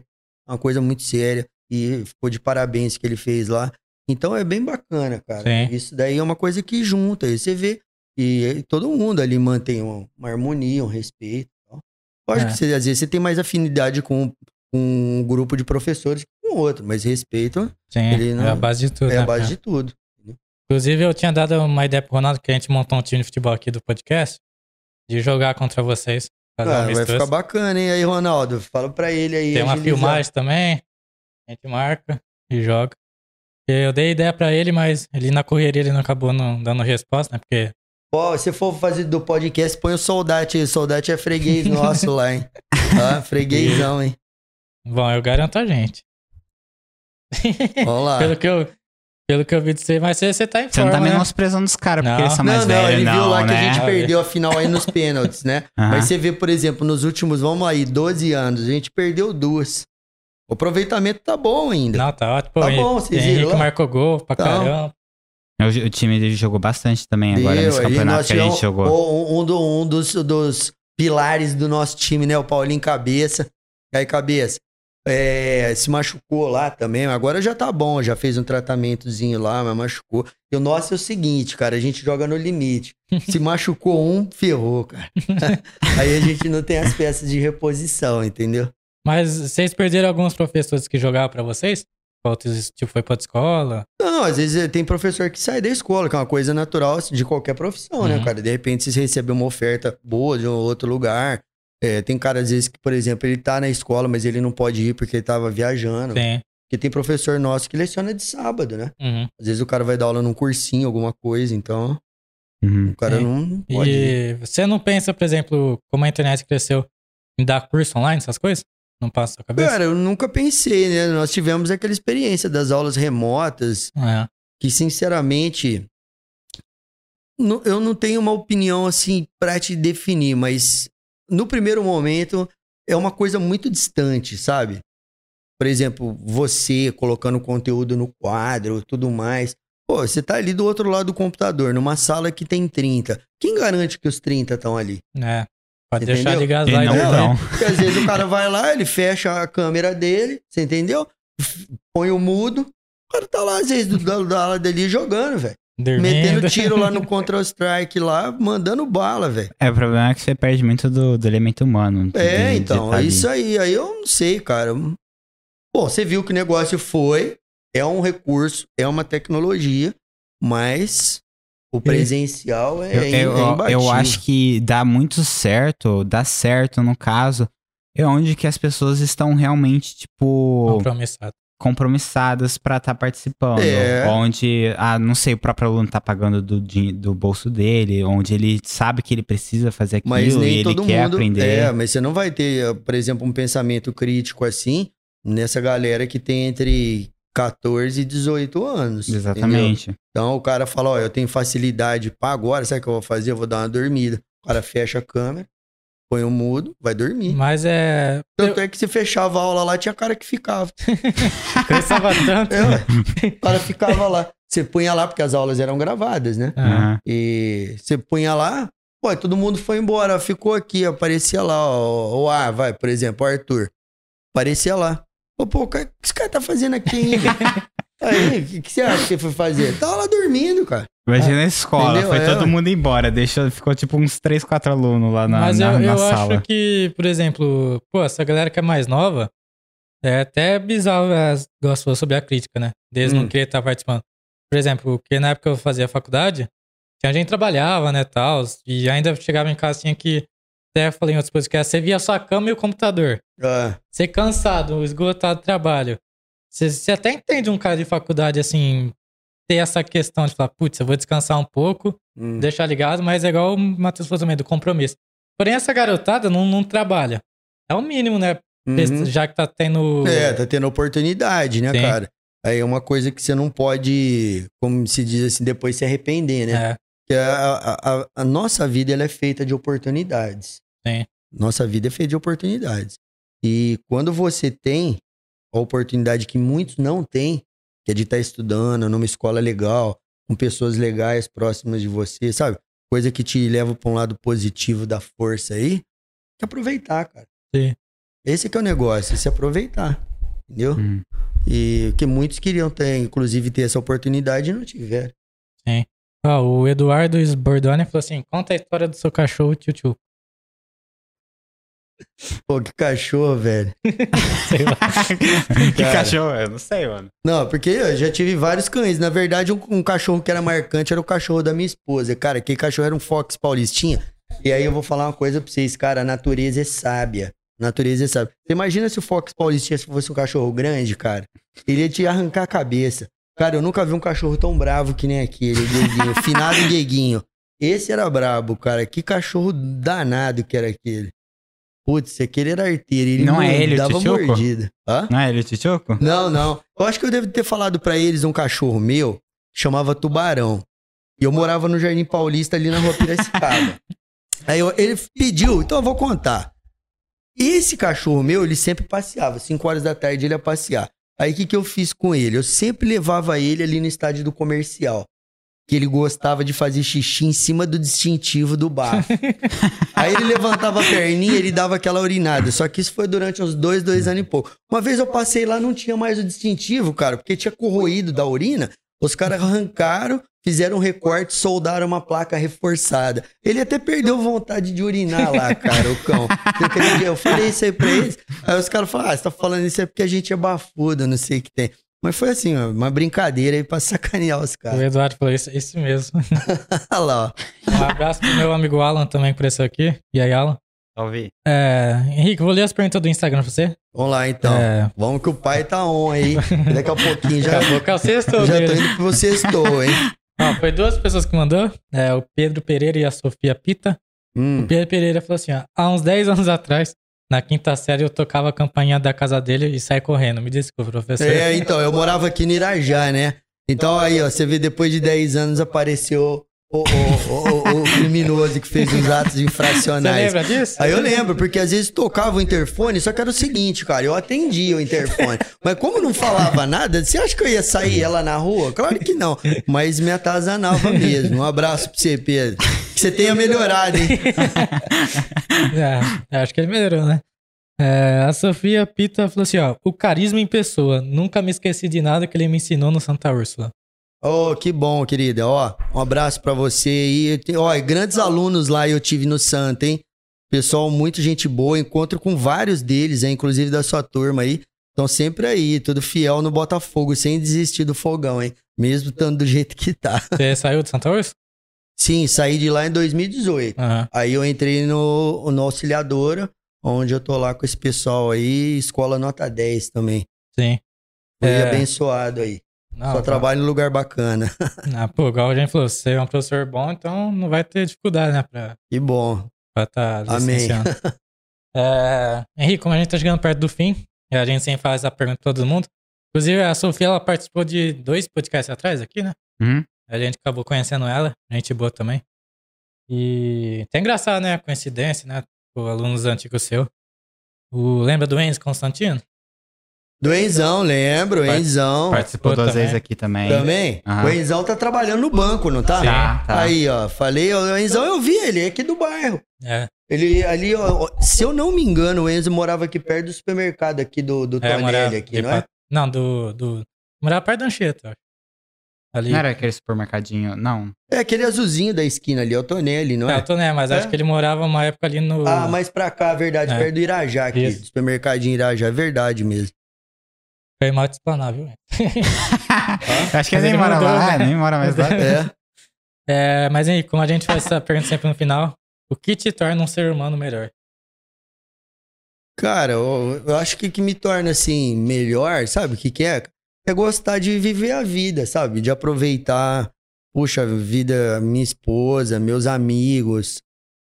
E ficou de parabéns que ele fez lá. Então é bem bacana, cara. Sim. Isso daí é uma coisa que junta. Aí você vê, e todo mundo ali mantém uma harmonia, um respeito. Lógico que às vezes você tem mais afinidade com um grupo de professores que com outro, mas respeito. Sim, é a base de tudo. É a base de tudo. Inclusive, eu tinha dado uma ideia pro Ronaldo, que a gente montou um time de futebol aqui do podcast, de jogar contra vocês. Vai ficar bacana, hein? Aí, Ronaldo, fala pra ele aí. Tem uma filmagem também, a gente marca e joga. Eu dei ideia pra ele, mas ele na correria ele não acabou não dando resposta, né? Porque... Pô, se for fazer do podcast, põe o Soldate aí. O Soldate é freguês nosso lá, hein? Freguêsão, hein? Bom, eu garanto a gente. Vamos lá. Pelo que eu vi de você, mas você tá em forma, Você não tá menosprezando os caras, porque eles são mais velhos, ele viu lá né? que a gente perdeu a final aí nos pênaltis, né? Mas você vê, por exemplo, nos últimos, vamos aí, 12 anos, a gente perdeu 2. O aproveitamento tá bom ainda. Não, tá ótimo. Tá bom, vocês viram Henrique lá? marcou gol pra caramba. O time dele jogou bastante também agora nesse campeonato que a gente jogou. Um dos pilares do nosso time, né? O Paulinho Cabeça. E aí, Cabeça, Se machucou lá também. Agora já tá bom, já fez um tratamentozinho lá, mas machucou. E o nosso é o seguinte, cara, a gente joga no limite. Se machucou um, ferrou, cara. Aí a gente não tem as peças de reposição, entendeu? Mas vocês perderam alguns professores que jogavam pra vocês? Outros, tipo, foi pra outra escola? Não, às vezes tem professor que sai da escola, que é uma coisa natural de qualquer profissão, né, cara? De repente você recebe uma oferta boa de um outro lugar. Tem cara, às vezes, que, por exemplo, ele tá na escola, mas ele não pode ir porque ele tava viajando. Sim. Porque tem professor nosso que leciona de sábado, né? Às vezes o cara vai dar aula num cursinho, alguma coisa, então o cara não pode ir. E você não pensa, por exemplo, como a internet cresceu, em dar curso online, essas coisas? Não passa a sua cabeça? Cara, eu nunca pensei, né? Nós tivemos aquela experiência das aulas remotas, que, sinceramente, eu não tenho uma opinião, assim, pra te definir, mas no primeiro momento é uma coisa muito distante, sabe? Por exemplo, você colocando conteúdo no quadro, tudo mais. Pô, você tá ali do outro lado do computador, numa sala que tem 30. Quem garante que os 30 estão ali? Pode Entendeu? deixar ligado as lives. Não. Porque às vezes o cara vai lá, ele fecha a câmera dele, você entendeu? Põe o mudo, o cara tá lá, às vezes, do lado dele jogando, velho. Metendo tiro lá no Counter-Strike lá, mandando bala, velho. O problema é que você perde muito do elemento humano. Então, é isso aí. Aí eu não sei, cara. Pô, você viu que o negócio é um recurso, é uma tecnologia, mas o presencial é imbatível. Eu acho que dá certo no caso, é onde que as pessoas estão realmente, tipo... compromissadas pra estar participando. Onde, não sei, o próprio aluno tá pagando do bolso dele, onde ele sabe que ele precisa fazer aquilo mas nem e ele todo quer mundo, aprender. Mas você não vai ter, por exemplo, um pensamento crítico assim, nessa galera que tem entre 14 e 18 anos. Exatamente. Entendeu? Então o cara fala, eu tenho facilidade pra agora, sabe o que eu vou fazer? Eu vou dar uma dormida. O cara fecha a câmera, põe o mudo, vai dormir. Mas Tanto é que se fechava a aula lá, tinha cara que ficava. Crescava tanto. O cara ficava lá. Você punha lá, porque as aulas eram gravadas, né? E você punha lá, todo mundo foi embora, ficou aqui, aparecia lá, por exemplo, o Arthur. Aparecia lá. O que esse cara tá fazendo aqui ainda? Aí, o que você acha que ele foi fazer? Tava lá dormindo, cara. Imagina a escola, entendeu? Foi todo mundo embora, ficou tipo uns 3, 4 alunos lá na sala. Mas eu acho que, por exemplo, essa galera que é mais nova, é até bizarro, gostou sobre a crítica, né? Deles não querer estar participando. Por exemplo, porque na época que eu fazia faculdade, tinha gente que trabalhava, né, tal, e ainda chegava em casa, tinha que, até falei em outros podcasts, você via só a cama e o computador. Você cansado, esgotado do trabalho. Você até entende um cara de faculdade, assim, ter essa questão de falar, putz, eu vou descansar um pouco, deixar ligado, mas é igual o Matheus falou também, do compromisso. Porém, essa garotada não trabalha. É o mínimo, né? Já que tá tendo... tá tendo oportunidade, né, cara? Aí é uma coisa que você não pode, como se diz assim, depois se arrepender, né? Porque a nossa vida, ela é feita de oportunidades. Nossa vida é feita de oportunidades. E quando você tem a oportunidade que muitos não têm, que é de estar estudando numa escola legal, com pessoas legais próximas de você, sabe? Coisa que te leva para um lado positivo da força aí, que aproveitar, cara. Esse que é o negócio, se aproveitar, entendeu? E que muitos queriam ter, inclusive, ter essa oportunidade e não tiveram. O Eduardo Sbordoni falou assim, conta a história do seu cachorro, tio. Pô, que cachorro, velho. Sei lá. Que cachorro? Eu não sei, mano. Não, porque eu já tive vários cães. Na verdade, um cachorro que era marcante era o cachorro da minha esposa. Cara, aquele cachorro era um Fox Paulistinha. E aí eu vou falar uma coisa pra vocês, cara. A natureza é sábia. Você imagina se o Fox Paulistinha fosse um cachorro grande, cara. Ele ia te arrancar a cabeça. Cara, eu nunca vi um cachorro tão bravo que nem aquele, o Dieguinho. Finado Dieguinho. Esse era brabo, cara. Que cachorro danado que era aquele. Putz, aquele era arteiro. Ele não é ele, dava o Tchutchuco? mordida. Não é ele, o Tchutchuco? Não. Eu acho que eu devo ter falado pra eles um cachorro meu que chamava Tubarão. E eu morava no Jardim Paulista, ali na Rua Piracicaba. Aí ele pediu, então eu vou contar. Esse cachorro meu, ele sempre passeava. 5 horas da tarde ele ia passear. Aí o que eu fiz com ele? Eu sempre levava ele ali no estádio do Comercial. que ele gostava de fazer xixi em cima do distintivo do bafo. Aí ele levantava a perninha e ele dava aquela urinada. Só que isso foi durante uns 2 anos e pouco. Uma vez eu passei lá, não tinha mais o distintivo, cara, porque tinha corroído da urina. Os caras arrancaram, fizeram um recorte, soldaram uma placa reforçada. Ele até perdeu vontade de urinar lá, cara, o cão. Eu falei isso aí pra eles. Aí os caras falaram, você tá falando isso é porque a gente é bafudo, não sei o que tem. Mas foi assim, ó, uma brincadeira aí pra sacanear os caras. O Eduardo falou isso mesmo. Olha lá, ó. Um abraço pro meu amigo Alan também, que apareceu aqui. E aí, Alan? Salve. Henrique, vou ler as perguntas do Instagram pra você. Vamos lá, então. Vamos que o pai tá on aí. Daqui a pouquinho já... Daqui a pouco é o sexto já dele. tô indo pro sextou, hein? Ó, foi 2 pessoas que mandou. O Pedro Pereira e a Sofia Pita. O Pedro Pereira falou assim, ó. Há uns 10 anos atrás, na 5ª série, eu tocava a campainha da casa dele e saí correndo. Me desculpa, professor. Então, eu morava aqui no Irajá, né? Então aí, ó, você vê, depois de 10 anos apareceu o criminoso que fez os atos infracionais. Você lembra disso? Aí eu lembro, porque às vezes tocava o interfone, só que era o seguinte, cara, eu atendia o interfone. Mas como não falava nada, você acha que eu ia sair lá na rua? Claro que não, mas me atazanava mesmo. Um abraço pra você, Pedro. Que você tenha melhorado, hein? Acho que ele melhorou, né? A Sofia Pita falou assim, ó. O carisma em pessoa. Nunca me esqueci de nada que ele me ensinou no Santa Úrsula. Oh, que bom, querida. Ó, um abraço pra você aí. Ó, grandes alunos lá eu tive no Santa, hein? Pessoal, muito gente boa. Encontro com vários deles, hein? Inclusive da sua turma aí. Estão sempre aí, tudo fiel no Botafogo, sem desistir do fogão, hein? Mesmo estando do jeito que tá. Você saiu do Santa Úrsula? Sim, saí de lá em 2018. Uhum. Aí eu entrei no Auxiliadora, onde eu tô lá com esse pessoal aí, escola nota 10 também. Sim. Fui abençoado aí. Não, só trabalho em lugar bacana. Pô, igual a gente falou, você é um professor bom, então não vai ter dificuldade, né? Que bom. Pra tá licenciando. Amém. Henrique, como a gente tá chegando perto do fim, a gente sempre faz a pergunta pra todo mundo. Inclusive, a Sofia, ela participou de 2 podcasts atrás aqui, né? Uhum. A gente acabou conhecendo ela, gente boa também. E até engraçado, né? A coincidência, né? O alunos antigos seu. Lembra do Enzo Constantino? Do Enzão, lembro, Enzão. Participou 2 vezes aqui também. Também? Uhum. O Enzão tá trabalhando no banco, não tá? Sim. Tá. Aí, ó, falei, o Enzão eu vi, ele é aqui do bairro. Ele ali, ó, se eu não me engano, o Enzo morava aqui perto do supermercado aqui do Tonelli aqui, não é? Não, morava perto da Anchieta, acho. Ali. Não era aquele supermercadinho, não. É aquele azulzinho da esquina ali, é o Tonelli, não é? É o Tonelli, mas acho que ele morava uma época ali no... Ah, mais pra cá, verdade, perto do Irajá aqui, do supermercadinho Irajá, verdade mesmo. Foi mal te explanar, viu? Acho que ele nem mora lá, nem mora mais lá. Mas aí, como a gente faz essa pergunta sempre no final, o que te torna um ser humano melhor? Cara, eu acho que me torna, assim, melhor, sabe o que é? É gostar de viver a vida, sabe? De aproveitar, puxa, a vida, minha esposa, meus amigos,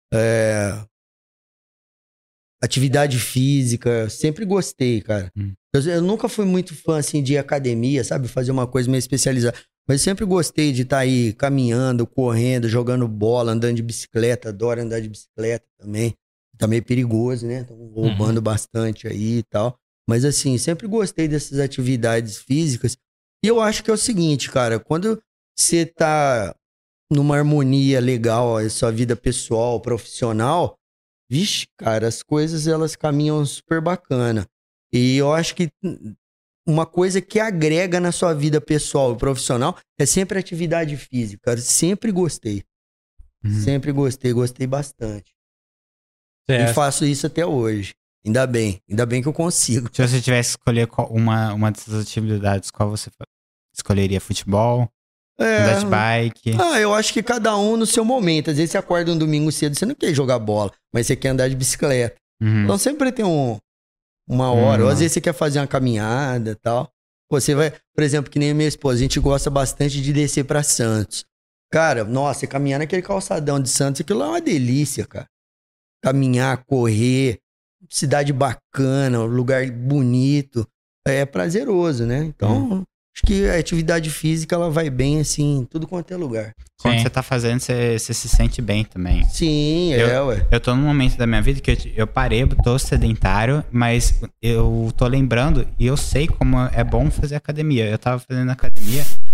atividade física, sempre gostei, cara. Eu nunca fui muito fã, assim, de academia, sabe? Fazer uma coisa meio especializada. Mas sempre gostei de estar aí caminhando, correndo, jogando bola, andando de bicicleta. Adoro andar de bicicleta também. Tá meio perigoso, né? Estão roubando bastante aí e tal. Mas assim, sempre gostei dessas atividades físicas. E eu acho que é o seguinte, cara. Quando você tá numa harmonia legal, a sua vida pessoal, profissional, vixe, cara, as coisas elas caminham super bacana. E eu acho que uma coisa que agrega na sua vida pessoal e profissional é sempre atividade física. Cara. Sempre gostei. Sempre gostei bastante. E faço isso até hoje. Ainda bem que eu consigo. Se você tivesse que escolher uma dessas atividades, qual você escolheria? Futebol? Andar de bike? Eu acho que cada um no seu momento. Às vezes você acorda um domingo cedo, você não quer jogar bola, mas você quer andar de bicicleta. Então sempre tem uma hora. Ou às vezes você quer fazer uma caminhada e tal. Você vai, por exemplo, que nem a minha esposa, a gente gosta bastante de descer pra Santos. Cara, nossa, caminhar naquele calçadão de Santos, aquilo é uma delícia, cara. Caminhar, correr, cidade bacana, lugar bonito, é prazeroso, né? Então, acho que a atividade física, ela vai bem, assim, em tudo quanto é lugar. Quando você tá fazendo, você se sente bem também. Sim, ué. Eu tô num momento da minha vida que eu parei, tô sedentário, mas eu tô lembrando e eu sei como é bom fazer academia. Eu tava fazendo academia,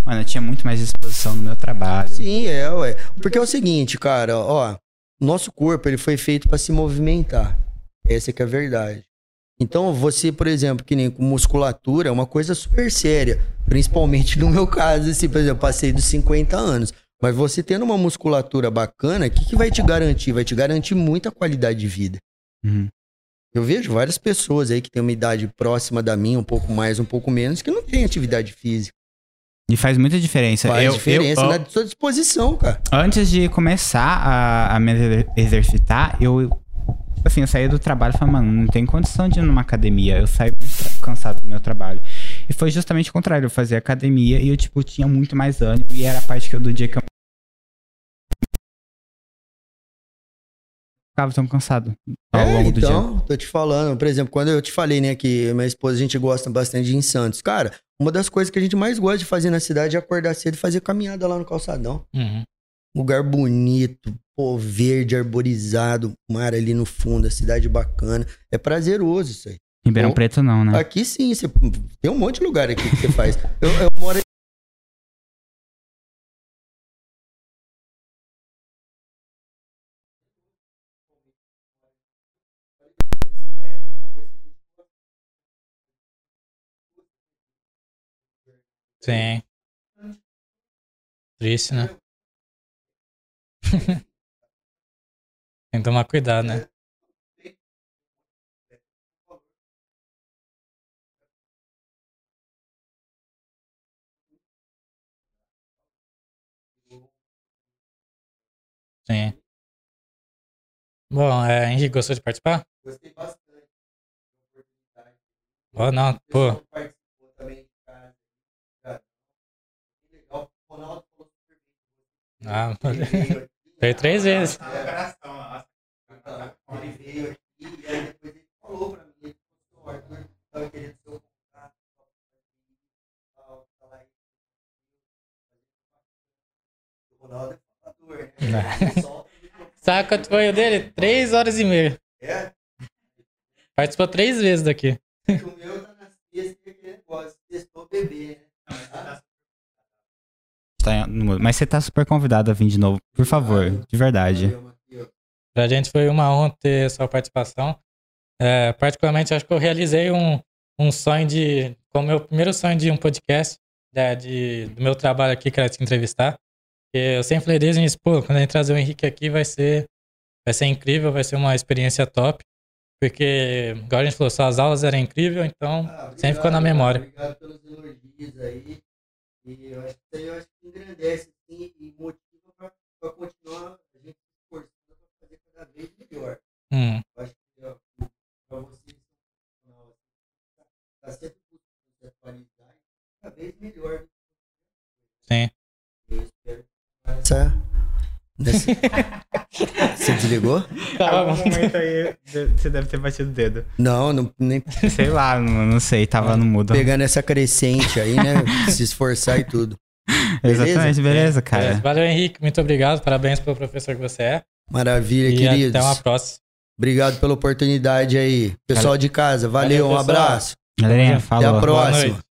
Mano, eu tinha muito mais disposição no meu trabalho. Sim, ué. Porque é o seguinte, cara, ó, nosso corpo, ele foi feito pra se movimentar. Essa que é a verdade. Então, você, por exemplo, que nem com musculatura, é uma coisa super séria. Principalmente no meu caso, assim, por exemplo, eu passei dos 50 anos. Mas você tendo uma musculatura bacana, o que vai te garantir? Vai te garantir muita qualidade de vida. Uhum. Eu vejo várias pessoas aí que têm uma idade próxima da minha, um pouco mais, um pouco menos, que não tem atividade física. E faz muita diferença. Faz diferença na sua disposição, cara. Antes de começar a me exercitar, eu saí do trabalho e falei, mano, não tem condição de ir numa academia. Eu saí muito cansado do meu trabalho. E foi justamente o contrário. Eu fazia academia e eu, tipo, tinha muito mais ânimo. E era a parte do dia que eu ficava tão cansado ao longo do dia. Então, tô te falando. Por exemplo, quando eu te falei, né, que minha esposa, a gente gosta bastante de ir em Santos. Cara, uma das coisas que a gente mais gosta de fazer na cidade é acordar cedo e fazer caminhada lá no calçadão. Uhum. Lugar bonito, pô, verde, arborizado, mar ali no fundo, a cidade bacana. É prazeroso isso aí. Ribeirão Preto não, né? Aqui sim, tem um monte de lugar aqui que você faz. Eu moro... Sim. Triste, né? Tem que tomar cuidado, né? Sim. Bom, Henrique, gostou de participar? Gostei bastante. Oh, não, pô. Participou também de casa. Que legal. O Ronaldo falou super bem. Ah, veio 3 vezes. Ele veio aqui e aí depois ele falou pra mim, ele falou, o Arthur tava querendo ser o contato, o Ronaldo é falador, né? Sabe quanto foi o dele? 3 horas e meia. É? Participou 3 vezes daqui. O meu tá na sexta e aquele negócio, testou bebê, né? Mas você tá super convidado a vir de novo, por favor, de verdade. Pra gente foi uma honra ter sua participação. Particularmente, acho que eu realizei um sonho como meu primeiro sonho de um podcast, do meu trabalho aqui, que era te entrevistar. Eu sempre falei desde o início, pô, quando a gente trazer o Henrique aqui vai ser incrível, vai ser uma experiência top. Porque, igual a gente falou, suas aulas eram incríveis, então sempre ficou na memória. Obrigado pelos elogios aí. E eu acho que isso aí que engrandece assim, e motiva pra continuar a gente se esforçando pra fazer cada vez melhor. Eu acho que pra vocês tá sempre buscando se atualizar e cada vez melhor. Sim. Eu espero Você desligou? Algum momento aí você deve ter batido o dedo. Não, nem. Sei lá, não sei, tava no mudo. Pegando essa crescente aí, né? Se esforçar e tudo. Exatamente, beleza, cara. Valeu, Henrique, muito obrigado. Parabéns pelo professor que você é. Maravilha, e queridos. Até uma próxima. Obrigado pela oportunidade aí. Pessoal de casa, valeu, um abraço. Galerinha, falou. Até a próxima.